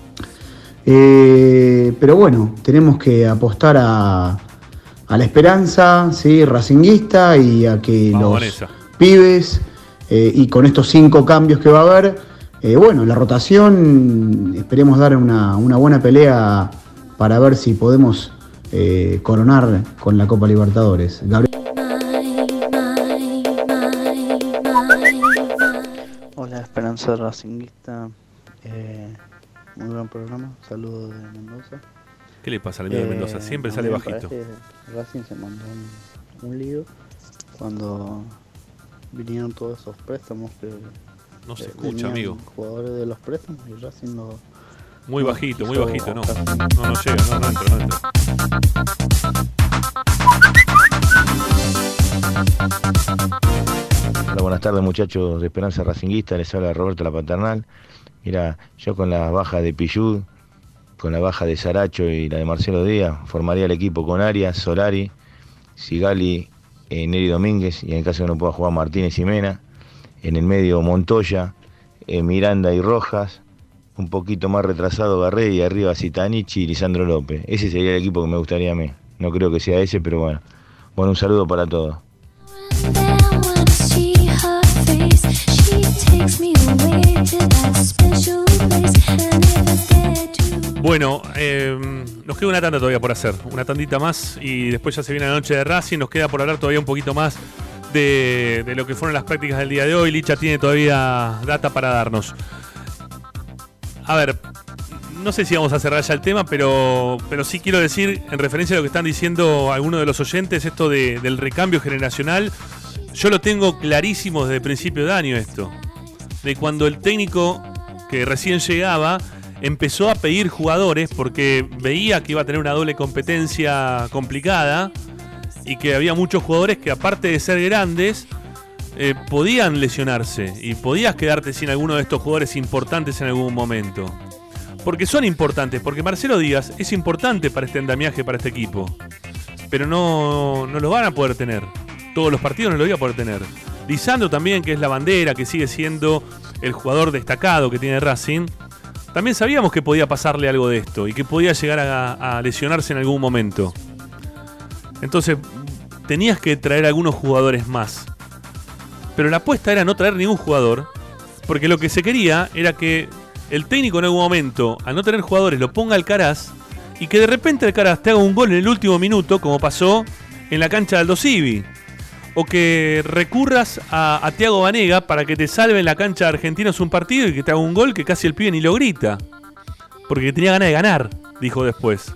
eh, pero bueno, tenemos que apostar a, a la esperanza, ¿sí? Racinguista, y a que Vamos, los Vanessa. pibes, eh, y con estos cinco cambios que va a haber, eh, bueno, la rotación, esperemos dar una, una buena pelea para ver si podemos eh, coronar con la Copa Libertadores. Gabriel. Hola, Esperanza Racinguista. Eh, muy buen programa. Saludos de Mendoza. ¿Qué le pasa al amigo de Mendoza? Siempre a sale mí me bajito. parece que Racing se mandó un, un lío cuando vinieron todos esos préstamos que No se eh, escucha, venían amigo. jugadores de los préstamos y Racing no. Muy no bajito, muy quiso bajito, no. gastar. No, no llega, no, no entra, no entra. Hola, buenas tardes muchachos de Esperanza Racinguista, les habla Roberto La Paternal. Mira, yo con la baja de Pillud, con la baja de Saracho y la de Marcelo Díaz, formaría el equipo con Arias, Solari, Sigali, eh, Neri Domínguez, y en el caso que no pueda jugar Martínez y Mena. En el medio Montoya, eh, Miranda y Rojas, un poquito más retrasado Garré, y arriba Citanichi y Lisandro López. Ese sería el equipo que me gustaría a mí. No creo que sea ese, pero bueno. Bueno, un saludo para todos. Bueno, eh, nos queda una tanda todavía por hacer, una tandita más, y después ya se viene la noche de Racing. Nos queda por hablar todavía un poquito más de, de lo que fueron las prácticas del día de hoy. Licha tiene todavía data para darnos. A ver, no sé si vamos a cerrar ya el tema, pero, pero sí quiero decir, en referencia a lo que están diciendo algunos de los oyentes, esto de, del recambio generacional. Yo lo tengo clarísimo desde el principio de año esto. De cuando el técnico que recién llegaba empezó a pedir jugadores porque veía que iba a tener una doble competencia complicada y que había muchos jugadores que, aparte de ser grandes, eh, podían lesionarse y podías quedarte sin alguno de estos jugadores importantes en algún momento. Porque son importantes, porque Marcelo Díaz es importante para este andamiaje, para este equipo. Pero no, no los van a poder tener. Todos los partidos no lo voy a poder tener. Lisandro también, que es la bandera, que sigue siendo el jugador destacado que tiene Racing. También sabíamos que podía pasarle algo de esto y que podía llegar a, a lesionarse en algún momento. Entonces, tenías que traer algunos jugadores más. Pero la apuesta era no traer ningún jugador, porque lo que se quería era que el técnico en algún momento, al no tener jugadores, lo ponga Alcaraz, y que de repente Alcaraz te haga un gol en el último minuto, como pasó en la cancha de Aldo Civi. O que recurras a, a Thiago Banega para que te salve en la cancha de Argentinos un partido y que te haga un gol que casi el pibe ni lo grita. Porque tenía ganas de ganar, dijo después.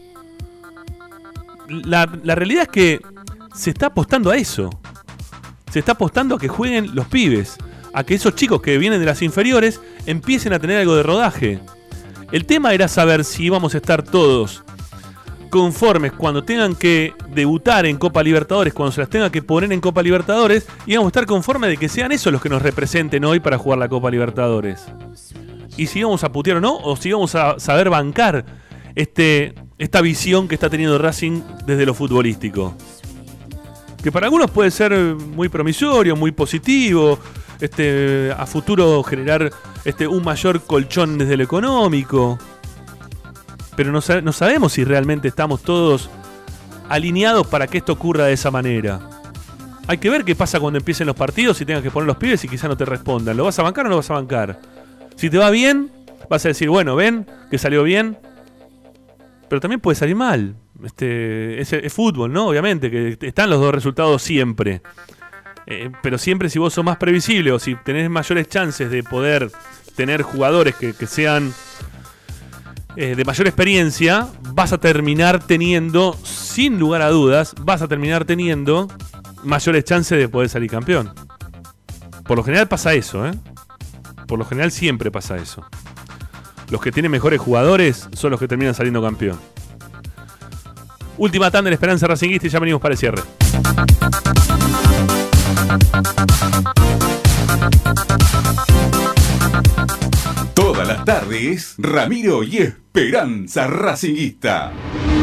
La, la realidad es que se está apostando a eso. Se está apostando a que jueguen los pibes. A que esos chicos que vienen de las inferiores empiecen a tener algo de rodaje. El tema era saber si íbamos a estar todos conformes cuando tengan que debutar en Copa Libertadores, cuando se las tenga que poner en Copa Libertadores, y vamos a estar conformes de que sean esos los que nos representen hoy para jugar la Copa Libertadores. Y si vamos a putear o no, o si vamos a saber bancar este, esta visión que está teniendo Racing desde lo futbolístico. Que para algunos puede ser muy promisorio, muy positivo, este, a futuro generar este, un mayor colchón desde lo económico. Pero no, no sabemos si realmente estamos todos alineados para que esto ocurra de esa manera. Hay que ver qué pasa cuando empiecen los partidos y tengas que poner los pibes y quizá no te respondan. ¿Lo vas a bancar o no lo vas a bancar? Si te va bien, vas a decir, bueno, ven, que salió bien. Pero también puede salir mal. Este, es, es fútbol, ¿no? Obviamente, que están los dos resultados siempre. Eh, pero siempre si vos sos más previsible o si tenés mayores chances de poder tener jugadores que, que sean... eh, de mayor experiencia, vas a terminar teniendo, sin lugar a dudas, vas a terminar teniendo mayores chances de poder salir campeón. Por lo general pasa eso, ¿eh? Por lo general siempre pasa eso. Los que tienen mejores jugadores son los que terminan saliendo campeón. Última tanda en Esperanza Racinguista y ya venimos para el cierre. Todas las tardes, Ramiro y Esperanza Racinguista.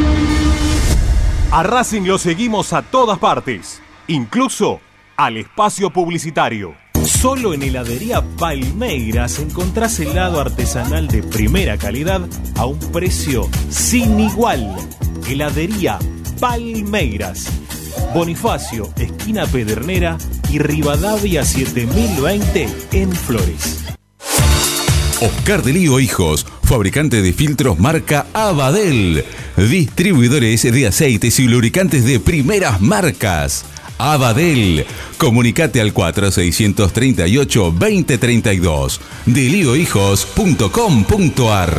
A Racing lo seguimos a todas partes, incluso al espacio publicitario. Solo en Heladería Palmeiras encontrás helado artesanal de primera calidad a un precio sin igual. Heladería Palmeiras, Bonifacio, esquina Pedernera y Rivadavia siete mil veinte en Flores. Oscar de Lío Hijos, fabricante de filtros marca Abadel. Distribuidores de aceites y lubricantes de primeras marcas. Abadel. Comunicate al cuatro seis tres ocho, dos cero tres dos. de lío hijos punto com punto ar.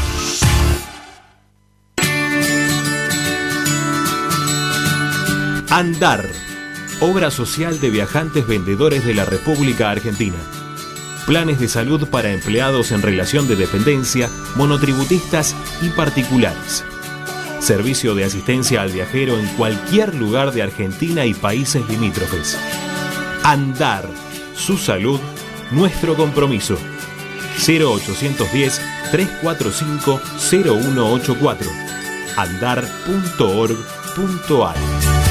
Andar. Obra social de viajantes vendedores de la República Argentina. Planes de salud para empleados en relación de dependencia, monotributistas y particulares. Servicio de asistencia al viajero en cualquier lugar de Argentina y países limítrofes. Andar. Su salud, nuestro compromiso. cero ochocientos diez, trescientos cuarenta y cinco, cero uno ochenta y cuatro. andar punto org punto ar.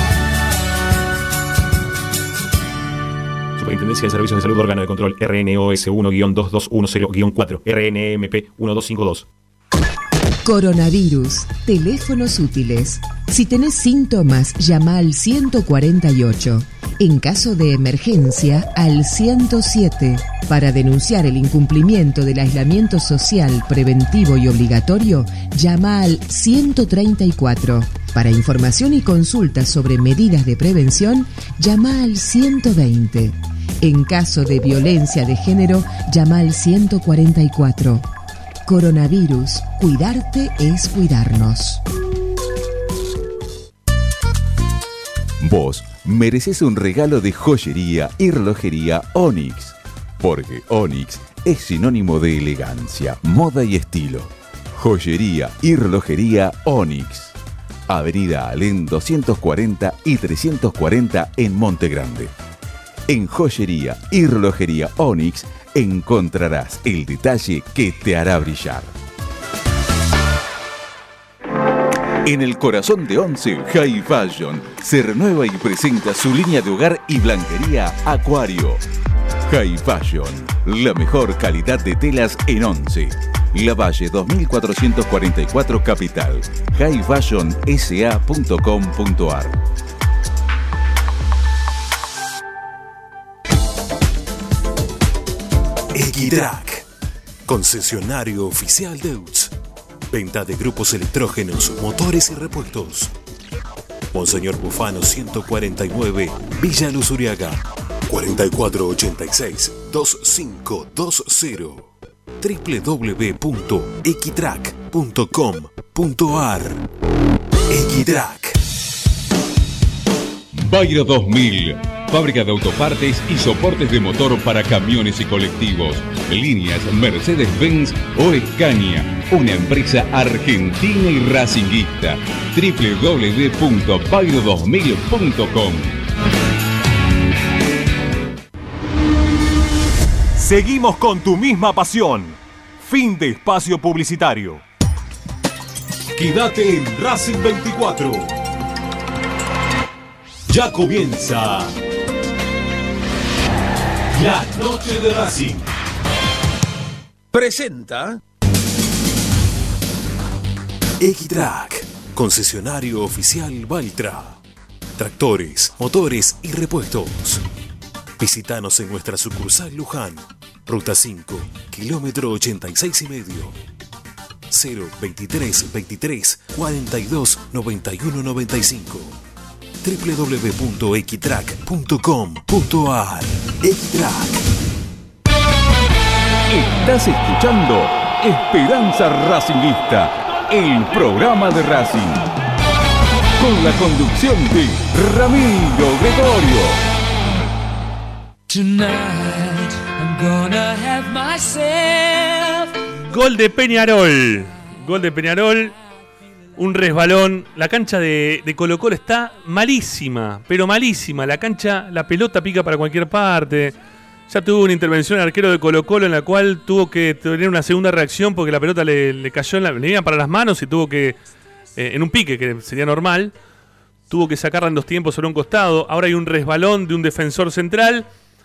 Superintendencia de Servicios de Salud, órgano de control R N O S uno guion dos dos uno cero guion cuatro, R N M P uno dos cinco dos. Coronavirus. Teléfonos útiles. Si tenés síntomas, llama al ciento cuarenta y ocho. En caso de emergencia, al ciento siete. Para denunciar el incumplimiento del aislamiento social preventivo y obligatorio, llama al ciento treinta y cuatro. Para información y consultas sobre medidas de prevención, llama al ciento veinte. En caso de violencia de género, llama al ciento cuarenta y cuatro. Coronavirus. Cuidarte es cuidarnos. Vos mereces un regalo de joyería y relojería Onyx, porque Onyx es sinónimo de elegancia, moda y estilo. Joyería y relojería Onyx. Avenida Alén doscientos cuarenta y trescientos cuarenta en Monte Grande. En Joyería y Relojería Onyx encontrarás el detalle que te hará brillar. En el corazón de Once, High Fashion se renueva y presenta su línea de hogar y blanquería Acuario. High Fashion, la mejor calidad de telas en Once. La Valle dos mil cuatrocientos cuarenta y cuatro Capital. high fashion s a punto com punto ar. Equitrack, concesionario oficial Deutz. Venta de grupos electrógenos, motores y repuestos. Monseñor Bufano ciento cuarenta y nueve, Villa Luz Uriaga. cuatro cuatro ocho seis, dos cinco dos cero. doble u doble u doble u punto equitrack punto com punto ar. Equitrack. Bayro dos mil, fábrica de autopartes y soportes de motor para camiones y colectivos. Líneas Mercedes-Benz o Scania, una empresa argentina y racinguista. doble u doble u doble u punto bayro dos mil punto com. Seguimos con tu misma pasión. Fin de espacio publicitario. Quédate en Racing veinticuatro. Ya comienza la noche de Racing. Presenta Equitrack, concesionario oficial Valtra. Tractores, motores y repuestos. Visítanos en nuestra sucursal Luján, ruta cinco, kilómetro ochenta y seis y medio. cero veintitrés veintitrés cuarenta y dos noventa y uno noventa y cinco. doble u doble u doble u punto equitrack punto com punto ar. Equitrack. Estás escuchando Esperanza Racingista, el programa de Racing. Con la conducción de Ramiro Gregorio. Tonight I'm gonna have myself. Gol de Peñarol. Gol de Peñarol. Un resbalón. La cancha de, de Colo Colo está malísima, pero malísima. La cancha, la pelota pica para cualquier parte. Ya tuvo una intervención el arquero de Colo Colo en la cual tuvo que tener una segunda reacción porque la pelota le, le cayó, en la, le iban para las manos y tuvo que, eh, en un pique que sería normal, tuvo que sacarla en dos tiempos sobre un costado. Ahora hay un resbalón de un defensor central.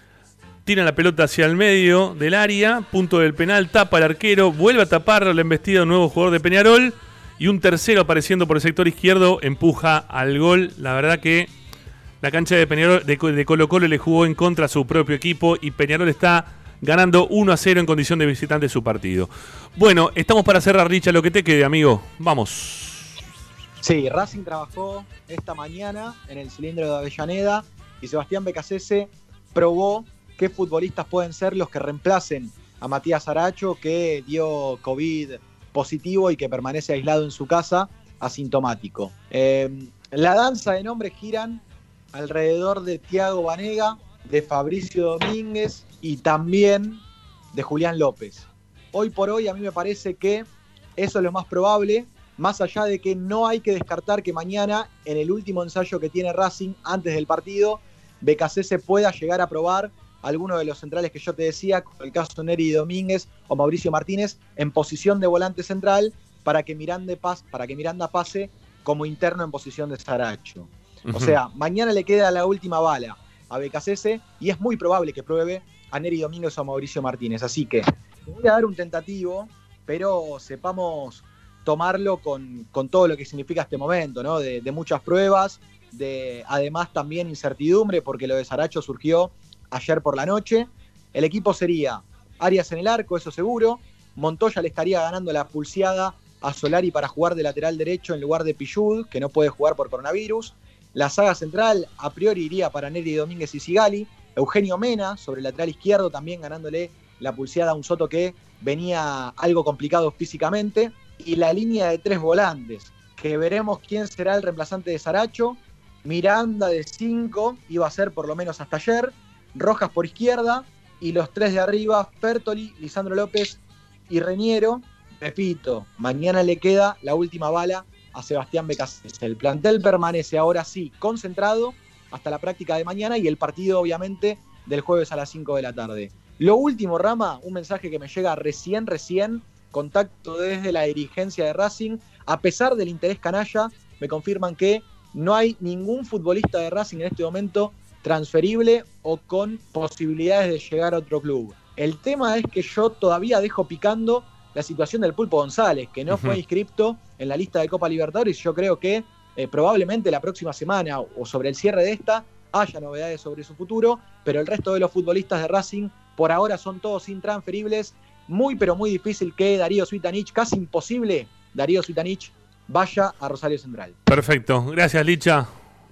Tira la pelota hacia el medio del área, punto del penal, tapa el arquero, vuelve a tapar la embestida de un nuevo jugador de Peñarol. Y un tercero apareciendo por el sector izquierdo empuja al gol. La verdad que la cancha de Peñarol de, de Colo Colo le jugó en contra a su propio equipo y Peñarol está ganando uno a cero en condición de visitante su partido. Bueno, estamos para cerrar, Richa, lo que te quede, amigo. Vamos. Sí, Racing trabajó esta mañana en el cilindro de Avellaneda y Sebastián Becasese probó qué futbolistas pueden ser los que reemplacen a Matías Aracho, que dio COVID positivo y que permanece aislado en su casa, asintomático. Eh, la danza de nombres giran alrededor de Thiago Banega, de Fabricio Domínguez y también de Julián López. Hoy por hoy a mí me parece que eso es lo más probable, más allá de que no hay que descartar que mañana, en el último ensayo que tiene Racing antes del partido, Becasese pueda llegar a probar alguno de los centrales que yo te decía, como el caso de Neri Domínguez o Mauricio Martínez, en posición de volante central para que Miranda, pas, para que Miranda pase como interno en posición de Saracho. Uh-huh. O sea, mañana le queda la última bala a Becasese y es muy probable que pruebe a Neri Domínguez o a Mauricio Martínez. Así que voy a dar un tentativo, pero sepamos tomarlo con, con todo lo que significa este momento, ¿no? De, de muchas pruebas, de además también incertidumbre, porque lo de Saracho surgió ayer por la noche. El equipo sería Arias en el arco, eso seguro. Montoya le estaría ganando la pulseada a Solari para jugar de lateral derecho en lugar de Pillud, que no puede jugar por coronavirus. La saga central a priori iría para Neri Domínguez y Sigali. Eugenio Mena sobre el lateral izquierdo, también ganándole la pulseada a un Soto que venía algo complicado físicamente. Y la línea de tres volantes, que veremos quién será el reemplazante de Saracho. Miranda de cinco iba a ser por lo menos hasta ayer. Rojas por izquierda y los tres de arriba, Fertoli, Lisandro López y Reñero. Repito, mañana le queda la última bala a Sebastián Becasese. El plantel permanece ahora sí concentrado hasta la práctica de mañana y el partido obviamente del jueves a las cinco de la tarde. Lo último, Rama, un mensaje que me llega recién, recién, contacto desde la dirigencia de Racing. A pesar del interés canalla, me confirman que no hay ningún futbolista de Racing en este momento transferible o con posibilidades de llegar a otro club. El tema es que yo todavía dejo picando la situación del Pulpo González, que no uh-huh. fue inscripto en la lista de Copa Libertadores. Yo creo que eh, probablemente la próxima semana o sobre el cierre de esta haya novedades sobre su futuro, pero el resto de los futbolistas de Racing por ahora son todos intransferibles. Muy pero muy difícil que Darío Cvitanich, casi imposible, Darío Cvitanich vaya a Rosario Central. Perfecto, gracias Licha.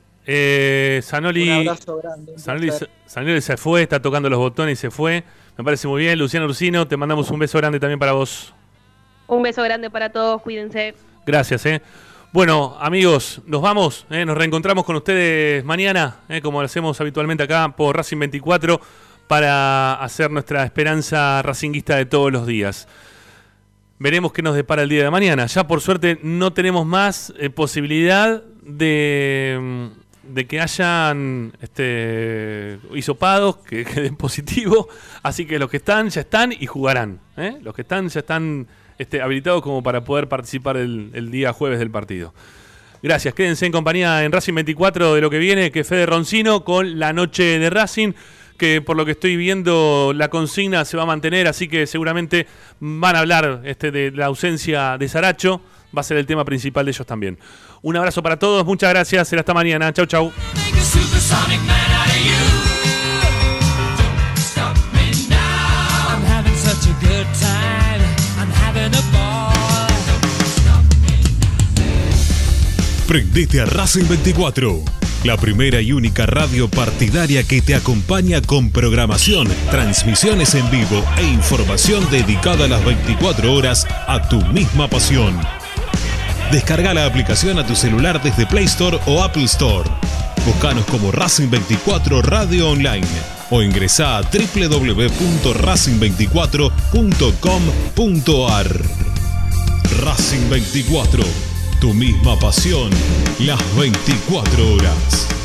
Eh, Zanoli, un abrazo grande. Zanoli, Zanoli se fue, está tocando los botones y se fue. Me parece muy bien. Luciano Ursino, te mandamos un beso grande también para vos. Un beso grande para todos, cuídense. Gracias, eh. Bueno, amigos, nos vamos, eh, nos reencontramos con ustedes mañana, eh, como lo hacemos habitualmente acá por Racing veinticuatro, para hacer nuestra esperanza racinguista de todos los días. Veremos qué nos depara el día de mañana. Ya por suerte no tenemos más eh, posibilidad de, de que hayan este, hisopados, que queden positivos. Así que los que están ya están y jugarán. ¿eh? Los que están ya están este, habilitados como para poder participar el, el día jueves del partido. Gracias, quédense en compañía en Racing veinticuatro de lo que viene, que Fede Roncino con la noche de Racing, que por lo que estoy viendo la consigna se va a mantener, así que seguramente van a hablar este, de la ausencia de Saracho, va a ser el tema principal de ellos también. Un abrazo para todos, muchas gracias, será hasta mañana, chau chau. Prendete a Racing veinticuatro. La primera y única radio partidaria que te acompaña con programación, transmisiones en vivo e información dedicada a las veinticuatro horas a tu misma pasión. Descarga la aplicación a tu celular desde Play Store o Apple Store. Búscanos como Racing veinticuatro Radio Online o ingresá a doble u doble u doble u punto racing veinticuatro punto com punto a r. Racing veinticuatro, tu misma pasión, las veinticuatro horas.